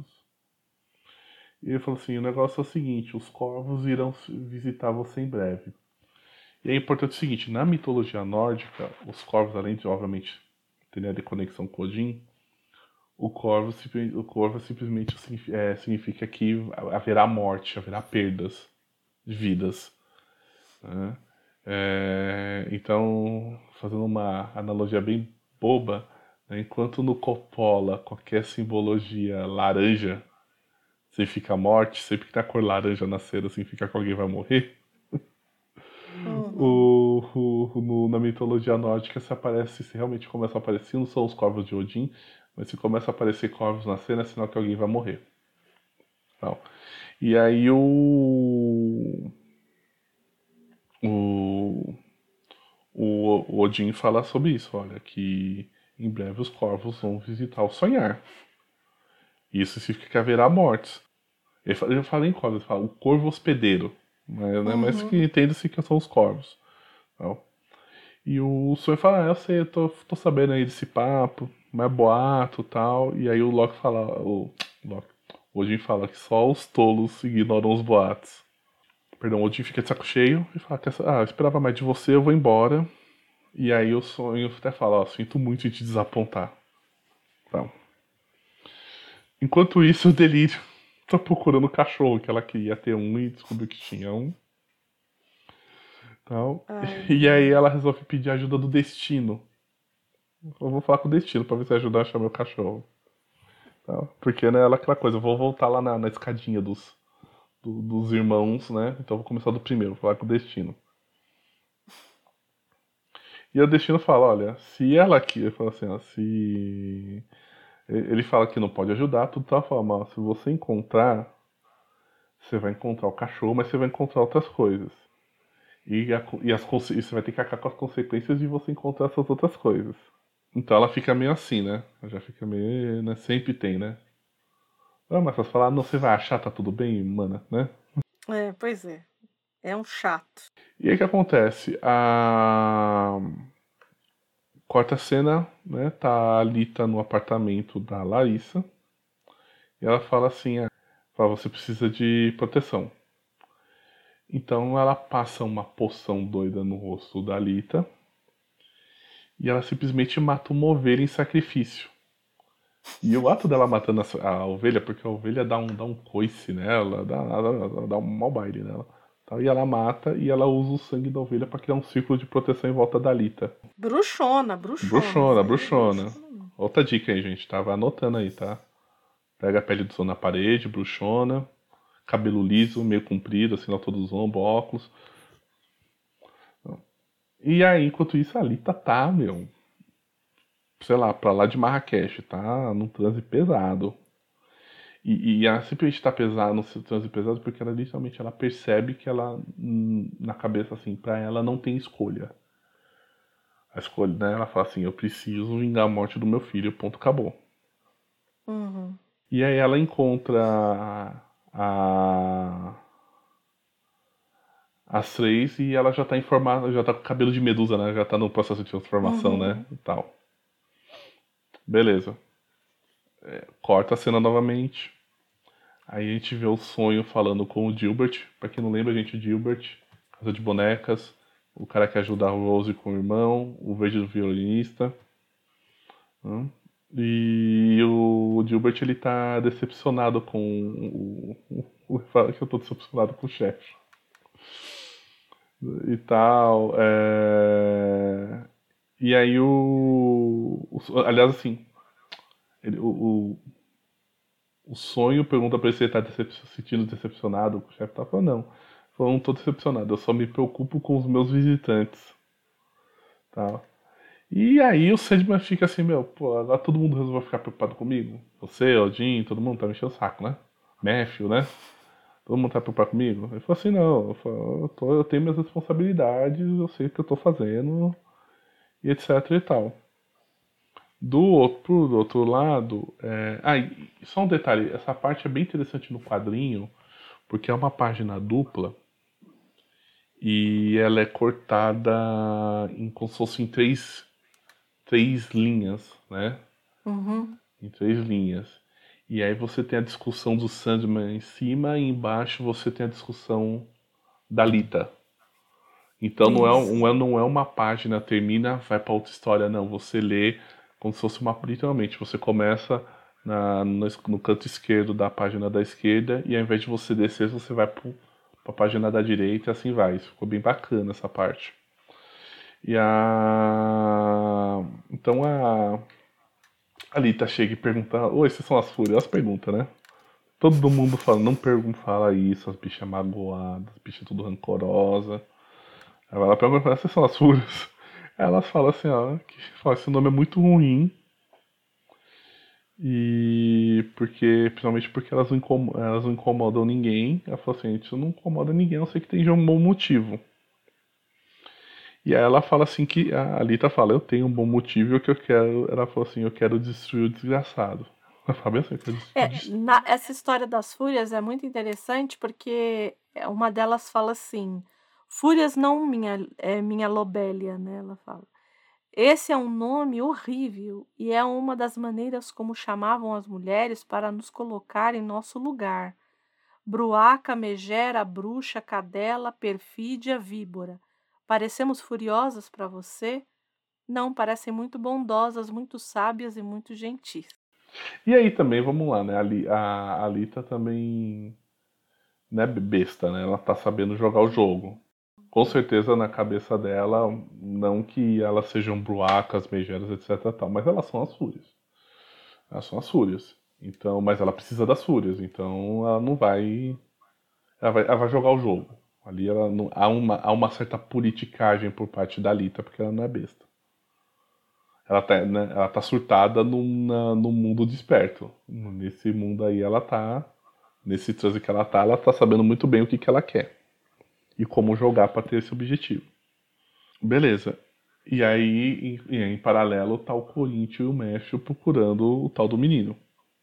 E ele falou assim, o negócio é o seguinte, os corvos irão visitar você em breve. E é importante o seguinte, na mitologia nórdica, os corvos, além de, obviamente, terem a conexão com Odin, o corvo, o corvo simplesmente é, significa que haverá morte, haverá perdas de vidas. Né? É, então, fazendo uma analogia bem boba, né, enquanto no Coppola qualquer simbologia laranja significa morte, sempre que tem a cor laranja na cera significa que alguém vai morrer. Uhum. O, o, no, na mitologia nórdica, se aparece, se realmente começa a aparecer, não são os corvos de Odin, mas se começa a aparecer corvos na cena, é sinal que alguém vai morrer. Então, e aí o O, o, o Odin fala sobre isso, olha, que em breve os corvos vão visitar o sonhar. Isso significa que haverá mortes. Ele fala, ele fala em corvos, ele fala o corvo hospedeiro, né, uhum. Mas que entende-se que são os corvos. Então, e o sonho fala, ah, eu sei, eu tô, tô sabendo aí desse papo, mas é boato e tal. E aí o Loki fala, o, Loki, o Odin fala que só os tolos ignoram os boatos. Perdão, o Odin fica de saco cheio e fala que ah, eu esperava mais de você, eu vou embora. E aí o sonho até fala, ó, sinto muito em te desapontar. Então, enquanto isso, o Delírio tá procurando o cachorro, que ela queria ter um e descobriu que tinha um. Então, e aí ela resolve pedir ajuda do Destino. Eu vou falar com o Destino pra ver se ajuda a achar meu cachorro. Então, porque, né, ela aquela coisa, eu vou voltar lá na, na escadinha dos... Do, dos irmãos, né? Então eu vou começar do primeiro, vou falar com o Destino. E o Destino fala, olha, se ela aqui, ele fala assim, ó, se... Ele fala que não pode ajudar, tudo tá falando, mas se você encontrar, você vai encontrar o cachorro, mas você vai encontrar outras coisas. E, a, e, as, e você vai ter que acabar com as consequências de você encontrar essas outras coisas. Então ela fica meio assim, né? Ela já fica meio, né? Sempre tem, né? Ah, mas você falar, não, você vai achar, tá tudo bem, mana, né? É, pois é. É um chato. E aí o que acontece? A quarta cena, né? Tá a Alita no apartamento da Larissa. E ela fala assim, ah, fala, você precisa de proteção. Então ela passa uma poção doida no rosto da Alita. E ela simplesmente mata uma ovelha em sacrifício. E o ato dela matando a, a ovelha, porque a ovelha dá um, dá um coice nela, dá, dá, dá um mau baile nela. Tá? E ela mata e ela usa o sangue da ovelha pra criar um círculo de proteção em volta da Alita. Bruxona, bruxona. Bruxona, bruxona. bruxona. Outra dica aí, gente, tava anotando aí, tá? Pega a pele do sol na parede, bruxona, cabelo liso, meio comprido, assim, na altura dos ombros, óculos. E aí, enquanto isso, a Alita tá, meu... sei lá, pra lá de Marrakech, tá num transe pesado. E, e ela simplesmente tá pesada, no transe pesado, porque ela literalmente ela percebe que ela, na cabeça assim, pra ela não tem escolha. A escolha, né? Ela fala assim, eu preciso vingar a morte do meu filho, ponto, acabou. Uhum. E aí ela encontra a... as três e ela já tá informada, já tá com cabelo de medusa, né? Já tá no processo de transformação, Uhum. né? E tal. Beleza. É, corta a cena novamente. Aí a gente vê o Sonho falando com o Gilbert. Pra quem não lembra, gente, o Gilbert, Casa de Bonecas, o cara que ajuda a Rose com o irmão, o verde do violinista. Hum. E o Gilbert, ele tá decepcionado com o... o, o fala que eu tô decepcionado com o chefe. E tal. É... E aí o... o- Aliás, assim, ele, o, o, o Sonho pergunta pra ele se ele tá decep- se sentindo decepcionado com o chefe. Tá falando, não. Eu não tô decepcionado, eu só me preocupo com os meus visitantes. Tá? E aí o Sandman fica assim, meu, pô, agora todo mundo resolveu ficar preocupado comigo. Você, Odin, todo mundo tá me enchendo o saco, né? Matthew, né? Todo mundo tá preocupado comigo? Ele falou assim, não, eu, falo, eu, tô- eu tenho minhas responsabilidades, eu sei o que eu tô fazendo, e etc e tal. Do outro, do outro lado, é... ah, e só um detalhe, essa parte é bem interessante no quadrinho, porque é uma página dupla, e ela é cortada em, como se fosse em três, três linhas, né? Uhum. Em três linhas. E aí você tem a discussão do Sandman em cima, e embaixo você tem a discussão da Lita. Então não é, Isso. um- não é uma página, termina, vai para outra história, não. Você lê como se fosse uma. Literalmente, você começa na- no, es- no canto esquerdo da página da esquerda, e ao invés de você descer, você vai para a página da direita, e assim vai. Isso ficou bem bacana essa parte. E a. Então a. A Lita chega e pergunta: Oi, vocês são as fúrias? Elas perguntam, né? Todo mundo fala, não pergunta, fala isso, as bichas magoadas, as bichas tudo rancorosa. Aí ela pergunta, essas são as fúrias? Elas falam assim, ó, que ó, esse nome é muito ruim. E porque, principalmente porque elas não, incomodam, elas não incomodam ninguém. Ela falou assim, isso não incomoda ninguém, eu sei que tem um bom motivo. E aí ela fala assim que a Alita fala, eu tenho um bom motivo e o que eu quero. Ela falou assim, eu quero destruir o desgraçado. Ela fala bem assim, eu quero É, destruir. na, essa história das fúrias é muito interessante porque é, uma delas fala assim: Fúrias não minha, é minha Lobélia, né? Ela fala. Esse é um nome horrível e é uma das maneiras como chamavam as mulheres para nos colocar em nosso lugar. Bruaca, megera, bruxa, cadela, perfídia, víbora. Parecemos furiosas para você? Não, parecem muito bondosas, muito sábias e muito gentis. E aí também, vamos lá, né? A, Li- a a Alita também não é besta, né? Ela tá sabendo jogar o jogo. Com certeza na cabeça dela, não que elas sejam bruacas, megeras, etc tal, mas elas são as fúrias. Elas são as fúrias. Então, mas ela precisa das fúrias, então ela não vai. Ela vai, ela vai jogar o jogo. Ali ela não, há, uma, há uma certa politicagem por parte da Alita, porque ela não é besta. Ela tá, né, ela tá surtada no, na, no mundo desperto. Nesse mundo aí ela tá. Nesse transe que ela tá, ela tá sabendo muito bem o que, que ela quer. E como jogar para ter esse objetivo. Beleza. E aí, em, em paralelo, tá o Corinthians e o México procurando o tal do menino.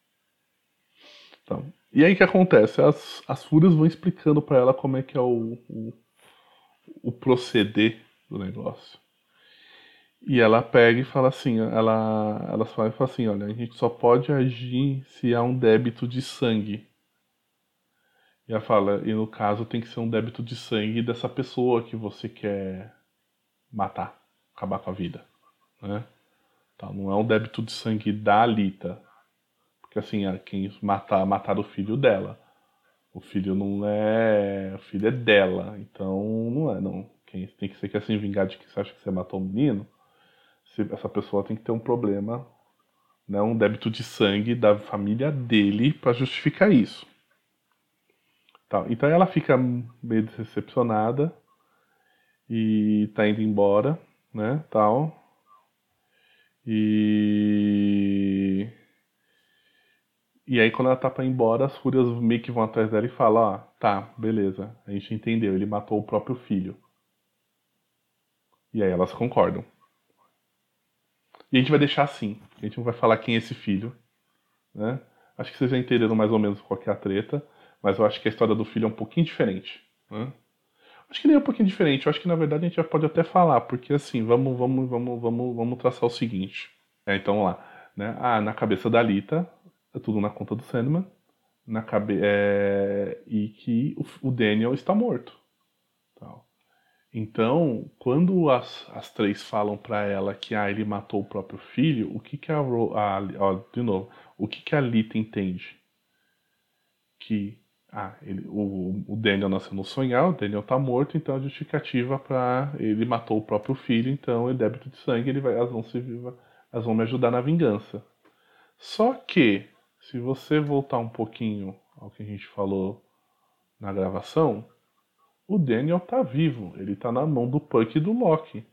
Então, e aí o que acontece? As, as fúrias vão explicando para ela como é que é o, o, o proceder do negócio. E ela pega e fala assim, ela, ela fala e fala assim, olha, a gente só pode agir se há um débito de sangue. E ela fala, e no caso tem que ser um débito de sangue dessa pessoa que você quer matar, acabar com a vida, né? Tá, não é um débito de sangue da Alita, porque assim, quem matar, matar o filho dela. O filho não é, o filho é dela, então não é, não. Quem tem que ser que assim vingar de que você acha que você matou um menino, se, essa pessoa tem que ter um problema, né, um débito de sangue da família dele para justificar isso. Tá, então ela fica meio decepcionada e tá indo embora, né, tal. E e aí quando ela tá pra ir embora, as fúrias meio que vão atrás dela e falam, ó, tá, beleza, a gente entendeu, ele matou o próprio filho. E aí elas concordam. E a gente vai deixar assim. A gente não vai falar quem é esse filho, né? Acho que vocês já entenderam mais ou menos qual que é a treta, mas eu acho que a história do filho é um pouquinho diferente, né? Acho que nem é um pouquinho diferente. Eu acho que na verdade a gente já pode até falar, porque assim, vamos, vamos, vamos, vamos, vamos traçar o seguinte. É, então vamos lá, né? Ah, na cabeça da Alita, é tudo na conta do Sandman, na cabe é, e que o, o Daniel está morto, tal. Então, quando as, as três falam pra ela que ah, ele matou o próprio filho, o que que a, Ro- a ó, de novo, o que que a Lita entende? Que ah, ele, o, o Daniel nasceu no sonhar, o Daniel tá morto, então a justificativa pra ele matou o próprio filho, então é débito de sangue, ele vai, elas vão se elas vão me ajudar na vingança. Só que se você voltar um pouquinho ao que a gente falou na gravação, o Daniel tá vivo, ele tá na mão do Puck e do Loki.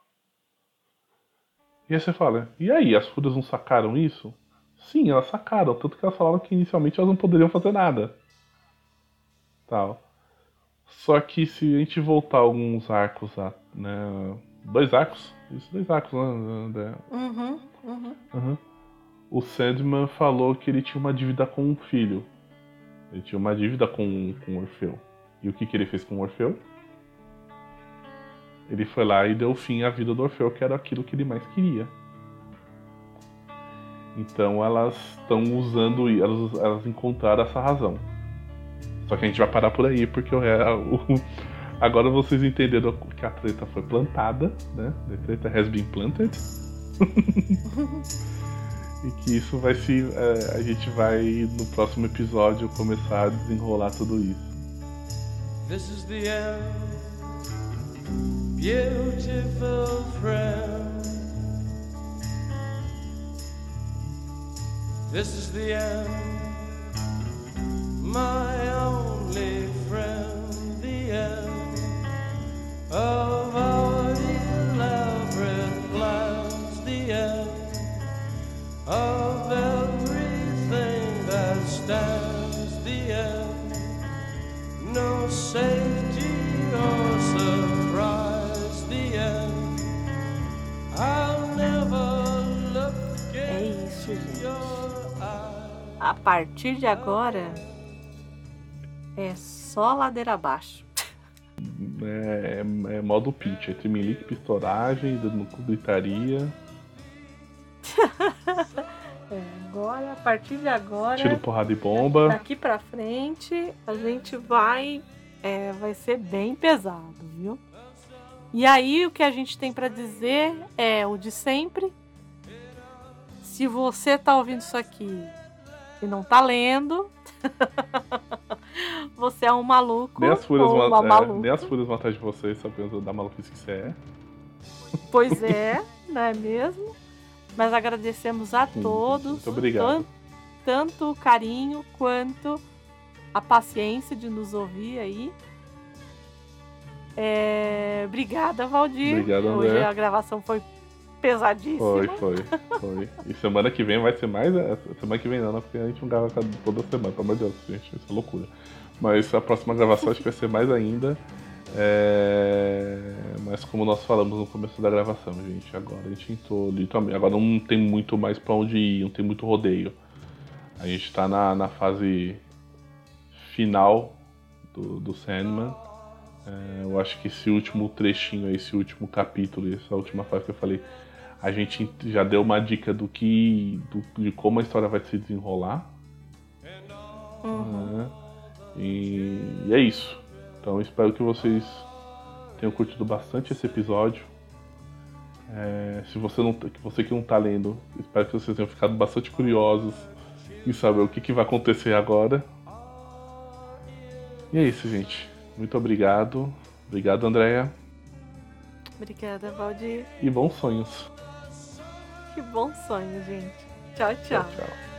E aí você fala, e aí, as Fúrias não sacaram isso? Sim, elas sacaram, tanto que elas falaram que inicialmente elas não poderiam fazer nada. Tal. Só que se a gente voltar alguns arcos, né, dois arcos, isso, dois arcos, né, André? Uhum, uhum. Uhum. O Sandman falou que ele tinha uma dívida com um filho. Ele tinha uma dívida com, com o Orfeu. E o que, que ele fez com o Orfeu? Ele foi lá e deu fim à vida do Orfeu, que era aquilo que ele mais queria. Então elas estão usando, elas, elas encontraram essa razão. Só que a gente vai parar por aí, porque o, o, agora vocês entenderam que a treta foi plantada, né? A treta has been planted. E que isso vai se. É, a gente vai, no próximo episódio, começar a desenrolar tudo isso. This is the end, beautiful friend. This is the end, my only friend. The end of our elaborate plans. The end of everything that stands. The end, no safety or surprise. The end, I'll never look É isso, into gente. your eyes. A partir de agora é só ladeira abaixo. É, é modo pitch, é trimelique, pistolagem, dando cu, gritaria, É, agora, a partir de agora, tiro, porrada e bomba. daqui pra frente, a gente vai, é, vai ser bem pesado, viu? E aí, o que a gente tem pra dizer é o de sempre. Se você tá ouvindo isso aqui e não tá lendo, você é um maluco Nem as fúrias ou vão, uma é, maluca. nem as fúrias vão atrás de vocês, sabendo da maluquice que você é. Pois é, não é mesmo? Mas agradecemos a Sim, todos, muito obrigado. tan- tanto o carinho quanto a paciência de nos ouvir aí. É, Obrigada, Valdir. Obrigado, Hoje André. a gravação foi pesadíssima. Foi, foi, foi. E semana que vem vai ser mais. é, Semana que vem não, né? Porque a gente não grava toda semana, pelo amor de Deus, gente, isso é loucura. Mas a próxima gravação acho que vai ser mais ainda. É... Mas como nós falamos no começo da gravação, gente, agora a gente entrou literalmente. Agora não tem muito mais pra onde ir, não tem muito rodeio. A gente tá na, na fase final do, do Sandman. É, eu acho que esse último trechinho, esse último capítulo, essa última fase que eu falei, a gente já deu uma dica do que. Do, de como a história vai se desenrolar. Uhum. Né? E, e é isso. Então espero que vocês tenham curtido bastante esse episódio. É, se você, não, que você que não tá lendo, espero que vocês tenham ficado bastante curiosos em saber o que, que vai acontecer agora. E é isso, gente. Muito obrigado. Obrigado, Andréia. Obrigada, Valdir. E bons sonhos. Que bom sonho, gente. Tchau, tchau. Tchau, tchau.